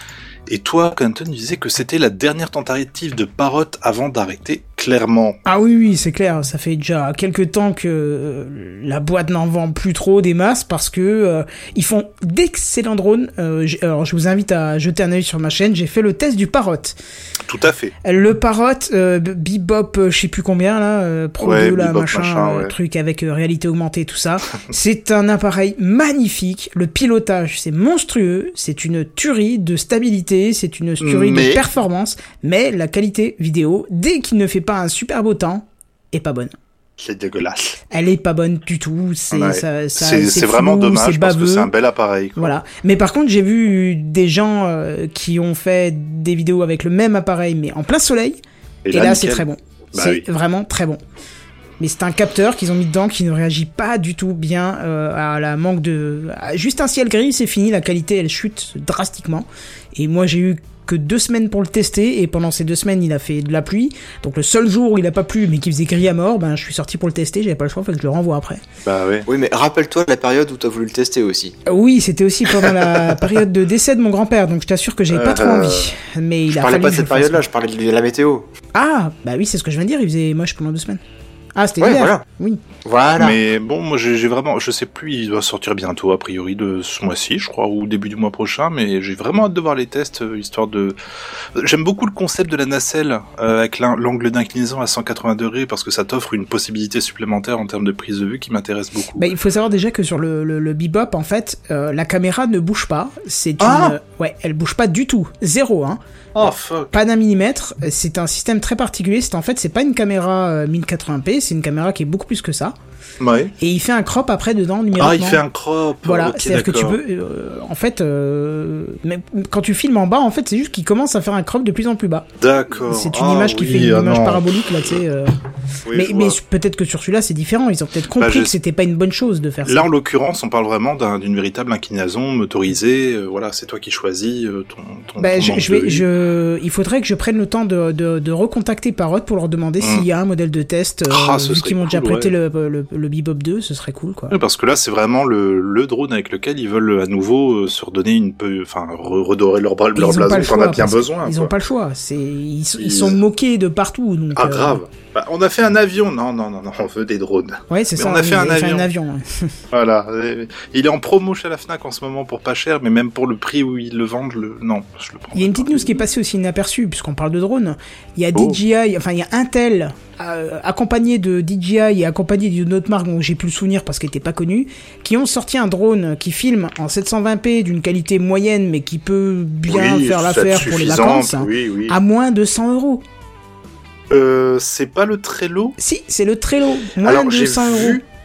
Et toi, Quentin, disais que c'était la dernière tentative de Parrot avant d'arrêter clairement. Ah oui, oui, c'est clair. Ça fait déjà quelques temps que euh, la boîte n'en vend plus trop des masses parce que euh, ils font d'excellents drones. Euh, j'ai- alors, je vous invite à jeter un œil sur ma chaîne. J'ai fait le test du Parrot. Tout à fait. Le Parrot, euh, Bebop, euh, je sais plus combien là, euh, Pro Ouais, deux là, Bebop, machin, machin, euh, ouais. truc avec euh, réalité augmentée, tout ça. C'est un appareil magnifique. Le pilotage, c'est monstrueux. C'est une tuerie de stabilité. C'est une tuerie Mais- de performance. Mais la qualité vidéo, dès qu'il ne fait pas un super beau temps, est pas bonne. C'est dégueulasse. Elle est pas bonne du tout. C'est Ouais. ça, ça- C'est c'est vraiment flou, dommage c'est parce que baveux. c'est un bel appareil. Quoi. Voilà. Mais par contre, j'ai vu des gens euh, qui ont fait des vidéos avec le même appareil, mais en plein soleil. Et, là, c'est nickel. très bon. Bah c'est oui. vraiment très bon. Mais c'est un capteur qu'ils ont mis dedans qui ne réagit pas du tout bien euh, à la manque de... à juste un ciel gris, c'est fini, la qualité, elle chute drastiquement. Et moi, j'ai eu que deux semaines pour le tester, et pendant ces deux semaines, il a fait de la pluie. Donc le seul jour où il a pas plu, mais qui faisait gris à mort, ben je suis sorti pour le tester, j'avais pas le choix, fait que je le renvoie après. Bah ouais. Oui, mais rappelle-toi de la période où t'as voulu le tester aussi. Euh, Oui, c'était aussi pendant la période de décès de mon grand-père, donc je t'assure que j'avais pas trop Euh, envie. Mais il Je a parlais fallu pas que de je cette le fasse. période-là, je parlais de la météo. Ah, bah oui, c'est ce que je viens de dire, il faisait moche pendant deux semaines. Ah, c'était Ouais, l'hiver. voilà. Oui. Voilà. Mais bon, moi j'ai j'ai vraiment, je sais plus, il doit sortir bientôt a priori de ce mois-ci, je crois, ou début du mois prochain, mais j'ai vraiment hâte de voir les tests, euh, histoire de... J'aime beaucoup le concept de la nacelle, euh, avec l'in- l'angle d'inclinaison à cent quatre-vingts degrés, parce que ça t'offre une possibilité supplémentaire en termes de prise de vue qui m'intéresse beaucoup. Bah, il faut savoir déjà que sur le, le, le Bebop, en fait, euh, la caméra ne bouge pas. C'est une... Ah euh, ouais, elle bouge pas du tout. Zéro, hein. Oh fuck. Pas d'un millimètre. C'est un système très particulier. C'est en fait, c'est pas une caméra euh, mille quatre-vingts p, c'est une caméra qui est beaucoup plus que ça. Ouais. Et il fait un crop après dedans numériquement. Ah, il fait un crop. Voilà, ok, c'est-à-dire que tu d'accord. peux, euh, en fait, euh, même quand tu filmes en bas, en fait, c'est juste qu'il commence à faire un crop de plus en plus bas. D'accord. C'est une Ah, image qui oui, fait une ah image non. parabolique là, tu sais. euh. Oui, mais je mais vois. peut-être que sur celui-là, c'est différent. Ils ont peut-être compris Bah, je- que c'était pas une bonne chose de faire ça. Là, en l'occurrence, on parle vraiment d'un- d'une véritable inclinaison motorisée. euh, voilà, c'est toi qui choisis euh, ton, ton, Bah, ton je, angle je vais, de vue. je, il faudrait que je prenne le temps de, de, de recontacter Parrot pour leur demander Mm. s'il y a un modèle de test. euh, Ah, ce vu serait qu'ils m'ont déjà cool, prêté ouais. le, le, le Bebop deux, ce serait cool, quoi. Oui, parce que là, c'est vraiment le, le drone avec lequel ils veulent à nouveau euh, se redonner une peu, enfin, re- redorer leur, bras, Et leur ils ont pas blason le qu'on choix, a bien parce besoin. Ils quoi. ont pas le choix. C'est, ils, ils Ils- sont moqués de partout. Donc, Ah, euh, grave. Bah, on a fait un avion. Non, non, non, non, on veut des drones. Ouais, c'est Mais ça. on a oui, fait un ils avaient avion. un avion. ouais. Voilà. Euh, Il est en promo chez la Fnac en ce moment pour pas cher, mais même pour le prix où ils le vendent, je le... non, je le prends. Il y a une petite news qui est passée aussi inaperçue, puisqu'on parle de drone. Il y a Oh. D J I, enfin, il y a Intel, euh, accompagné de D J I et accompagné d'une autre marque dont j'ai plus le souvenir parce qu'elle était pas connue, qui ont sorti un drone qui filme en sept cent vingt p d'une qualité moyenne, mais qui peut bien Oui, faire c'est l'affaire pour les suffisante, vacances, Oui, oui. à moins de cent euros. Euh, c'est pas le Trello. Si, c'est le Trello, moins Alors de j'ai cent euros. vu,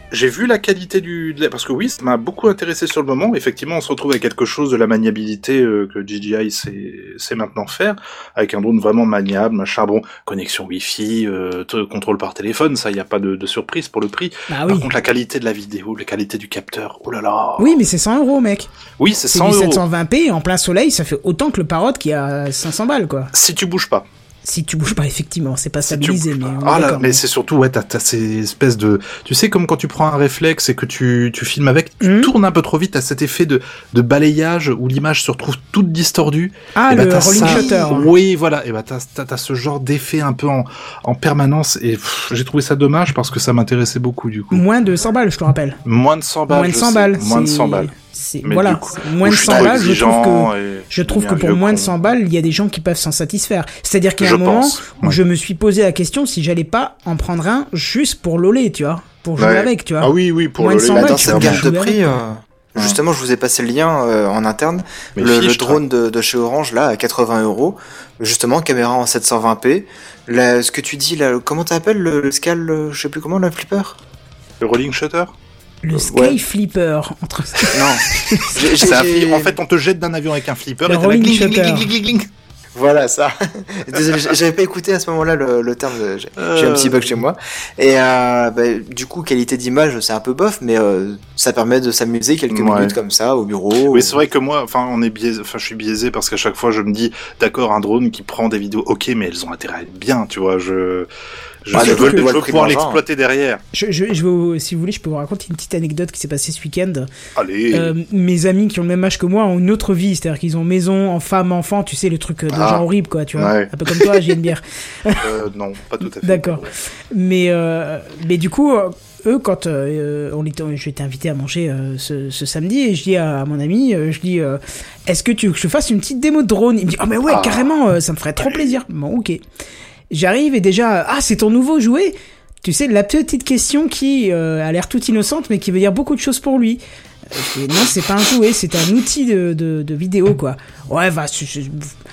j'ai vu la qualité du... de la- Parce que oui, ça m'a beaucoup intéressé sur le moment. Effectivement, on se retrouve avec quelque chose de la maniabilité euh, que J J I sait, sait maintenant faire, avec un drone vraiment maniable, machin, bon, connexion Wi-Fi, euh, t- contrôle par téléphone, ça, il n'y a pas de, de surprise pour le prix. Bah Par oui. contre, la qualité de la vidéo, la qualité du capteur, oh là là. Oui, mais c'est cent euros, mec. Oui, c'est C'est cent du euros. sept cent vingt p en plein soleil, ça fait autant que le Parrot qui a cinq cents balles, quoi. Si tu bouges pas. Si tu bouges pas, effectivement, c'est pas Si tu stabilisé, bouges mais. pas. on est Ah là, d'accord, mais c'est surtout, ouais, t'as, t'as ces espèces de, tu sais, comme quand tu prends un réflexe et que tu, tu filmes avec, tu Mhm. tournes un peu trop vite, t'as cet effet de, de balayage où l'image se retrouve toute distordue. Ah, Et bah, le t'as rolling ça. shutter. Oui, voilà. Et bah, t'as, t'as, t'as ce genre d'effet un peu en, en permanence et pff, j'ai trouvé ça dommage parce que ça m'intéressait beaucoup, du coup. Moins de cent balles, je te rappelle. Moins de cent balles. Moins de je cent sais. balles. Moins de c'est- cent balles. C'est, Mais voilà. du coup, Moins où de je suis cent trop balles, je trouve exigeant que. et Je trouve deviens que pour vieux moins de con. cent balles, il y a des gens qui peuvent s'en satisfaire. C'est-à-dire qu'il y a Je un moment pense, où ouais. je me suis posé la question si j'allais pas en prendre un juste pour l'oler, tu vois. Pour jouer Ouais. avec, tu vois. Ah oui, oui, pour Moins le de cent lait, Bah, balles, dans tu cette vas gamme jouer de avec, prix, quoi. euh, justement, je vous ai passé le lien euh, en interne. Mais Le, le fiche, drone de, de chez Orange, là, à quatre-vingts euros. Justement, caméra en sept cent vingt p. Là, ce que tu dis, là, comment t'appelles le, le Scal, le- je sais plus comment, le flipper? Le rolling shutter. Le Ouais. Sky Flipper. Entre... Non. J'ai- j'ai- C'est un j'ai- fli- En fait, on te jette d'un avion avec un flipper Le et t'as la rolling gling, gling, shutter. gling, gling, gling, gling. Voilà, ça. Désolé, j'- j'avais pas écouté à ce moment-là le, le terme. de- J'ai j'ai un Euh. petit bug chez moi. Et euh, bah, du coup, qualité d'image, c'est un peu bof, mais euh, ça permet de s'amuser quelques Ouais. minutes comme ça au bureau. Oui, c'est vrai que moi, enfin, on est biaisé, enfin, je suis biaisé parce qu'à chaque fois, je me dis, d'accord, un drone qui prend des vidéos, ok, mais elles ont intérêt à être bien, tu vois, je, je, Ah, je le veux, truc, je le veux prix pouvoir de l'argent. l'exploiter derrière. Je, je, je vais, vous- si vous voulez, je peux vous raconter une petite anecdote qui s'est passée ce week-end. Allez. Euh, mes amis qui ont le même âge que moi ont une autre vie, c'est-à-dire qu'ils ont maison, en femme, enfant, tu sais, le truc euh, de Ah. gens horrible, quoi, tu vois. Ouais. Un peu comme toi, j'ai une bière. Euh, non, pas tout à fait. D'accord. Mais, euh, mais du coup, euh, eux, quand euh, on était, j'ai été invité à manger euh, ce, ce samedi, et je dis à, à mon ami, euh, je dis, euh, est-ce que tu veux que je te fasse une petite démo de drone? Il me dit, oh mais ouais, Ah. carrément, euh, ça me ferait trop plaisir. Bon, ok. J'arrive et déjà, ah, c'est ton nouveau jouet? Tu sais, la petite question qui euh, a l'air toute innocente, mais qui veut dire beaucoup de choses pour lui. Euh, je dis, non, c'est pas un jouet, c'est un outil de, de, de vidéo, quoi. Ouais, va, tu, tu,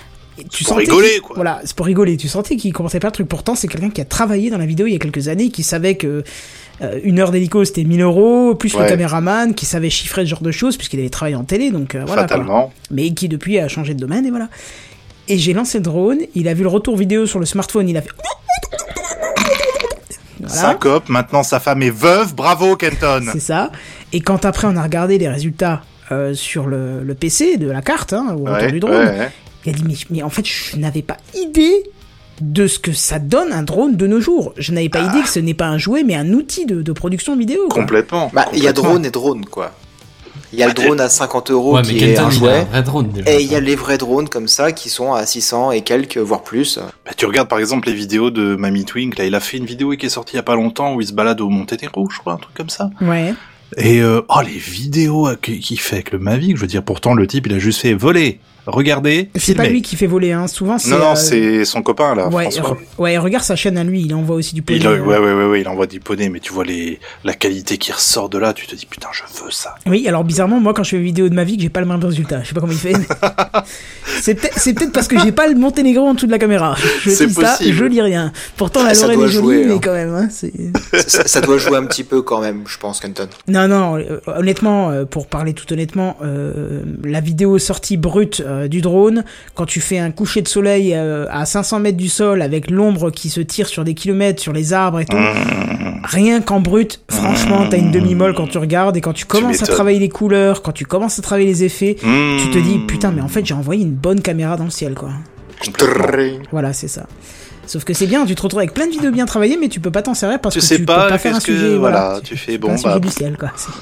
tu pour sentais rigoler, qu'il- quoi. Voilà, c'est pour rigoler. Tu sentais qu'il commençait pas le truc. Pourtant, c'est quelqu'un qui a travaillé dans la vidéo il y a quelques années, qui savait que euh, une heure d'hélico c'était mille euros, plus le Ouais. caméraman, qui savait chiffrer ce genre de choses, puisqu'il avait travaillé en télé, donc euh, voilà. quoi. Fatalement. Mais qui depuis a changé de domaine, et voilà. Et j'ai lancé le drone, il a vu le retour vidéo sur le smartphone, il a fait. Voilà. Syncope, maintenant sa femme est veuve, bravo Kenton. C'est ça. Et quand après on a regardé les résultats euh, sur le, le P C de la carte, hein, au retour Ouais, du drone, ouais, ouais. il a dit mais, mais en fait je n'avais pas idée de ce que ça donne un drone de nos jours. Je n'avais pas idée que ce n'est pas un jouet mais un outil de, de production vidéo. Quoi. Complètement. Bah, il y a complètement. drone et drone, quoi. Il y a le Bah, drone à cinquante euros Ouais, mais qui est Kenton, un il a un jouet. vrai drone déjà. Et il y a les vrais drones comme ça qui sont à six cents et quelques, voire plus. Bah, tu regardes par exemple les vidéos de Mamie Twink, là il a fait une vidéo qui est sortie il y a pas longtemps où il se balade au Monténégro, je crois, un truc comme ça. Ouais. Et euh, oh les vidéos euh, qu'il qu'il fait avec le Mavic, je veux dire, pourtant le type il a juste fait voler, regardez, C'est pas filmer. lui qui fait voler, hein. Souvent c'est. Non non, euh, c'est son copain là, Ouais, François. re- ouais, regarde sa chaîne à lui, il envoie aussi du poney. Il, euh. ouais, ouais, ouais, ouais, il envoie des poneys, mais tu vois les, la qualité qui ressort de là, tu te dis putain, je veux ça. Oui, alors bizarrement, moi quand je fais une vidéo de ma vie, que j'ai pas le même résultat. Je sais pas comment il fait. c'est peut-être, c'est peut-être parce que j'ai pas le Monténégro en dessous de la caméra. Je C'est dis ça, possible. je lis rien. Pourtant la Ça Lorraine doit est jolie, jouer, mais hein. quand même, hein, c'est. ça, ça doit jouer un petit peu quand même, je pense, Kenton. Non, non, euh, honnêtement, euh, pour parler tout honnêtement, euh, la vidéo sortie brute euh, du drone, quand tu fais un coucher de soleil euh, à cinq cents mètres du sol avec l'ombre qui se tire sur des kilomètres, sur les arbres et tout, rien qu'en brut, franchement, t'as une demi-molle quand tu regardes et quand tu commences à m'étonnes. travailler les couleurs, quand tu commences à travailler les effets, Mmh. tu te dis, putain, mais en fait, j'ai envoyé une bonne caméra dans le ciel, quoi. Complètement. Voilà, c'est ça. Sauf que c'est bien, tu te retrouves avec plein de vidéos bien travaillées, mais tu peux pas t'en servir parce Tu que sais tu pas, peux pas faire un qu'est-ce que- sujet, voilà, tu fais, fais bon, pas un sujet bah, du ciel, quoi. C'est-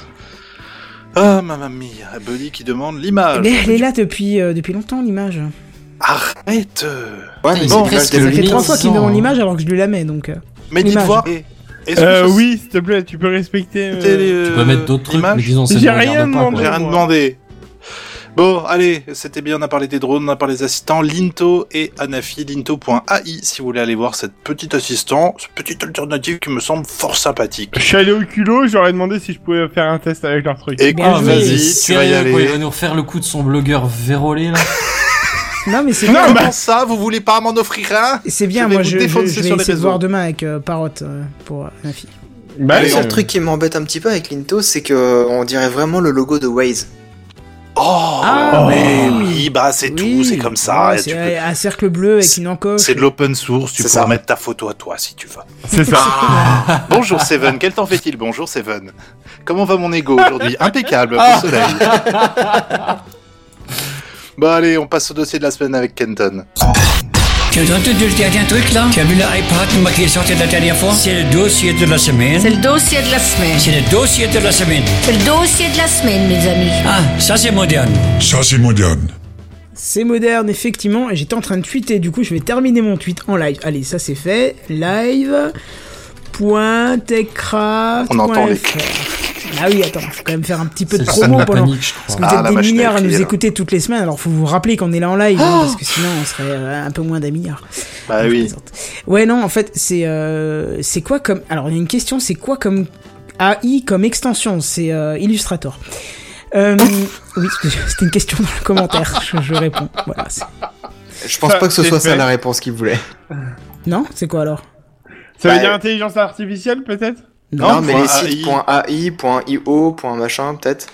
Ah mamma mia, Buddy qui demande l'image. Mais elle est là depuis, euh, depuis longtemps, l'image. Arrête. euh. Ouais, mais Bon, c'est presque l'image Ça des fait mille trois ans. fois qu'il me demande l'image alors que je lui la mets, donc... euh. Mais dites L'image. voir. eh, est-ce que Euh, ça- oui, s'il te plaît, tu peux respecter. euh, c'était les, Tu euh, peux mettre d'autres trucs, mais images disons, c'est J'ai ne regarde rien pas, demandé. quoi. J'ai rien moi. demandé. Bon, allez, c'était bien, on a parlé des drones, on a parlé des assistants, Linto et Anafi, linto point a i, si vous voulez aller voir cette petite assistant, cette petite alternative qui me semble fort sympathique. Je suis allé au culot, j'aurais demandé si je pouvais faire un test avec leur truc. Et Bien Ah, joué. vas-y, vas-y, tu vas y sérieux, quoi, il aller. va nous refaire le coup de son blogueur vérolé, là. Non, mais c'est Non, bien. Comment ça, vous voulez pas m'en offrir un? C'est bien, je vais moi vous je, je, défoncer je vais sur les essayer de réseaux. voir demain avec euh, Parrot euh, pour euh, ma fille. Bah, le oui, seul euh, truc qui m'embête un petit peu avec Linto, c'est que on dirait vraiment le logo de Waze. Oh, Ah, mais oui. oui, bah c'est Oui. tout, c'est comme ça. Ouais, et c'est tu peux- un cercle bleu avec C'est- une encoche. C'est de l'open source, tu C'est pourras ça. mettre ta photo à toi si tu veux. c'est ça. Bonjour Seven, quel temps fait-il? Bonjour Seven. Comment va mon ego aujourd'hui? Impeccable, beau soleil. Bon allez, on passe au dossier de la semaine avec Kenton. Tu as entendu le dernier truc là? Tu as vu l'iPad qui est sorti la dernière fois? C'est le dossier de la semaine. C'est le dossier de la semaine. C'est le dossier de la semaine. C'est le dossier de la semaine, mes amis. Ah, ça c'est moderne. Ça, c'est moderne. C'est moderne, effectivement, et j'étais en train de tweeter, du coup je vais terminer mon tweet en live. Allez, ça c'est fait. Live. Point techcraft. On entend les Ah oui, attends, faut quand même faire un petit peu de C'est le son de promo la pendant. panique, je Parce que crois. vous Ah, êtes la des machine à milliards à nous écrire. écouter toutes les semaines, alors faut vous rappeler qu'on est là en live, hein, parce que sinon on serait euh, un peu moins d'un milliard. Bah Je oui. plaisante. Ouais, non, en fait, c'est euh, c'est quoi comme. Alors, il y a une question, c'est quoi comme A I comme extension? C'est euh, Illustrator. Euh, oui, parce que c'était une question dans le commentaire, je, je réponds. Voilà. c'est- Je pense Ça, pas que ce c'est soit fait. ça la réponse qu'il voulait. Non, c'est quoi alors? Ça veut Bah, dire intelligence artificielle, peut-être? Non, mais point les sites A I. point A I, point I O, point machin, peut-être.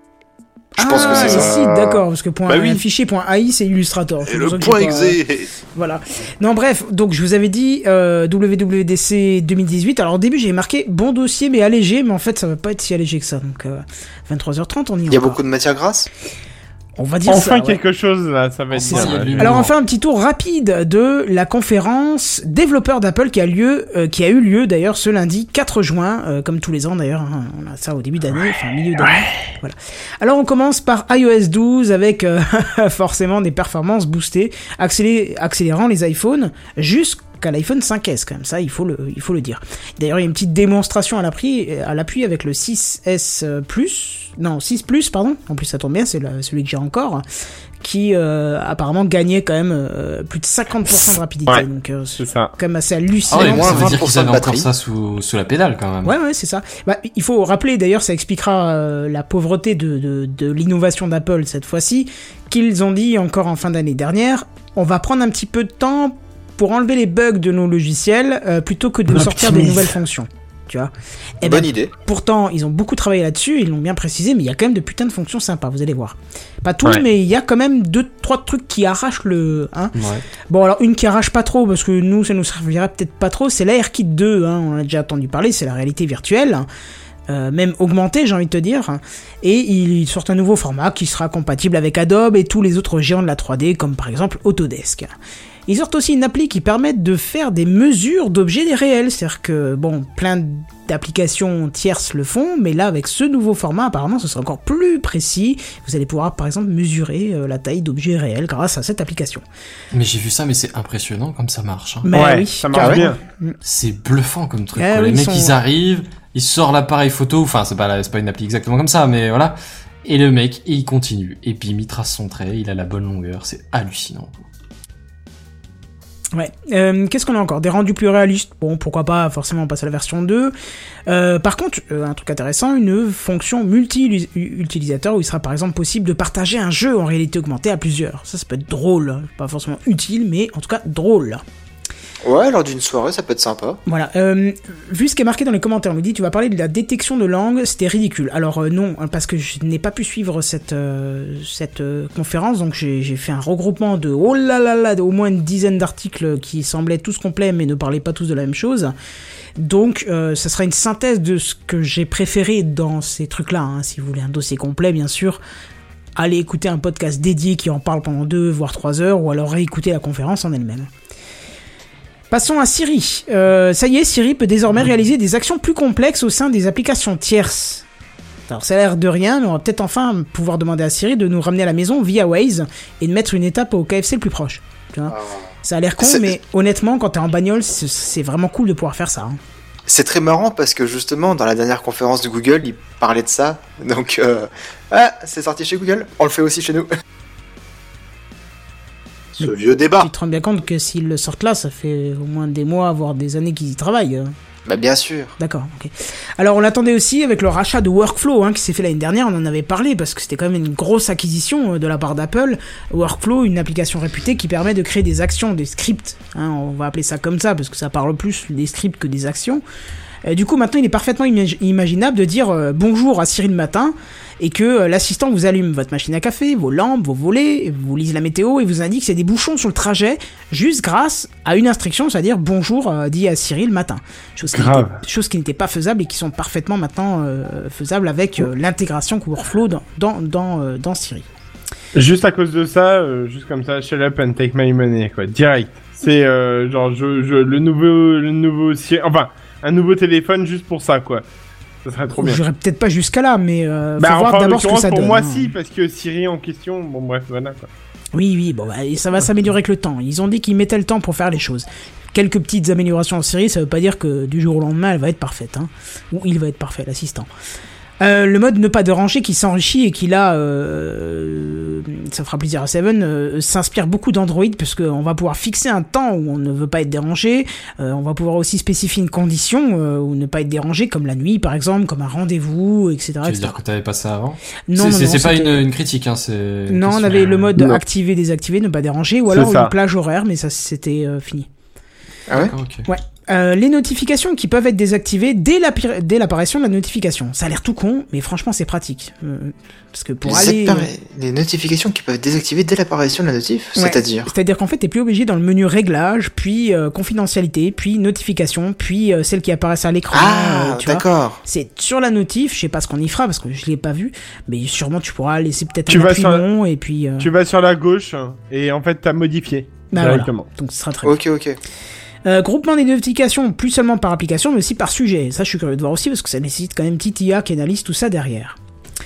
Je ah, pense que c'est les ça. sites, d'accord, parce que point, Bah oui. un fichier point A I c'est Illustrator. Et C'est le pour ça que point j'ai pas- exé. Voilà. Non, bref, donc je vous avais dit euh, W W D C deux mille dix-huit. Alors au début j'ai marqué bon dossier mais allégé, mais en fait ça va pas être si allégé que ça. Donc euh, vingt-trois heures trente on y Il y a encore. beaucoup de matière grasse. On va dire Enfin ça. ouais. quelque chose, là, ça va être C'est bien. ça. il y a de ouais. l'humour. Alors on fait un petit tour rapide de la conférence développeurs d'Apple qui a lieu, euh, qui a eu lieu d'ailleurs ce lundi quatre juin, euh, comme tous les ans d'ailleurs. Hein, on a ça au début d'année, enfin milieu d'année. Voilà. Alors on commence par i O S douze avec euh, forcément des performances boostées, accélé- accélérant les iPhones jusqu'à l'iPhone cinq S quand même. Ça il faut le, il faut le dire. D'ailleurs il y a une petite démonstration à l'appui, à l'appui avec le six S Plus. Non, six Plus, pardon. En plus, ça tombe bien, c'est le- celui que j'ai encore. Qui, euh, apparemment, gagnait quand même euh, plus de cinquante pour cent de rapidité. Ouais, donc, euh, C'est c'est ça. quand même assez Ah hallucinant. ouais, moins ça veut dire vingt pour qu'ils cent de avaient encore batterie. ça sous, sous la pédale quand même. Ouais, ouais, c'est ça. Bah, il faut rappeler, d'ailleurs, ça expliquera euh, la pauvreté de, de, de l'innovation d'Apple cette fois-ci, qu'ils ont dit encore en fin d'année dernière, on va prendre un petit peu de temps pour enlever les bugs de nos logiciels, euh, plutôt que de On sortir des optimise. nouvelles fonctions. Tu vois. Eh Bonne ben, idée. pourtant, ils ont beaucoup travaillé là-dessus, ils l'ont bien précisé, mais il y a quand même de putains de fonctions sympas, vous allez voir. Pas tout, Ouais. mais il y a quand même deux, trois trucs qui arrachent le, hein. Ouais. Bon, alors, une qui arrache pas trop, parce que nous, ça nous servirait peut-être pas trop, c'est l'AirKit deux, hein. On a déjà entendu parler, c'est la réalité virtuelle. Euh, même augmentée, j'ai envie de te dire. Et ils sortent un nouveau format qui sera compatible avec Adobe et tous les autres géants de la trois D, comme par exemple Autodesk. Ils sortent aussi une appli qui permet de faire des mesures d'objets réels, c'est-à-dire que, bon, plein d'applications tierces le font, mais là, avec ce nouveau format, apparemment, ce sera encore plus précis. Vous allez pouvoir, par exemple, mesurer euh, la taille d'objets réels grâce à cette application. Mais j'ai vu ça, mais c'est impressionnant comme ça marche. hein. Mais Ouais, oui, ça marche carrément. bien. C'est bluffant comme truc. Ah quoi. oui, les ils mecs, sont- ils arrivent, ils sortent l'appareil photo, enfin, c'est pas, la- c'est pas une appli exactement comme ça, mais voilà. Et le mec, il continue. Et puis, il trace son trait, il a la bonne longueur, c'est hallucinant. Ouais. Euh, qu'est-ce qu'on a encore? Des rendus plus réalistes. Bon, pourquoi pas, forcément, on passe à la version deux. Euh, par contre, euh, un truc intéressant, une fonction multi-utilisateur où il sera par exemple possible de partager un jeu en réalité augmentée à plusieurs. Ça, ça peut être drôle. Pas forcément utile, mais en tout cas drôle. Ouais, lors d'une soirée, ça peut être sympa. Voilà. Euh, vu ce qui est marqué dans les commentaires, on nous dit tu vas parler de la détection de langue, c'était ridicule. Alors euh, non, parce que je n'ai pas pu suivre cette euh, cette euh, conférence, donc j'ai j'ai fait un regroupement de oh là là là, de au moins une dizaine d'articles qui semblaient tous complets mais ne parlaient pas tous de la même chose. Donc euh, ça sera une synthèse de ce que j'ai préféré dans ces trucs-là. Hein. Si vous voulez un dossier complet, bien sûr, allez écouter un podcast dédié qui en parle pendant deux voire trois heures, ou alors réécouter la conférence en elle-même. Passons à Siri. Euh, ça y est, Siri peut désormais réaliser des actions plus complexes au sein des applications tierces. Alors ça a l'air de rien, mais on va peut-être enfin pouvoir demander à Siri de nous ramener à la maison via Waze et de mettre une étape au K F C le plus proche. Tu vois, ça a l'air con, C'est- mais honnêtement, quand t'es en bagnole, c'est- c'est vraiment cool de pouvoir faire ça. Hein. C'est très marrant parce que justement, dans la dernière conférence de Google, ils parlaient de ça. Donc, euh, ah, c'est sorti chez Google, on le fait aussi chez nous. Ce vieux débat. Tu te rends bien compte que s'ils le sortent là, ça fait au moins des mois, voire des années qu'ils y travaillent. hein. Bah, bien sûr. D'accord, ok. Alors on l'attendait aussi avec le rachat de Workflow hein, qui s'est fait l'année dernière, on en avait parlé parce que c'était quand même une grosse acquisition euh, de la part d'Apple. Workflow, une application réputée qui permet de créer des actions, des scripts, hein, on va appeler ça comme ça parce que ça parle plus des scripts que des actions. Euh, du coup, maintenant, il est parfaitement imag- imaginable de dire euh, bonjour à Siri le matin et que euh, l'assistant vous allume votre machine à café, vos lampes, vos volets, vous lise la météo et vous indique s'il y a des bouchons sur le trajet juste grâce à une instruction, c'est-à-dire bonjour euh, dit à Siri le matin. Chose qui, Grave. n'était, chose qui n'était pas faisable et qui sont parfaitement maintenant euh, faisables avec euh, l'intégration Workflow dans, dans, dans, euh, dans Siri. Juste à cause de ça, euh, juste comme ça, shut up and take my money, quoi, direct. C'est euh, genre je, je, le nouveau, le nouveau, enfin, un nouveau téléphone juste pour ça, quoi. Ça serait trop bien. J'irais peut-être pas jusqu'à là, mais euh, faut Bah, voir enfin, d'abord ce que ça pour donne. moi, hein. si, parce que Siri en question, bon, bref, voilà, quoi. Oui, oui, bon, bah, et ça va s'améliorer avec le temps. Ils ont dit qu'ils mettaient le temps pour faire les choses. Quelques petites améliorations en Siri, ça veut pas dire que du jour au lendemain, elle va être parfaite, hein. Ou il va être parfait, l'assistant. Euh, le mode ne pas déranger qui s'enrichit et qui là, euh, ça fera plaisir à Seven, euh, s'inspire beaucoup d'Android puisque on va pouvoir fixer un temps où on ne veut pas être dérangé. Euh, on va pouvoir aussi spécifier une condition euh, où ne pas être dérangé, comme la nuit par exemple, comme un rendez-vous, et cetera. Tu veux et cetera. dire que t'avais pas ça avant? Non, c'est, non, c'est, non, c'est pas une, c'était- une critique, hein, c'est. Non, on question. avait le mode Non. activer, désactiver, ne pas déranger, ou C'est alors ça. une plage horaire, mais ça c'était euh, fini. Ah ouais? D'accord, ok. Ouais. Euh, les notifications qui peuvent être désactivées dès, l'appari- dès l'apparition de la notification. Ça a l'air tout con, mais franchement c'est pratique. Euh, parce que pour les, aller... appara- les notifications qui peuvent être désactivées dès l'apparition de la notif, Ouais. c'est-à-dire C'est-à-dire qu'en fait t'es plus obligé dans le menu réglages, puis euh, confidentialité, puis notification, puis euh, celles qui apparaissent à l'écran. Ah, euh, tu vois. d'accord. C'est sur la notif, je sais pas ce qu'on y fera parce que je l'ai pas vu, mais sûrement tu pourras laisser peut-être Tu un vas appui sur la- long et puis... euh, Tu vas sur la gauche et en fait t'as modifié bah, voilà. directement. Donc ce sera très bien. Ok, ok. Euh, groupement des notifications, plus seulement par application, mais aussi par sujet. Ça, je suis curieux de voir aussi, parce que ça nécessite quand même une petite I A qui analyse tout ça derrière.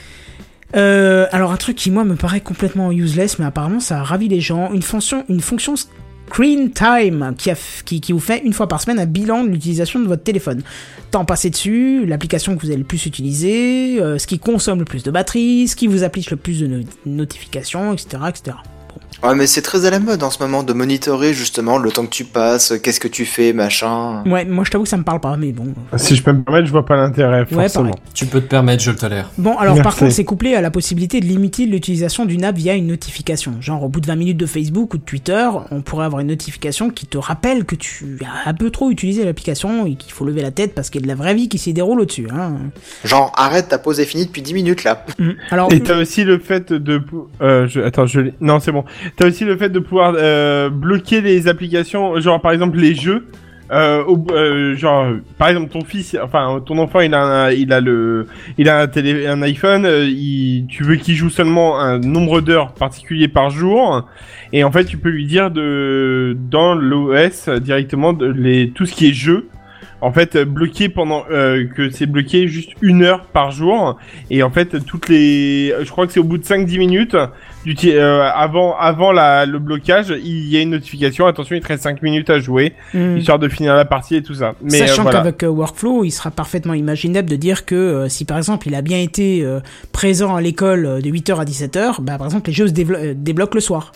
Euh, alors, un truc qui, moi, me paraît complètement useless, mais apparemment, ça a ravi les gens. Une fonction, une fonction Screen Time, qui, a, f- qui, qui vous fait une fois par semaine un bilan de l'utilisation de votre téléphone. Temps passé dessus, l'application que vous avez le plus utilisée, euh, ce qui consomme le plus de batterie, ce qui vous applique le plus de no- notifications, et cetera, et cetera. Ouais, mais c'est très à la mode en ce moment de monitorer justement le temps que tu passes, qu'est-ce que tu fais, machin. Ouais, moi, je t'avoue que ça me parle pas, mais bon. Si je peux me permettre, je vois pas l'intérêt, Ouais, forcément. pareil. Tu peux te permettre, je le tolère. Bon, alors par Merci. contre, c'est couplé à la possibilité de limiter l'utilisation d'une app via une notification. Genre, au bout de vingt minutes de Facebook ou de Twitter, on pourrait avoir une notification qui te rappelle que tu as un peu trop utilisé l'application et qu'il faut lever la tête parce qu'il y a de la vraie vie qui s'y déroule au-dessus. Hein. Genre, arrête, ta pause est finie depuis dix minutes là. Mm. Alors, Et t'as aussi le fait de... pou- Euh, je... Attends, je... l'ai- Non, c'est bon. T'as aussi le fait de pouvoir euh, bloquer les applications, genre par exemple les jeux. Euh, au... euh, genre, par exemple ton fils, enfin ton enfant, il a, un... il a le, il a un, télé... un iPhone. Euh, il... Tu veux qu'il joue seulement un nombre d'heures particulier par jour, et en fait tu peux lui dire de dans l'O S directement de les tout ce qui est jeu. En fait, bloqué pendant euh, que c'est bloqué juste une heure par jour, et en fait toutes les, je crois que c'est au bout de cinq dix minutes du ti- euh, avant avant la le blocage, il y a une notification. Attention, il te reste cinq minutes à jouer, mm. histoire de finir la partie et tout ça. Mais euh, Sachant voilà. qu'avec euh, Workflow, il sera parfaitement imaginable de dire que euh, si par exemple il a bien été euh, présent à l'école euh, de huit heures à dix-sept heures, bah par exemple les jeux se dévelo- euh, débloquent le soir.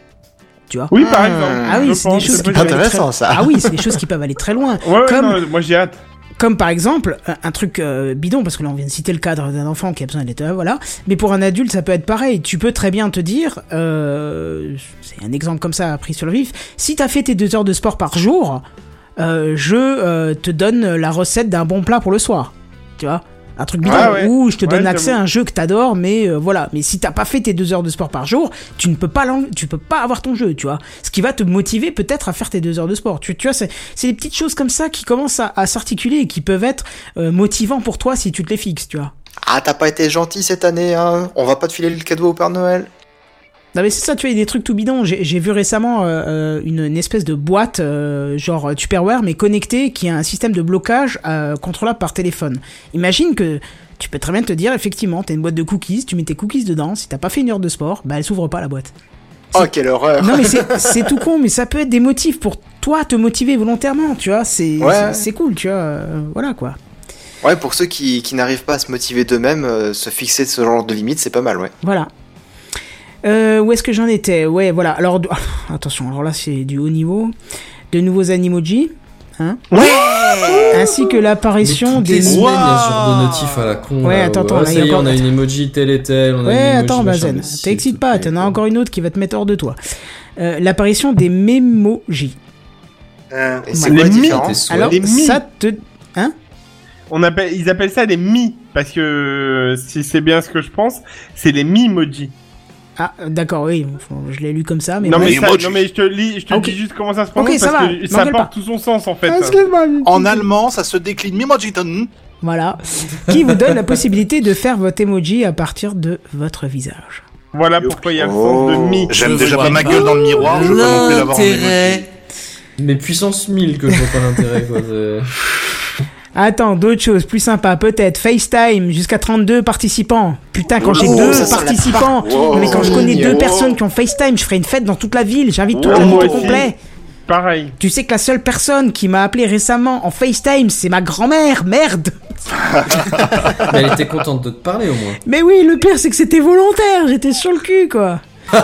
Tu vois? Oui, par Ah. exemple. Ah oui, je c'est des pense, choses c'est qui possible. peuvent aller Intéressant, très... ça. Ah oui, c'est des choses qui peuvent aller très loin. Ouais, ouais, Comme- non, moi j'ai hâte. Comme par exemple, un, un truc euh, bidon, parce que là on vient de citer le cadre d'un enfant qui a besoin d'être... euh, voilà. Mais pour un adulte, ça peut être pareil. Tu peux très bien te dire, euh, c'est un exemple comme ça pris sur le vif, si t'as fait tes deux heures de sport par jour, euh, je euh, te donne la recette d'un bon plat pour le soir. Tu vois, un truc bidon, Ah ouais. ou je te donne Ouais, accès à j'avoue. un jeu que t'adores, mais euh, voilà. Mais si t'as pas fait tes deux heures de sport par jour, tu ne peux pas l'en- tu peux pas avoir ton jeu, tu vois. Ce qui va te motiver peut-être à faire tes deux heures de sport. Tu, tu vois, c'est, c'est des petites choses comme ça qui commencent à, à s'articuler et qui peuvent être euh, motivants pour toi si tu te les fixes, tu vois. Ah, t'as pas été gentil cette année, hein. On va pas te filer le cadeau au Père Noël. Non mais c'est ça, tu vois, il y a des trucs tout bidons. J'ai, j'ai vu récemment euh, euh, une, une espèce de boîte euh, genre Tupperware mais connectée qui a un système de blocage euh, contrôlable par téléphone. Imagine que tu peux très bien te dire effectivement, t'as une boîte de cookies, tu mets tes cookies dedans, si t'as pas fait une heure de sport, bah elle s'ouvre pas la boîte. Oh, quelle horreur. Non mais c'est, c'est tout con, mais ça peut être des motifs pour toi te motiver volontairement, tu vois, c'est, Ouais. c'est, c'est cool, tu vois, euh, voilà quoi. Ouais, pour ceux qui, qui n'arrivent pas à se motiver d'eux-mêmes, euh, se fixer ce genre de limite, c'est pas mal, ouais. Voilà. Euh, où est-ce que j'en étais? Ouais, voilà. Alors, de- ah, attention, alors là, c'est du haut niveau. De nouveaux animojis, hein. Ainsi que l'apparition des des... semaines, il y a ce genre de notif à la con. Ouais, là, attends, où, attends, ah, là, ça il y a y est, pas- on a une emoji telle et telle. On a Ouais, une emoji, attends, machin, Bazen, mais si, t'excites s'il pas, te plaît, t'en as quoi. encore une autre qui va te mettre hors de toi. Euh, l'apparition des mémojis. Et c'est Les quoi la mythes, différence? Ouais, Alors, les mythes. ça te... Hein? On appelle, ils appellent ça des mi, parce que si c'est bien ce que je pense, c'est les mi-emoji. Ah, d'accord, oui, je l'ai lu comme ça, mais... Non, mais, Mais ça, emoji. non mais je te lis, je te Okay. dis juste comment ça se prononce, Ok, ça parce va, que ça m'engueule porte pas. tout son sens en fait. Excuse-moi. En allemand, ça se décline Mimojiton. Voilà. Qui vous donne la possibilité de faire votre emoji à partir de votre visage. Voilà pourquoi il y a le Oh. sens de mi. J'aime Je déjà vois pas ma pas gueule dans le miroir, je veux pas non plus l'avoir en emoji. L'intérêt. Mais puissance mille que je vois pas l'intérêt, quoi. c'est- Attends, d'autres choses plus sympas, peut-être FaceTime jusqu'à trente-deux participants. Putain, quand j'ai Oh, deux ça sent la participants, part. Wow. non, mais quand je connais deux Oh. personnes qui ont FaceTime, je ferai une fête dans toute la ville. J'invite toute Oh, la moi ville au aussi. complet. Pareil. Tu sais que la seule personne qui m'a appelé récemment en FaceTime, c'est ma grand-mère. Merde. Mais elle était contente de te parler au moins. Mais oui, le pire c'est que c'était volontaire. J'étais sur le cul, quoi.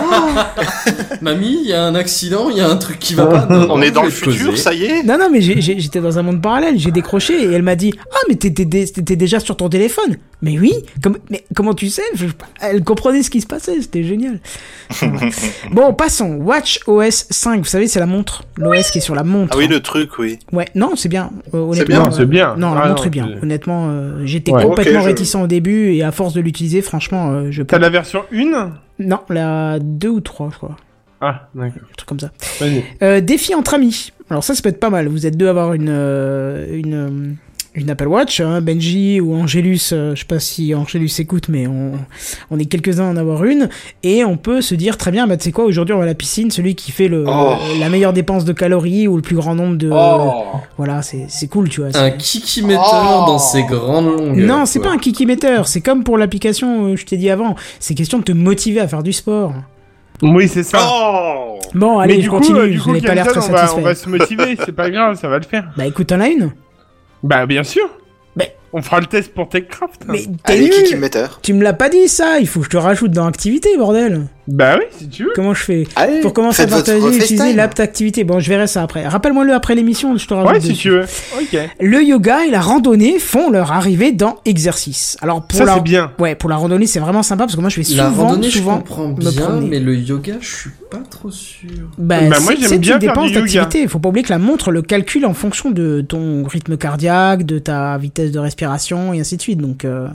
Mamie, il y a un accident, il y a un truc qui va pas. Non, On non, est je dans vais le te futur, causer. ça y est. Non, non, mais j'ai- j'ai- j'étais dans un monde parallèle. J'ai décroché et elle m'a dit « Ah, mais t'étais dé- t'étais déjà sur ton téléphone !» Mais oui, comme, mais comment tu sais? Je- Elle comprenait ce qui se passait, c'était génial. Voilà. Bon, passons. WatchOS cinq, vous savez, c'est la montre. L'O S qui est sur la montre. Ah oui, le truc, oui. Ouais, non, c'est bien. euh, honnêtement, C'est bien, Non, c'est bien. Non, la Ah, montre non, est bien. c'est- Honnêtement, euh, j'étais Ouais. complètement Ok, je- réticent au début et à force de l'utiliser, franchement, euh, je peux. T'as la version un? Non, la deux ou trois, je crois. Ah, d'accord. Un truc comme ça. Vas-y. Euh, défi entre amis. Alors ça, ça peut être pas mal. Vous êtes deux à avoir une euh, une euh, une Apple Watch, hein, Benji ou Angélus. Euh, je sais pas si Angélus écoute, mais on on est quelques-uns à en avoir une et on peut se dire très bien, bah tu sais quoi, aujourd'hui on va à la piscine, celui qui fait le Oh. la meilleure dépense de calories ou le plus grand nombre de voilà, c'est c'est cool, tu vois. c'est- Un kikimeter dans ses grandes longueurs. Non, c'est quoi. pas un kikimeter, c'est comme pour l'application euh, je t'ai dit avant, c'est question de te motiver à faire du sport. Oui, c'est ça. Oh Bon, allez, Mais je du coup, continue, euh, du vous coup, n'avez pas l'air très Kenton, on va, satisfait. on va se motiver, c'est pas grave, ça va le faire. Bah écoute, t'en as une. Bah, bien sûr. Mais- On fera le test pour TechCraft. Mais t'es Allez, nul. Kiki Meter. Tu me l'as pas dit ça, il faut que je te rajoute dans activité, bordel. Bah oui, si tu veux. Comment je fais Allez, pour commencer à faites votre partager et utiliser FaceTime. l'app d'activité? Bon, je verrai ça après. Rappelle-moi-le après l'émission, je te rajoute Ouais, si dessus. tu veux. Ok. Le yoga et la randonnée font leur arrivée dans exercice. Alors pour Ça, la c'est bien. Ouais, pour la randonnée, c'est vraiment sympa parce que moi je vais La souvent randonnée, je souvent comprends me bien, promener. mais le yoga, je suis pas trop sûr. Bah, Bah, moi, c'est- j'aime c'est bien une faire dépense du yoga. d'activité. Faut pas oublier que la montre le calcule en fonction de ton rythme cardiaque, de ta vitesse de respiration et ainsi de suite. Donc euh,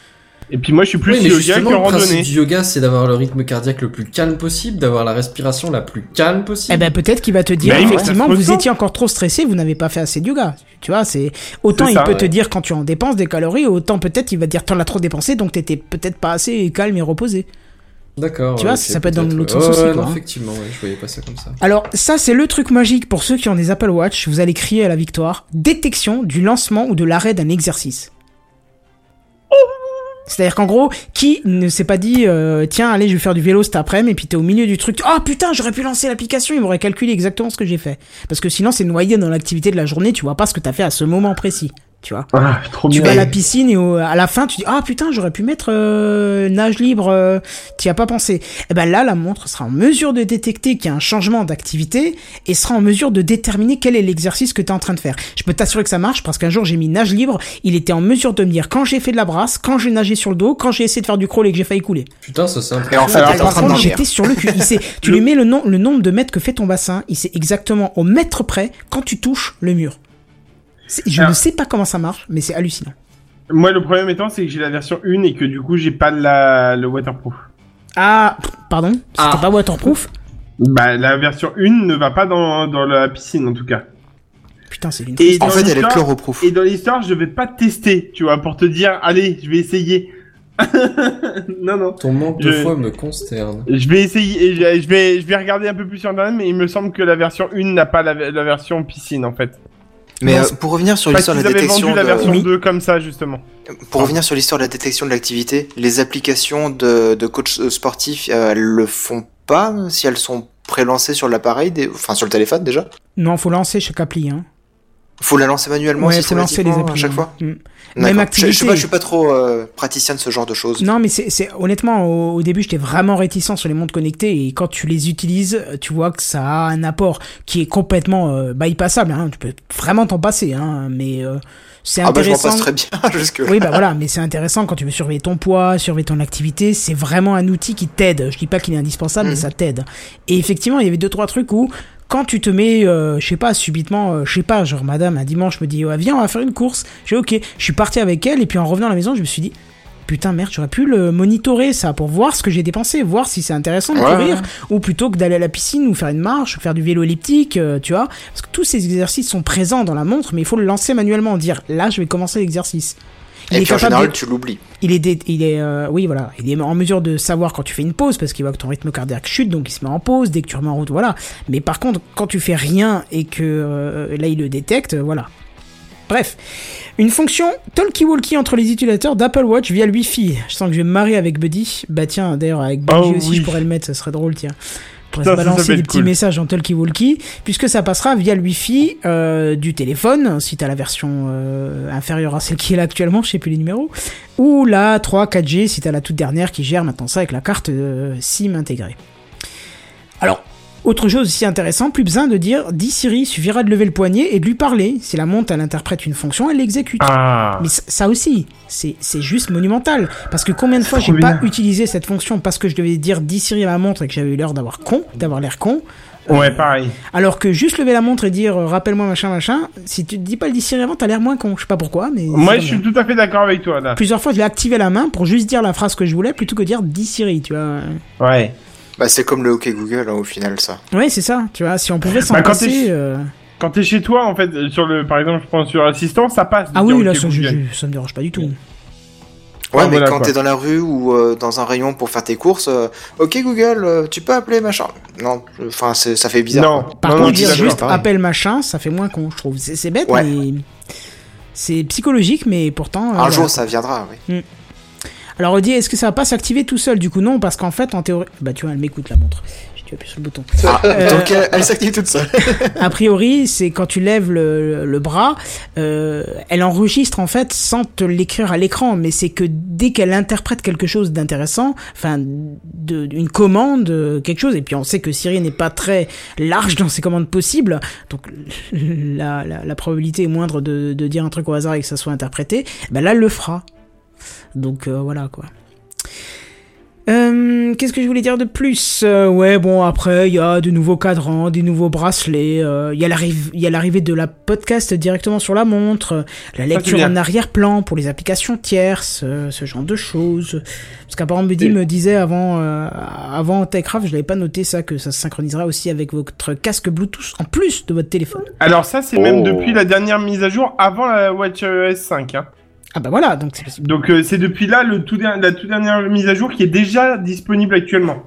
Et puis moi, je suis plus Oui, mais yoga justement, que le principe randonnée. du yoga, c'est d'avoir le rythme cardiaque le plus calme possible, d'avoir la respiration la plus calme possible. eh ben peut-être qu'il va te dire Bah oui, mais effectivement ça que se vous ressent. étiez encore trop stressé, vous n'avez pas fait assez de yoga. Tu vois, c'est autant C'est il ça, peut ouais. te dire quand tu en dépenses des calories, autant peut-être il va te dire t'en as trop dépensé, donc t'étais peut-être pas assez calme et reposé. D'accord. Tu vois, ok, ça peut être dans peut-être, l'autre ouais. sens Ouais, aussi, ouais, quoi, non, hein. effectivement, ouais, je voyais pas ça comme ça. Alors ça c'est le truc magique pour ceux qui ont des Apple Watch, vous allez crier à la victoire, détection du lancement ou de l'arrêt d'un exercice. C'est-à-dire qu'en gros, qui ne s'est pas dit euh, tiens allez je vais faire du vélo cet après-midi et puis t'es au milieu du truc, ah putain j'aurais pu lancer l'application, il m'aurait calculé exactement ce que j'ai fait. Parce que sinon c'est noyé dans l'activité de la journée, tu vois pas ce que t'as fait à ce moment précis. Tu vois. Ah, trop Tu bien. vas à la piscine et au- à la fin tu dis ah putain j'aurais pu mettre euh, nage libre, euh, t'y as pas pensé. Et ben là la montre sera en mesure de détecter qu'il y a un changement d'activité et sera en mesure de déterminer quel est l'exercice que t'es en train de faire. Je peux t'assurer que ça marche parce qu'un jour j'ai mis nage libre, il était en mesure de me dire quand j'ai fait de la brasse, quand j'ai nagé sur le dos, quand j'ai essayé de faire du crawl et que j'ai failli couler. Putain, ça c'est Et en fait, Alors, t'es en par train de Par contre, dormir. j'étais sur le cul. Il sait, tu lui mets le, nom, le nombre de mètres que fait ton bassin, il sait exactement au mètre près quand tu touches le mur. C'est- Je Alors- ne sais pas comment ça marche, mais c'est hallucinant. Moi, le problème étant, c'est que j'ai la version un et que du coup, j'ai pas la... le waterproof. Ah, pff, pardon, c'était Ah. pas waterproof? Bah, la version un ne va pas dans, dans la piscine, en tout cas. Putain, c'est une Et En dans fait, elle est l'histoire- chloroproof. Et dans l'histoire, je vais pas tester, tu vois, pour te dire, allez, je vais essayer. non, non. Ton manque de Je- foi me consterne. Je vais essayer, et je je vais, je vais regarder un peu plus sur internet, mais il me semble que la version un n'a pas la, la version piscine, en fait. Mais Non, euh, c'est- pour revenir sur Parce l'histoire de qu'ils la avaient détection vendu la de... version Oui. deux comme ça, justement. Pour revenir sur l'histoire de la détection de l'activité, les applications de, de coach euh, sportif, euh, elles le font pas si elles sont pré-lancées sur l'appareil, des... enfin sur le téléphone déjà. Non, faut lancer chaque appli, hein. Faut la lancer manuellement, Ouais, faut lancer les systématiquement, applis à chaque hein. fois. Mm. D'accord. Même Je, je sais activité. pas, je suis pas trop euh, praticien de ce genre de choses. Non, mais c'est, c'est honnêtement, au, au début, j'étais vraiment réticent sur les montres connectées et quand tu les utilises, tu vois que ça a un apport qui est complètement euh, bypassable. Hein. Tu peux vraiment t'en passer, hein. Mais euh, c'est Ah bah je m'en intéressant. passe très bien jusque là. Oui, bah voilà, mais c'est intéressant quand tu veux surveiller ton poids, surveiller ton activité, c'est vraiment un outil qui t'aide. Je dis pas qu'il est indispensable, mais Mhm. ça t'aide. Et effectivement, il y avait deux, trois trucs où, quand tu te mets, euh, je sais pas, subitement, euh, je sais pas, genre madame, un dimanche me dit, ouais, viens, on va faire une course. J'ai ok, je suis parti avec elle et puis en revenant à la maison, je me suis dit, putain merde, j'aurais pu le monitorer ça pour voir ce que j'ai dépensé, voir si c'est intéressant de Ouais, courir, ouais. ou plutôt que d'aller à la piscine ou faire une marche ou faire du vélo elliptique, euh, tu vois. Parce que tous ces exercices sont présents dans la montre, mais il faut le lancer manuellement, dire là je vais commencer l'exercice. Il Et est puis en capable général, de- tu l'oublies. il est, dé- il est, euh, oui voilà, il est en mesure de savoir quand tu fais une pause parce qu'il voit que ton rythme cardiaque chute, donc il se met en pause dès que tu remets en route, voilà. Mais par contre, quand tu fais rien et que euh, là il le détecte, euh, voilà. Bref, une fonction talkie-walkie entre les utilisateurs d'Apple Watch via le Wi-Fi. Je sens que je vais me marier avec Buddy. Bah tiens, d'ailleurs avec Buddy Oh, aussi, oui. je pourrais le mettre, ça serait drôle, tiens. Je pourrais Ça, se ça, ça balancer va des être petits cool. messages en talkie-walkie, puisque ça passera via le Wi-Fi euh, du téléphone, si t'as la version euh, inférieure à celle qui est là actuellement, je sais plus les numéros, ou la trois, quatre G si t'as la toute dernière qui gère maintenant ça avec la carte euh, SIM intégrée. Alors, autre chose aussi intéressante, plus besoin de dire « dis Siri », il suffira de lever le poignet et de lui parler. Si la montre, elle interprète une fonction, elle l'exécute. Ah. Mais ça, ça aussi, c'est, c'est juste monumental. Parce que combien de fois trop j'ai pas bien. utilisé cette fonction parce que je devais dire « dis Siri » à ma montre et que j'avais eu l'air d'avoir con, d'avoir l'air con. Ouais, pareil. Alors que juste lever la montre et dire euh, « rappelle-moi machin machin », si tu te dis pas le « dis Siri » avant, t'as l'air moins con. Je sais pas pourquoi, mais... Moi, c'est je comme suis tout à fait d'accord avec toi, là. ça. Plusieurs fois, je l'ai activé la main pour juste dire la phrase que je voulais plutôt que dire « dis Siri », tu vois. Ouais. Bah, c'est comme le OK Google, hein, au final, ça. Ouais, c'est ça, tu vois. Si on pouvait s'en Bah, quand t'es passer... ch- euh, Quand t'es chez toi, en fait, euh, sur le, par exemple, je prends sur l'assistant, ça passe. de Ah dire oui, là, OK ça, je- Google. je- ça me dérange pas du tout. Ouais, Ah, mais voilà, quand quoi. t'es dans la rue ou euh, dans un rayon pour faire tes courses, euh, OK Google, euh, tu peux appeler machin. Non, je- enfin, c'est- ça fait bizarre. Non. quoi. Par Non, contre, non, dire je suis juste d'accord. appel machin, ça fait moins con, je trouve. C'est, c'est bête, Ouais. mais c'est psychologique, mais pourtant. euh, Un voilà. jour, ça viendra, oui. Alors, on dit, est-ce que ça va pas s'activer tout seul? Du coup, non, parce qu'en fait, en théorie. Bah, tu vois, elle m'écoute la montre. J'ai dû appuyer sur le bouton. Ah, Euh, donc, elle, elle s'active toute seule. A priori, c'est quand tu lèves le, le bras, euh, elle enregistre en fait sans te l'écrire à l'écran, mais c'est que dès qu'elle interprète quelque chose d'intéressant, enfin, de, une commande, euh, quelque chose, et puis on sait que Siri n'est pas très large dans ses commandes possibles, donc la, la, la probabilité est moindre de, de dire un truc au hasard et que ça soit interprété, ben là, elle le fera. Donc euh, voilà quoi. Euh, qu'est-ce que je voulais dire de plus? Euh, ouais, bon, après, il y a de nouveaux cadrans, des nouveaux bracelets, euh, il y a l'arriv- il y a l'arrivée de la podcast directement sur la montre, euh, la lecture bien. en arrière-plan pour les applications tierces, euh, ce genre de choses. Parce qu'apparemment, Buddy Et- me disait avant, euh, avant Techcraft, je l'avais pas noté ça, que ça se synchronisera aussi avec votre casque Bluetooth en plus de votre téléphone. Alors ça, c'est Oh. même depuis la dernière mise à jour, avant la WatchOS cinq. Hein. Ah bah voilà, donc c'est possible. Donc euh, c'est depuis là le tout der- la toute dernière mise à jour qui est déjà disponible actuellement.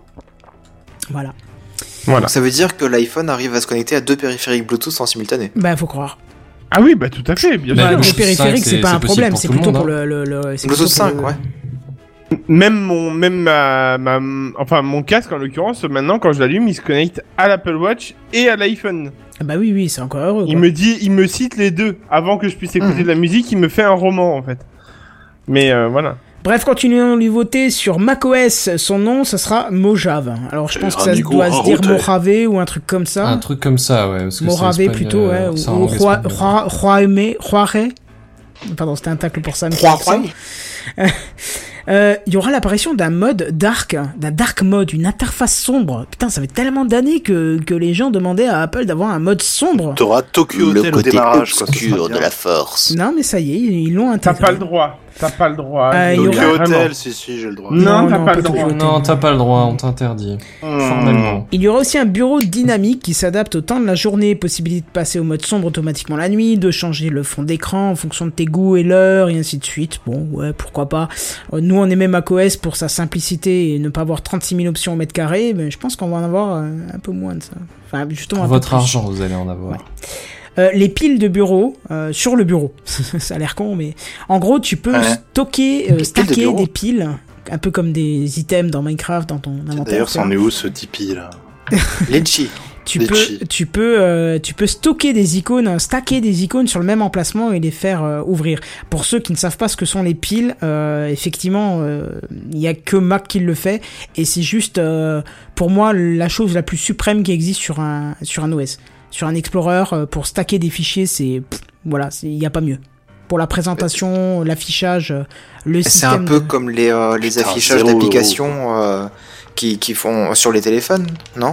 Voilà. Voilà. Donc, ça veut dire que l'iPhone arrive à se connecter à deux périphériques Bluetooth en simultané. Bah, faut croire. Ah oui, bah tout à fait, bien Bah, Bah, sûr. le les Bluetooth périphériques, cinq, c'est pas c'est un possible problème, pour c'est tout le plutôt monde, pour hein. le, le, le c'est Bluetooth plutôt pour cinq, le- ouais. Même mon même ma, ma enfin mon casque en l'occurrence maintenant quand je l'allume, il se connecte à l'Apple Watch et à l'iPhone. Ah bah oui, oui, c'est encore heureux. Il quoi. me dit, il me cite les deux avant que je puisse écouter Mhm. de la musique, il me fait un roman en fait. Mais euh, voilà. Bref, continuons de lui voter sur macOS. Son nom, ça sera Mojave. Alors, je pense que ça Ranigo doit se dire Rarote. Mojave ou un truc comme ça. Un truc comme ça, ouais. parce que c'est Mojave espagnol, plutôt, ouais. euh, Ou, c'est en ou langue Roi- espagnole. Roi- Roaime- Roire. Pardon, c'était un tacle pour ça. mais Roi- c'est pour ça. Euh, il y aura l'apparition d'un mode dark, d'un dark mode, une interface sombre. Putain, ça fait tellement d'années que, que les gens demandaient à Apple d'avoir un mode sombre. T'auras Tokyo Hotel au démarrage, quoi. ça sera bien. force. Non, mais ça y est, ils l'ont T'as intégré. pas le droit. T'as pas le droit. Euh, il y Tokyo aura- Hotel, Vraiment. si, si, j'ai le droit. Non, Non, t'as non, pas pas le Tokyo droit. Hotel. Non, t'as pas le droit, on t'interdit. Hmm. Formellement. Il y aura aussi un bureau dynamique qui s'adapte au temps de la journée, possibilité de passer au mode sombre automatiquement la nuit, de changer le fond d'écran en fonction de tes goûts et l'heure, et ainsi de suite. Bon, ouais, pourquoi pas. Euh, Nous, on aimait macOS pour sa simplicité et ne pas avoir trente-six mille options au mètre carré, mais je pense qu'on va en avoir euh, un peu moins de ça. Enfin, justement, Pour un peu votre plus. argent, vous allez en avoir. Ouais. Euh, les piles de bureau euh, sur le bureau. Ça a l'air con, mais en gros, tu peux Ouais. stocker, euh, piles de stacker bureau. des piles, un peu comme des items dans Minecraft, dans ton inventaire. D'ailleurs, tu vois. c'en est où ce Tipeee là Litchi. Tu Des peux, chi. tu peux, euh, tu peux stocker des icônes, euh, stacker des icônes sur le même emplacement et les faire euh, ouvrir. Pour ceux qui ne savent pas ce que sont les piles, euh, effectivement, euh, il y a que Mac qui le fait et c'est juste, euh, pour moi, la chose la plus suprême qui existe sur un sur un O S, sur un Explorer euh, pour stacker des fichiers, c'est pff, voilà, il y a pas mieux. Pour la présentation, l'affichage, euh, le C'est système. un peu de- comme les, euh, les Putain, affichages zéro d'applications euh, qui, qui font sur les téléphones, non?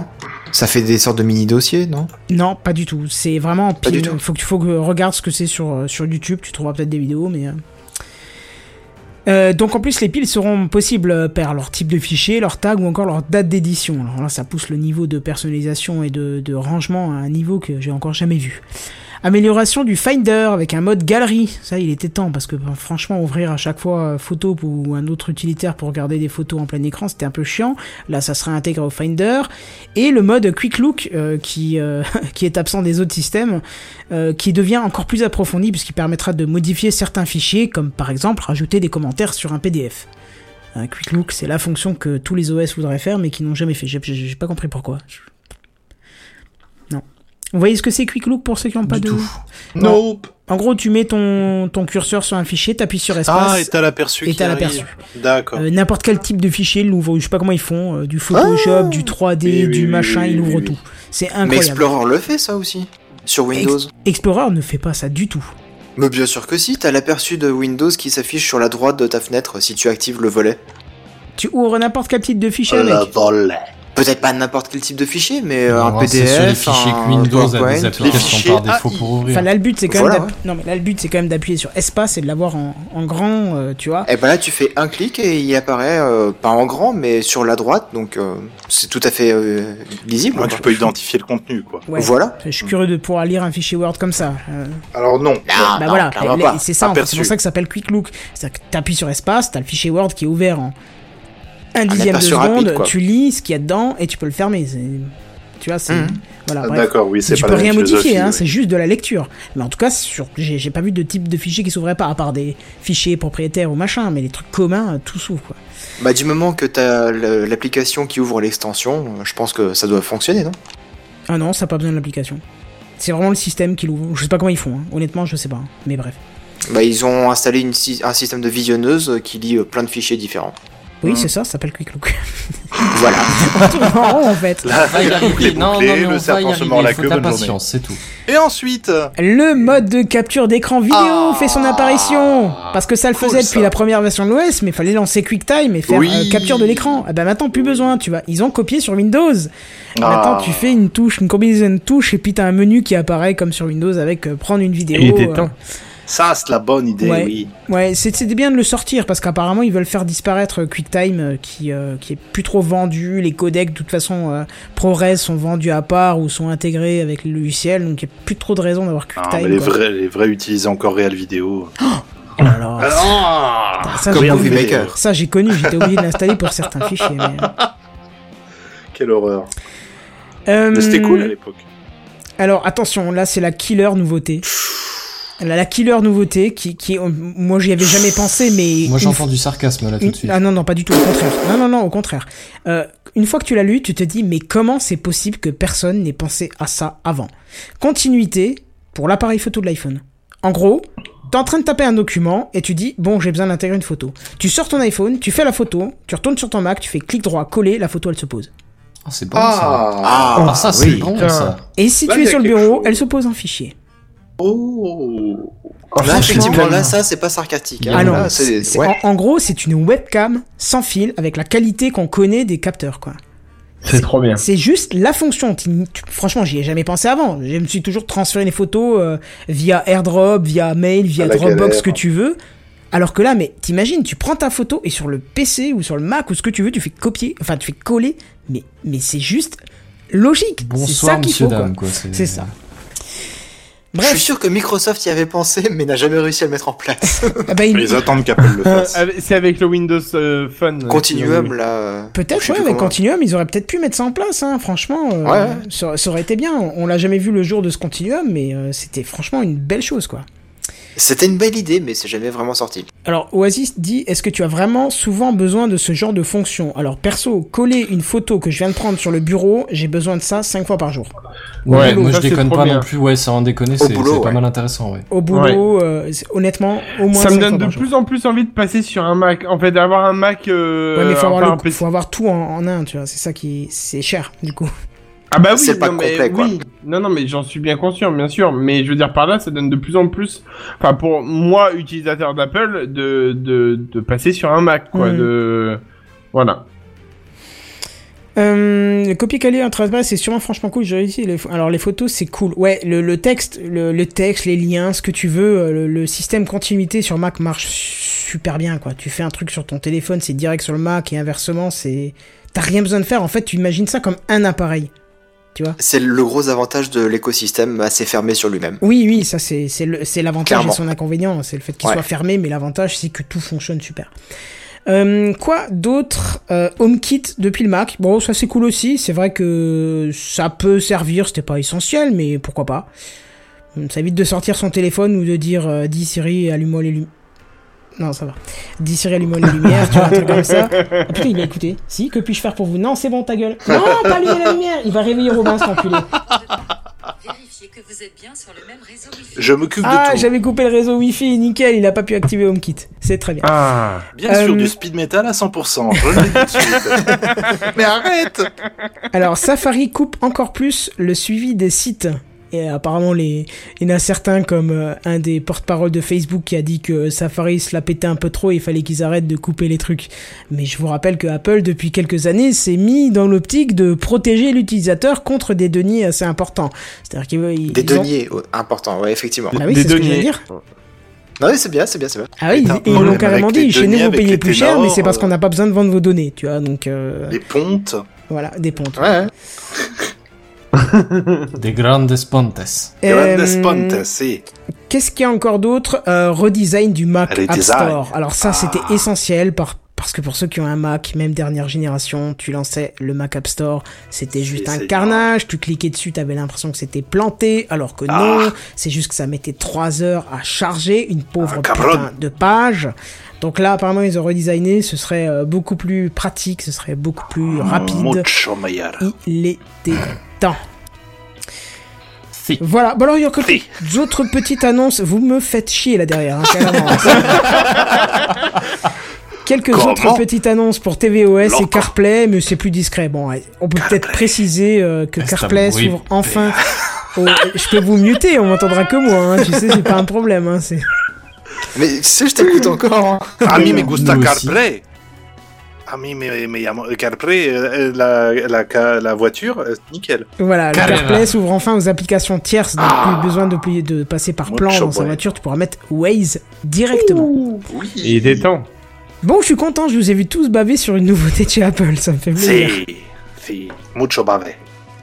Ça fait des sortes de mini-dossiers, non? Non, pas du tout. C'est vraiment Pas du pile. tout. Faut que tu faut que regardes ce que c'est sur sur YouTube. Tu trouveras peut-être des vidéos, mais. Euh... Euh, donc en plus les piles seront possibles par leur type de fichier, leur tag ou encore leur date d'édition. Alors là ça pousse le niveau de personnalisation et de, de rangement à un niveau que j'ai encore jamais vu. Amélioration du Finder avec un mode galerie, ça il était temps parce que ben, franchement ouvrir à chaque fois euh, photo ou un autre utilitaire pour regarder des photos en plein écran c'était un peu chiant. Là ça sera intégré au Finder et le mode Quick Look euh, qui euh, qui est absent des autres systèmes, euh, qui devient encore plus approfondi puisqu'il permettra de modifier certains fichiers comme par exemple rajouter des commentaires sur un P D F. Un Quick Look c'est la fonction que tous les O S voudraient faire mais qui n'ont jamais fait. J'ai, j'ai, j'ai pas compris pourquoi. Non. Vous voyez ce que c'est Quick Look pour ceux qui n'ont pas de... Tout. Nope. En gros, tu mets ton, ton curseur sur un fichier, t'appuies sur espace. Ah, et t'as l'aperçu et qui t'as arrive. l'aperçu. D'accord. Euh, n'importe quel type de fichier, il l'ouvre. Je sais pas comment ils font. Euh, du Photoshop, ah du trois D, oui, du oui, machin, oui, il oui, ouvre oui. tout. C'est incroyable. Mais Explorer le fait, ça aussi. Sur Windows. Ex- Explorer ne fait pas ça du tout. Mais bien sûr que si, t'as l'aperçu de Windows qui s'affiche sur la droite de ta fenêtre si tu actives le volet. Tu ouvres n'importe quel type de fichier, mec. Le volet. Peut-être pas n'importe quel type de fichier, mais euh, un Non, P D F, c'est sur les fichiers que un Windows a PowerPoint. des applications fichiers par défaut A I. pour ouvrir. Enfin, là, le but, c'est quand Voilà, même d'app- non, mais là, le but, c'est quand même d'appuyer sur espace et de l'avoir en, en grand, euh, tu vois. Et ben là, tu fais un clic et il apparaît euh, pas en grand, mais sur la droite, donc euh, c'est tout à fait euh, lisible. Ouais, quoi. tu peux identifier le contenu, quoi. Ouais. Voilà. Je suis curieux de pouvoir lire un fichier Word comme ça. Euh, Alors non. Ah, bah non, voilà, clairement les- pas. c'est ça, en fait, Aperçu. c'est pour ça que ça s'appelle Quick Look. C'est-à-dire que t'appuies sur espace, t'as le fichier Word qui est ouvert en un dixième de aperçu seconde, rapide, quoi. tu lis ce qu'il y a dedans et tu peux le fermer. C'est... Tu vois, c'est... Mhm. Voilà, Ah, bref. d'accord, oui, c'est Tu pas peux la rien même modifier, philosophie, hein, ouais. c'est juste de la lecture. Mais en tout cas, sur... j'ai, j'ai pas vu de type de fichier qui s'ouvrait pas, à part des fichiers propriétaires ou machin, mais les trucs communs, euh, tout s'ouvre, quoi. Bah du moment que t'as le- l'application qui ouvre l'extension, je pense que ça doit fonctionner, non? Ah non, ça n'a pas besoin de l'application. C'est vraiment le système qui l'ouvre. Je sais pas comment ils font, hein. Honnêtement, je sais pas. hein. Mais bref. Bah ils ont installé une, sy- un système de visionneuse qui lit euh, plein de fichiers différents. Oui, Mhm. c'est ça, ça s'appelle Quick Look. Voilà. Tout en rond, en fait. Là, Va y la boucle est arriver. Non, non, bouclée, mais on le va y serpent se arriver. mord la Il faut queue, de la bonne journée. patience, c'est tout. Et ensuite, Le mode de capture d'écran vidéo Ah, fait son apparition. Parce que ça le cool, faisait ça. depuis la première version de l'O S, mais il fallait lancer QuickTime et faire Oui. euh, capture de l'écran. Ah bah maintenant, plus besoin, tu vois. Ils ont copié sur Windows. Maintenant, Ah. tu fais une touche, une combinaison de touches, et puis t'as un menu qui apparaît comme sur Windows avec euh, prendre une vidéo. Il était euh, temps. ça, c'est la bonne idée, Ouais. oui. Ouais, c'est- c'était bien de le sortir parce qu'apparemment ils veulent faire disparaître euh, QuickTime euh, qui euh, qui est plus trop vendu. Les codecs de toute façon euh, ProRes sont vendus à part ou sont intégrés avec le logiciel, donc il n'y a plus trop de raison d'avoir Ah, QuickTime. mais les quoi. vrais, les vrais utilisent encore Real Vidéo. Alors, Ah, ça, Comme j'ai Movie connu, Maker. ça j'ai connu, j'étais obligé de l'installer pour certains fichiers. Mais, quelle horreur. euh, Mais c'était cool à l'époque. Alors attention, là c'est la killer nouveauté. La, la killer nouveauté qui, qui euh, moi j'y avais jamais pensé, mais Moi une j'entends du sarcasme là tout Une- de suite. Ah non, non, pas du tout, au contraire. Non, non, non, au contraire. Euh, une fois que tu l'as lu, tu te dis, mais comment c'est possible que personne n'ait pensé à ça avant? Continuité pour l'appareil photo de l'iPhone. En gros, t'es en train de taper un document et tu dis, bon, j'ai besoin d'intégrer une photo. Tu sors ton iPhone, tu fais la photo, tu retournes sur ton Mac, tu fais clic droit, coller, la photo elle se pose. Ah, c'est bon ça. Ah, Ah, ça c'est oui. bon putain. ça. Et si Là, tu il es y a sur le quelque bureau, chose. elle se pose en fichier. Oh. Là, effectivement, franchement, là, ça, c'est pas sarcastique. hein. Ah non, Là, c'est- c'est... c'est- Ouais. en, en gros, c'est une webcam sans fil avec la qualité qu'on connaît des capteurs, quoi. C'est trop bien. C'est juste la fonction. Tu- tu- franchement, j'y ai jamais pensé avant. Je me suis toujours transféré les photos euh, via AirDrop, via mail, via À la Dropbox, galère. ce que tu veux. Alors que là, mais t'imagines, tu prends ta photo et sur le P C ou sur le Mac ou ce que tu veux, tu fais copier, enfin tu fais coller. Mais mais c'est juste logique. c'est Bonsoir ça qu'il monsieur faut, quoi. dame quoi. C'est C'est ça. Je suis Bref, sûr que Microsoft y avait pensé, mais n'a jamais réussi à le mettre en place. ah bah, il- Ils attendent qu'Apple le fasse. Avec- C'est avec le Windows euh, Phone. euh, Continuum, qu'ils ont- là... euh, peut-être, je sais ouais, plus avec comment. Continuum, ils auraient peut-être pu mettre ça en place, hein, franchement. euh, Ouais, ouais. Ça, ça aurait été bien. On l'a jamais vu le jour de ce Continuum, mais euh, c'était franchement une belle chose, quoi. C'était une belle idée, mais c'est jamais vraiment sorti. Alors, Oasis dit, est-ce que tu as vraiment souvent besoin de ce genre de fonction? Alors, perso, coller une photo que je viens de prendre sur le bureau, j'ai besoin de ça cinq fois par jour. Ouais, boulot, moi ça, je c'est déconne trop pas bien. non plus. Ouais, sans déconner, c'est boulot, c'est pas ouais. mal intéressant. Ouais. Au boulot, euh, c'est- honnêtement, au moins Ça me cinq donne fois de par jour. plus en plus envie de passer sur un Mac. En fait, d'avoir un Mac. Euh, Ouais, mais faut avoir, enfin, le- un P C. faut avoir tout en, en un, tu vois, c'est ça qui... C'est cher, du coup. Ah bah oui, C'est pas non, mais complet, quoi. oui. Non, non, mais j'en suis bien conscient, bien sûr. Mais je veux dire, par là, ça donne de plus en plus, enfin, pour moi, utilisateur d'Apple, de, de, de passer sur un Mac, quoi. Mhm. De... Voilà. Euh, le copier-coller entre adresses, c'est sûrement franchement cool. J'ai réussi. Les... Alors les photos, c'est cool. Ouais, le, le texte, le, le texte, les liens, ce que tu veux, le, le système continuité sur Mac marche super bien, quoi. Tu fais un truc sur ton téléphone, c'est direct sur le Mac et inversement, c'est t'as rien besoin de faire. En fait, tu imagines ça comme un appareil. Tu vois. C'est le gros avantage de l'écosystème assez fermé sur lui-même. Oui, oui, ça c'est c'est le, c'est l'avantage Clairement. et son inconvénient, c'est le fait qu'il Ouais. soit fermé, mais l'avantage c'est que tout fonctionne super. Euh, quoi d'autre? euh, HomeKit depuis le Mac. Bon, ça c'est cool aussi. C'est vrai que ça peut servir. C'était pas essentiel, mais pourquoi pas. Ça évite de sortir son téléphone ou de dire euh, dis Siri, allume-moi les lumières. Non, ça va. Dis Siri, allume-moi les lumières. Tu vois, un truc comme ça. Ah, putain, il a écouté. Si, que puis-je faire pour vous? Non, c'est bon, ta gueule. Non, pas allumer la lumière. Il va réveiller Robin, cet enculé. Vérifiez que vous êtes bien sur le même réseau Wi-Fi. Je m'occupe Ah, de tout. j'avais coupé le réseau Wi-Fi, nickel. Il a pas pu activer HomeKit. C'est très bien. Ah. Bien Euh, sûr, du speed metal à cent pour cent. Je le dis tout de suite. Mais arrête! Alors, Safari coupe encore plus le suivi des sites. Et apparemment, les... il y en a certains, comme euh, un des porte-parole de Facebook qui a dit que Safari se la pétait un peu trop et il fallait qu'ils arrêtent de couper les trucs. Mais je vous rappelle que Apple, depuis quelques années, s'est mis dans l'optique de protéger l'utilisateur contre des deniers assez importants. C'est-à-dire qu'ils veulent... Des ils ont- deniers oh, importants, ouais, effectivement. Ah oui, Des c'est ce que je deniers. veux dire. Non, mais c'est bien, c'est bien, c'est bien. Ah oui, Mais t'as un ils, ils problème l'ont carrément avec les dit. Chez nous, deniers, vous avec payez les plus cher, ténors, mais c'est parce euh, qu'on n'a pas besoin de vendre vos données, tu vois. Donc, euh, Les pontes. voilà, des pontes. Ouais, ouais. Des grandes pontes. Euh, Grandes pontes, si. Qu'est-ce qu'il y a encore d'autre? euh, Redesign du Mac App Redesign. Store. Alors ça, Ah. c'était essentiel par, parce que pour ceux qui ont un Mac, même dernière génération, tu lançais le Mac App Store, c'était juste un c'est carnage. Tu cliquais dessus, t'avais l'impression que c'était planté, alors que non, Ah. c'est juste que ça mettait trois heures à charger une pauvre Ah, cabron. putain de page. Donc là, apparemment, ils ont redesigné, ce serait euh, beaucoup plus pratique, ce serait beaucoup plus rapide. Mucho meilleur. Il était temps. Si. Voilà, bon alors il y a encore Si. d'autres petites annonces. Vous me faites chier là derrière, hein, carrément. Quelques Comment autres petites annonces pour tvOS et L'encore. CarPlay, mais c'est plus discret. Bon, ouais, on peut peut-être préciser euh, que Ah, c'est un CarPlay bruit. s'ouvre enfin. au- Je peux vous muter, on m'entendra que moi. Hein, tu sais, c'est pas un problème. Hein, c'est... Mais tu sais, je t'écoute encore. Hein. A mí me gusta Nous aussi. CarPlay. A mí me, me llamo CarPlay, euh, la, la, la, la voiture, euh, nickel. Voilà, le Carrera. CarPlay s'ouvre enfin aux applications tierces. Donc Ah. plus besoin de, de passer par plan Mucho dans sa bueno. voiture. Tu pourras mettre Waze directement. Oui. Il était temps. Bon, je suis content. Je vous ai vu tous baver sur une nouveauté de chez Apple. Ça me fait plaisir. Si, si, mucho bave.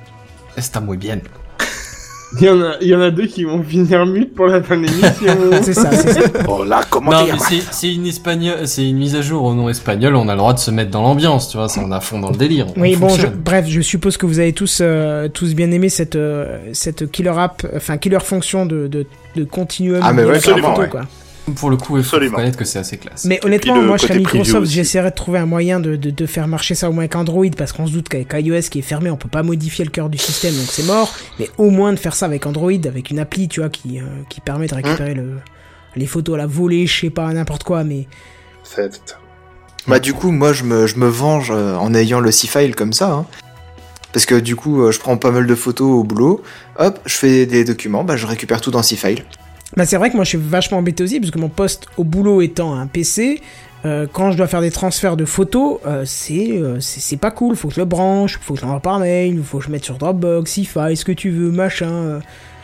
Está muy bien. Il y en a, il y en a deux qui vont finir mute pour la fin de l'émission. C'est ça, c'est ça. Hola, comment Non, te mais llamas? c'est, c'est une espagnole, c'est une mise à jour au nom espagnol, on a le droit de se mettre dans l'ambiance, tu vois, ça on est à fond dans le délire. on Oui, bon, je, fonctionne. bref, je suppose que vous avez tous, euh, tous bien aimé cette, euh, cette killer app, enfin killer fonction de, de, de continuum. Ah, mais de ouais, la photo, clairement, ouais. quoi. Pour le coup, il faut Absolument. reconnaître que c'est assez classe. Mais honnêtement, Et le moi, je serais côté preview Microsoft, aussi. j'essaierais de trouver un moyen de, de, de faire marcher ça au moins avec Android, parce qu'on se doute qu'avec iOS qui est fermé, on peut pas modifier le cœur du système, donc c'est mort. Mais au moins de faire ça avec Android, avec une appli, tu vois, qui, euh, qui permet de récupérer le, les photos à la volée, je sais pas, n'importe quoi, mais C'est- Bah du coup, moi je me, je me venge euh, en ayant le C-File comme ça. Hein. Parce que du coup, euh, je prends pas mal de photos au boulot. Hop, je fais des documents, bah je récupère tout dans C-File. bah c'est vrai que moi je suis vachement embêté aussi parce que mon poste au boulot étant un P C, euh, quand je dois faire des transferts de photos, euh, c'est, euh, c'est c'est pas cool. Faut que je le branche, faut que je l'envoie par mail, faut que je mette sur Dropbox, Sify, ce que tu veux, machin. euh.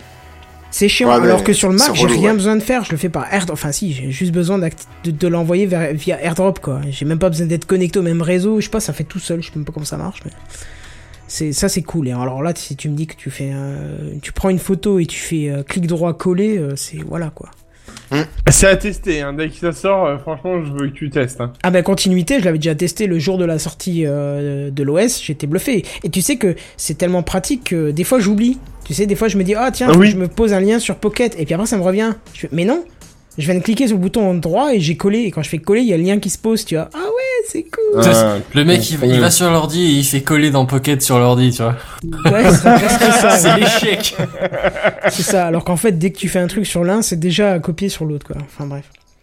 C'est chiant. Ouais, mais alors que sur le Mac, c'est j'ai relou, rien ouais. besoin de faire. Je le fais par AirDrop. Enfin si, j'ai juste besoin d'acti- de, de l'envoyer vers, via AirDrop quoi. J'ai même pas besoin d'être connecté au même réseau. Je sais pas, ça fait tout seul. Je sais même pas comment ça marche, mais. C'est, ça c'est cool. Et alors là, si tu me dis que tu fais, euh, tu prends une photo et tu fais euh, clic droit coller, euh, c'est voilà quoi. C'est à tester, hein. Dès que ça sort, euh, franchement, je veux que tu testes. Hein. Ah ben continuité, je l'avais déjà testé le jour de la sortie euh, de l'O S, j'étais bluffé. Et tu sais que c'est tellement pratique que des fois j'oublie. Tu sais, des fois je me dis ah tiens, Ah faut oui. que je me pose un lien sur Pocket et puis après ça me revient. Je fais, mais non, je viens de cliquer sur le bouton droit et j'ai collé. Et quand je fais coller, il y a le lien qui se pose. Tu vois, ah ouais, c'est cool. Ah, Le mec, il, va- il ouais. va sur l'ordi et il fait coller dans Pocket sur l'ordi, tu vois. Ouais, c'est presque ça. C'est l'échec. C'est ça. Alors qu'en fait, dès que tu fais un truc sur l'un, c'est déjà copié sur l'autre, quoi. Enfin bref.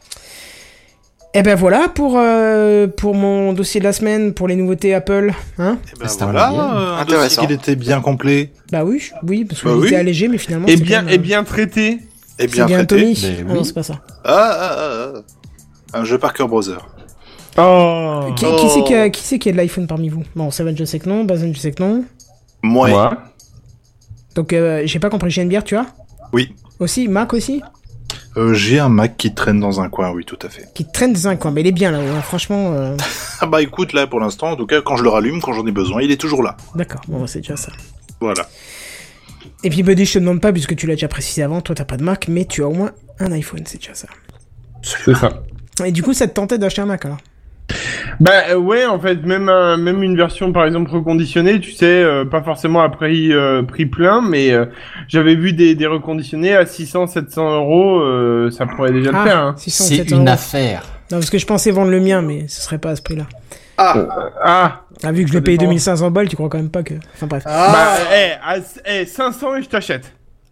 Et ben voilà pour euh, pour mon dossier de la semaine, pour les nouveautés Apple, hein. Eh ben C'est un voilà, moyen. euh, un Intéressant. dossier qu'il était bien complet Bah oui, je- oui, parce que Bah il était oui. allégé, mais finalement. Et c'est bien, quand même, et euh, bien traité. et C'est bien bien traité. Tommy. Mais Ah non, oui. c'est pas ça. Ah, ah, ah, ah. Un jeu par cœur browser. Oh. Qui, qui c'est qui a, qui c'est qui a de l'iPhone parmi vous? Bon, Seven, je sais que non. Bazen, je sais que non. Moi. Moi. Donc, euh, j'ai pas compris. Geneviève, tu as? Oui. Aussi, Mac aussi? Euh, j'ai un Mac qui traîne dans un coin, oui, tout à fait. Qui traîne dans un coin, mais il est bien là, hein, franchement. Euh... Ah bah écoute, là, pour l'instant, en tout cas, quand je le rallume, quand j'en ai besoin, il est toujours là. D'accord, bon, c'est déjà ça. Voilà. Et puis, Buddy, je te demande pas, puisque tu l'as déjà précisé avant, toi, t'as pas de Mac, mais tu as au moins un iPhone, c'est déjà ça. C'est ça. Et du coup, ça te tentait d'acheter un Mac, alors? Bah euh, ouais, en fait, même un, même une version par exemple reconditionnée, tu sais, euh, pas forcément à prix euh, prix plein, mais euh, j'avais vu des des reconditionnés à six cents sept cents euros, euh, ça pourrait déjà ah, le faire. Hein. six cents, C'est sept cents une euros. affaire. Non, parce que je pensais vendre le mien, mais ce serait pas à ce prix-là. Ah, Euh, ah. Ah, vu que je Ça l'ai payé dépend. deux mille cinq cents balles, tu crois quand même pas que... Enfin bref. ah. Bah eh, à, eh, cinq cents et je t'achète.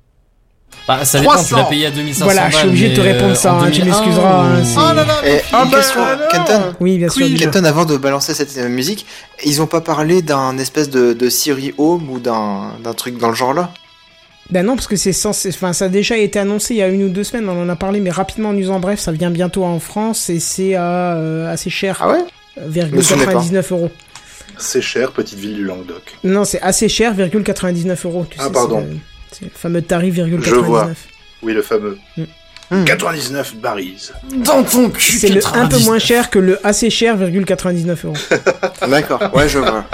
Bah, ça dépend, trois cents. tu l'as payé à deux mille cinq cents Voilà, balles. je suis obligé de te mais, répondre euh, ça, en hein, tu deux mille un, m'excuseras, hein, ou- c'est- Oh non, non, Eh, une ah bah, question, alors Kenton. Oui, bien sûr. Oui, dis-moi. Kenton, avant de balancer cette euh, musique, ils ont pas parlé d'un espèce de, de Siri Home ou d'un d'un truc dans le genre là? Ben non, parce que c'est censé... Enfin, ça a déjà été annoncé il y a une ou deux semaines, on en a parlé, mais rapidement, en news en bref, ça vient bientôt en France, et c'est à, euh, assez cher. Ah ouais? virgule Me souvenais pas. quatre-vingt-dix-neuf euros. C'est cher, petite ville du Languedoc. Non, c'est assez cher, virgule quatre-vingt-dix-neuf euros. Tu Ah, sais, pardon. C'est le, c'est le fameux tarif, virgule Je vois. quatre-vingt-dix-neuf. Oui, le fameux. Mm. Hmm. quatre-vingt-dix-neuf barils. Dans ton cul, C'est le un peu quatre-vingt-dix. moins cher que le assez cher, virgule quatre-vingt-dix-neuf euros. D'accord, ouais, je vois.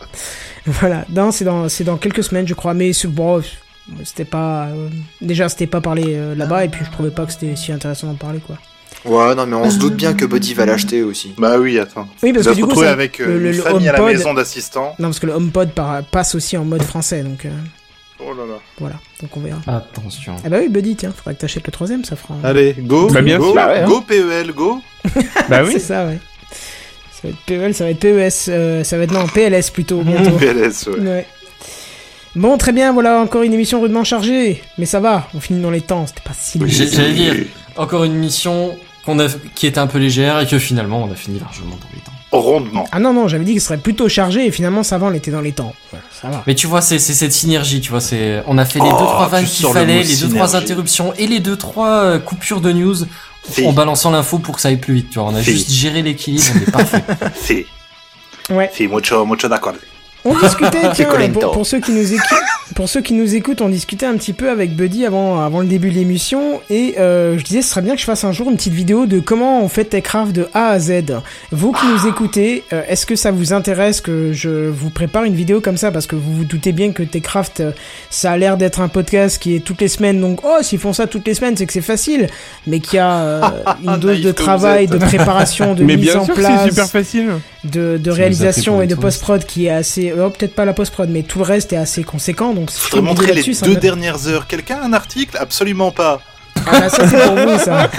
Voilà, non, c'est dans, c'est dans quelques semaines, je crois, mais c'est bon, c'était pas... euh, déjà, c'était pas parlé euh, là-bas, et puis je trouvais pas que c'était si intéressant d'en parler, quoi. Ouais, non, mais on se doute bien que Buddy va l'acheter aussi. Bah oui, attends. Oui, parce Il que va se du coup, retrouver ça- avec euh, le- le- une le famille à la HomePod- maison d'assistants. Non, parce que le HomePod par- passe aussi en mode français, donc euh, Oh là là. voilà, donc on verra. Attention. Ah bah oui, Buddy, tiens, faudra que t'achètes le troisième, ça fera... Allez, go, Bah, bien go, sûr, ouais, hein. go P E L, go. Bah oui. C'est ça, ouais. Ça va être P E L, ça va être P E S, euh, ça va être... Non, P L S plutôt, bientôt. P L S, ouais. Ouais. Bon, très bien, voilà encore une émission rudement chargée. Mais ça va, on finit dans les temps, c'était pas si lourd. J'ai- J'allais dire, encore une mission qu'on a, qui était un peu légère et que finalement on a fini largement dans les temps. Rondement. Ah non, non, j'avais dit que ce serait plutôt chargé et finalement ça va, on était dans les temps. Ouais, ça va. Mais tu vois, c'est c'est cette synergie, tu vois, c'est on a fait les Oh, deux trois vannes tu qu'il sors le fallait, mot les deux trois synergie. interruptions et les deux trois euh, coupures de news Si. en balançant l'info pour que ça aille plus vite, tu vois. On a Si. juste géré l'équilibre, on est parfait. Si, Ouais. si, mucho, mucho d'accord. On discutait, tiens, Colento. pour, pour ceux qui nous écoutent, pour ceux qui nous écoutent, on discutait un petit peu avec Buddy avant, avant le début de l'émission, et euh, je disais ce serait bien que je fasse un jour une petite vidéo de comment on fait Techcraft de A à Z. Vous qui nous écoutez, euh, est-ce que ça vous intéresse que je vous prépare une vidéo comme ça, parce que vous vous doutez bien que Techcraft, euh, ça a l'air d'être un podcast qui est toutes les semaines, donc oh, s'ils font ça toutes les semaines, c'est que c'est facile, mais qu'il y a euh, une dose Naïf de que vous travail, êtes. de préparation, de Mais mise bien en sûr que place, c'est super facile. de, de nous a réalisation pris pour et de des touristes. post-prod qui est assez... Oh, peut-être pas la post-prod, mais tout le reste est assez conséquent, donc si je fais Faudrait une vidéo montrer les là-dessus, ça deux me- dernières heures. Quelqu'un a un article? Absolument pas. Ah bah ça c'est pour vous, ça.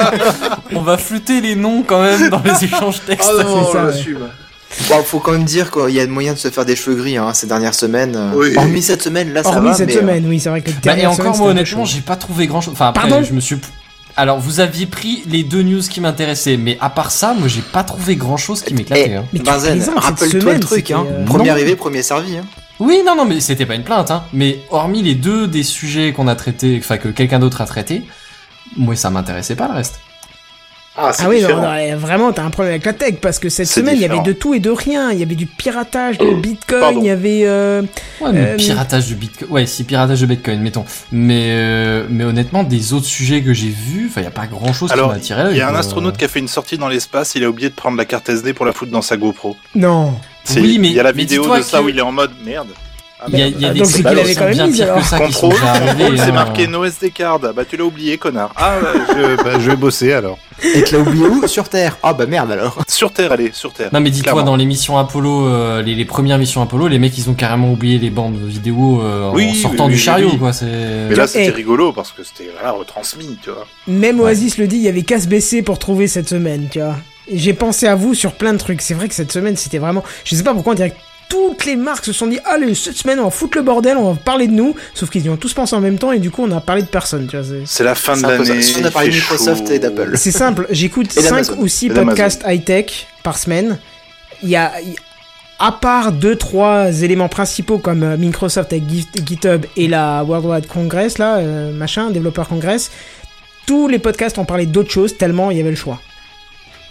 On va flouter les noms quand même dans les échanges textes. Ah non, c'est ça, on ouais. l'assume. Bon, faut quand même dire qu'il y a moyen de se faire des cheveux gris hein, ces dernières semaines. euh. Oui. Hormis cette semaine, là, ça Hormis va. cette mais, semaine, oui, c'est vrai que... Bah, et dernière encore, semaine, moi, c'était un peu honnêtement, chaud. j'ai pas trouvé grand chose. Enfin, après, Pardon je me suis. Alors, vous aviez pris les deux news qui m'intéressaient, mais à part ça, moi, j'ai pas trouvé grand chose qui m'éclatait. Eh, Hein. Mais tu Benzen, plaisantes, cette rappelle-toi semaine, le truc, c'était, hein. euh, Premier non. arrivé, premier servi. Hein. Oui, non, non, mais c'était pas une plainte, hein. Mais hormis les deux des sujets qu'on a traités, enfin, que quelqu'un d'autre a traité, moi, ça m'intéressait pas le reste. Ah, c'est Ah oui, non, différent. non, vraiment, t'as un problème avec la tech, parce que cette C'est semaine, il y avait différent. de tout et de rien. Il y avait du piratage de Bitcoin, Pardon. il y avait... euh, Ouais, mais Euh, piratage de Bitcoin. Ouais, si, piratage de Bitcoin, mettons. Mais, euh, mais honnêtement, des autres sujets que j'ai vus, enfin, y a pas grand chose qui Alors, m'a attiré l'œil. il y a un quoi. astronaute qui a fait une sortie dans l'espace, il a oublié de prendre la carte S D pour la foutre dans sa GoPro. Non. C'est- Oui, mais- il y a la mais vidéo dis-toi de ça que- où il est en mode merde. Il y a, il y a Ah, des donc c'est trucs qu'il qui avait sont quand même bien mis, pires alors. que ça qui sont Contrôle, déjà arrivés, contrôle, c'est hein. marqué no S D card. Bah tu l'as oublié, connard. Ah, bah, je, bah, je vais bosser alors. Et tu l'as oublié où? Sur Terre. Ah bah merde alors. Sur Terre, allez, sur Terre. Non mais dis-toi, Clairement. dans les missions Apollo, euh, les, les premières missions Apollo, les mecs ils ont carrément oublié les bandes vidéo euh, Oui, en sortant oui, du oui, chariot oui. quoi. C'est. Mais là, c'était Eh. rigolo parce que c'était voilà, retransmis, tu vois. Même Ouais. Oasis le dit, il y avait qu'à se baisser pour trouver cette semaine, tu vois. Et j'ai pensé à vous sur plein de trucs. C'est vrai que cette semaine, c'était vraiment... Je sais pas pourquoi, on dirait que toutes les marques se sont dit, allez, cette semaine, on va foutre le bordel, on va parler de nous. Sauf qu'ils y ont tous pensé en même temps et du coup, on a parlé de personne, tu vois. c'est- C'est la fin de C'est un peu ça. l'année. Si on a parlé il de fait Microsoft chaud. et d'Apple. C'est simple, j'écoute Et cinq d'Amazon. ou six Et d'Amazon. podcasts high-tech par semaine. Il y a, il- à part deux, trois éléments principaux comme euh, Microsoft avec Git- GitHub et la Worldwide Congress, là, euh, machin, Developer Congress, tous les podcasts ont parlé d'autres choses tellement il y avait le choix.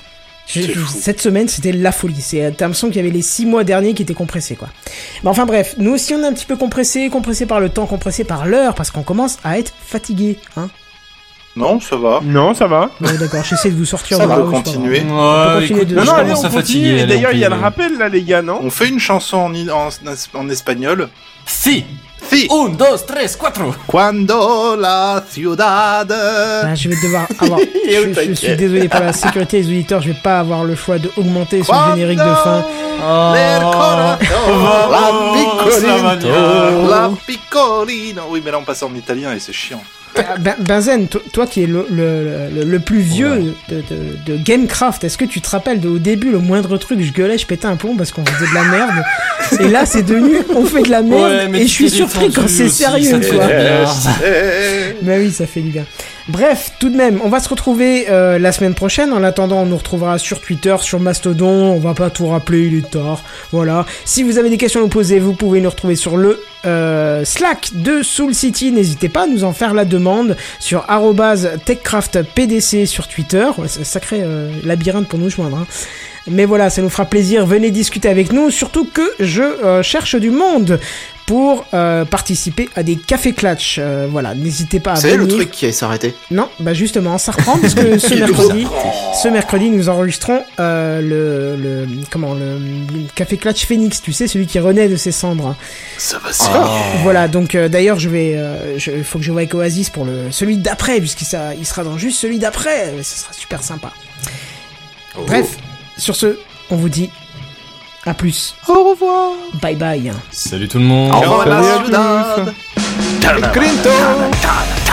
Je, je, cette semaine, c'était la folie. C'est, t'as l'impression qu'il y avait les six mois derniers qui étaient compressés, quoi. Mais enfin bref, nous aussi on est un petit peu compressés, compressés par le temps, compressés par l'heure, parce qu'on commence à être fatigués, hein. Non, ça va. Non, ça va. Bon, d'accord, j'essaie de vous sortir ça de va là. continuer. Ouais, on peut continuer écoute, de... Non, non, je allez, commence on à continue. fatiguer. Et allez, d'ailleurs, on il y a le peut- rappel, là, les gars, non? On fait une chanson en, i- en, en espagnol. Si. Si. Un, dos, tres, cuatro. Cuando la ciudad. Ah, je vais devoir avoir... je, je suis désolé pour la sécurité des auditeurs, je vais pas avoir le choix d'augmenter ce générique de fin. El corazón, la Slavonia. piccolino, la piccolino. Oui, mais là on passe en italien et c'est chiant. Ben, Benzen, toi, toi qui es le, le, le, le plus vieux de, de, de Gamecraft, est-ce que tu te rappelles de, au début, le moindre truc, je gueulais, je pétais un plomb parce qu'on faisait de la merde. Et là, c'est devenu, on fait de la merde. Ouais, mais et tu je suis t'es surpris quand détendu c'est aussi, sérieux, ça te quoi. fait bien. Mais oui, ça fait du bien. Bref, tout de même, on va se retrouver euh, la semaine prochaine. En attendant, on nous retrouvera sur Twitter, sur Mastodon. On va pas tout rappeler, il est tard. Voilà. Si vous avez des questions à nous poser, vous pouvez nous retrouver sur le euh, Slack de Soul City. N'hésitez pas à nous en faire la demande sur arobase techcraftpdc sur Twitter. Ouais, c'est un sacré euh, labyrinthe pour nous joindre, hein. Mais voilà, ça nous fera plaisir. Venez discuter avec nous. Surtout que je euh, cherche du monde pour euh, participer à des cafés clutch. Euh, voilà, n'hésitez pas à C'est venir. le truc qui s'est arrêté. Non, bah justement, ça reprend parce que ce mercredi, ce mercredi, nous enregistrons euh, le, le comment le, le café clutch Phoenix. Tu sais, celui qui renaît de ses cendres. Ça va, Oh. Voilà, donc euh, d'ailleurs, je vais, euh, je, faut que je voie avec Oasis pour le celui d'après, puisqu'il ça, il sera dans juste celui d'après. Ce sera super sympa. Bref, sur ce, on vous dit à plus. Au revoir. Bye bye. Salut tout le monde. Ciao, la Salut à ciudad. tous. Crinto.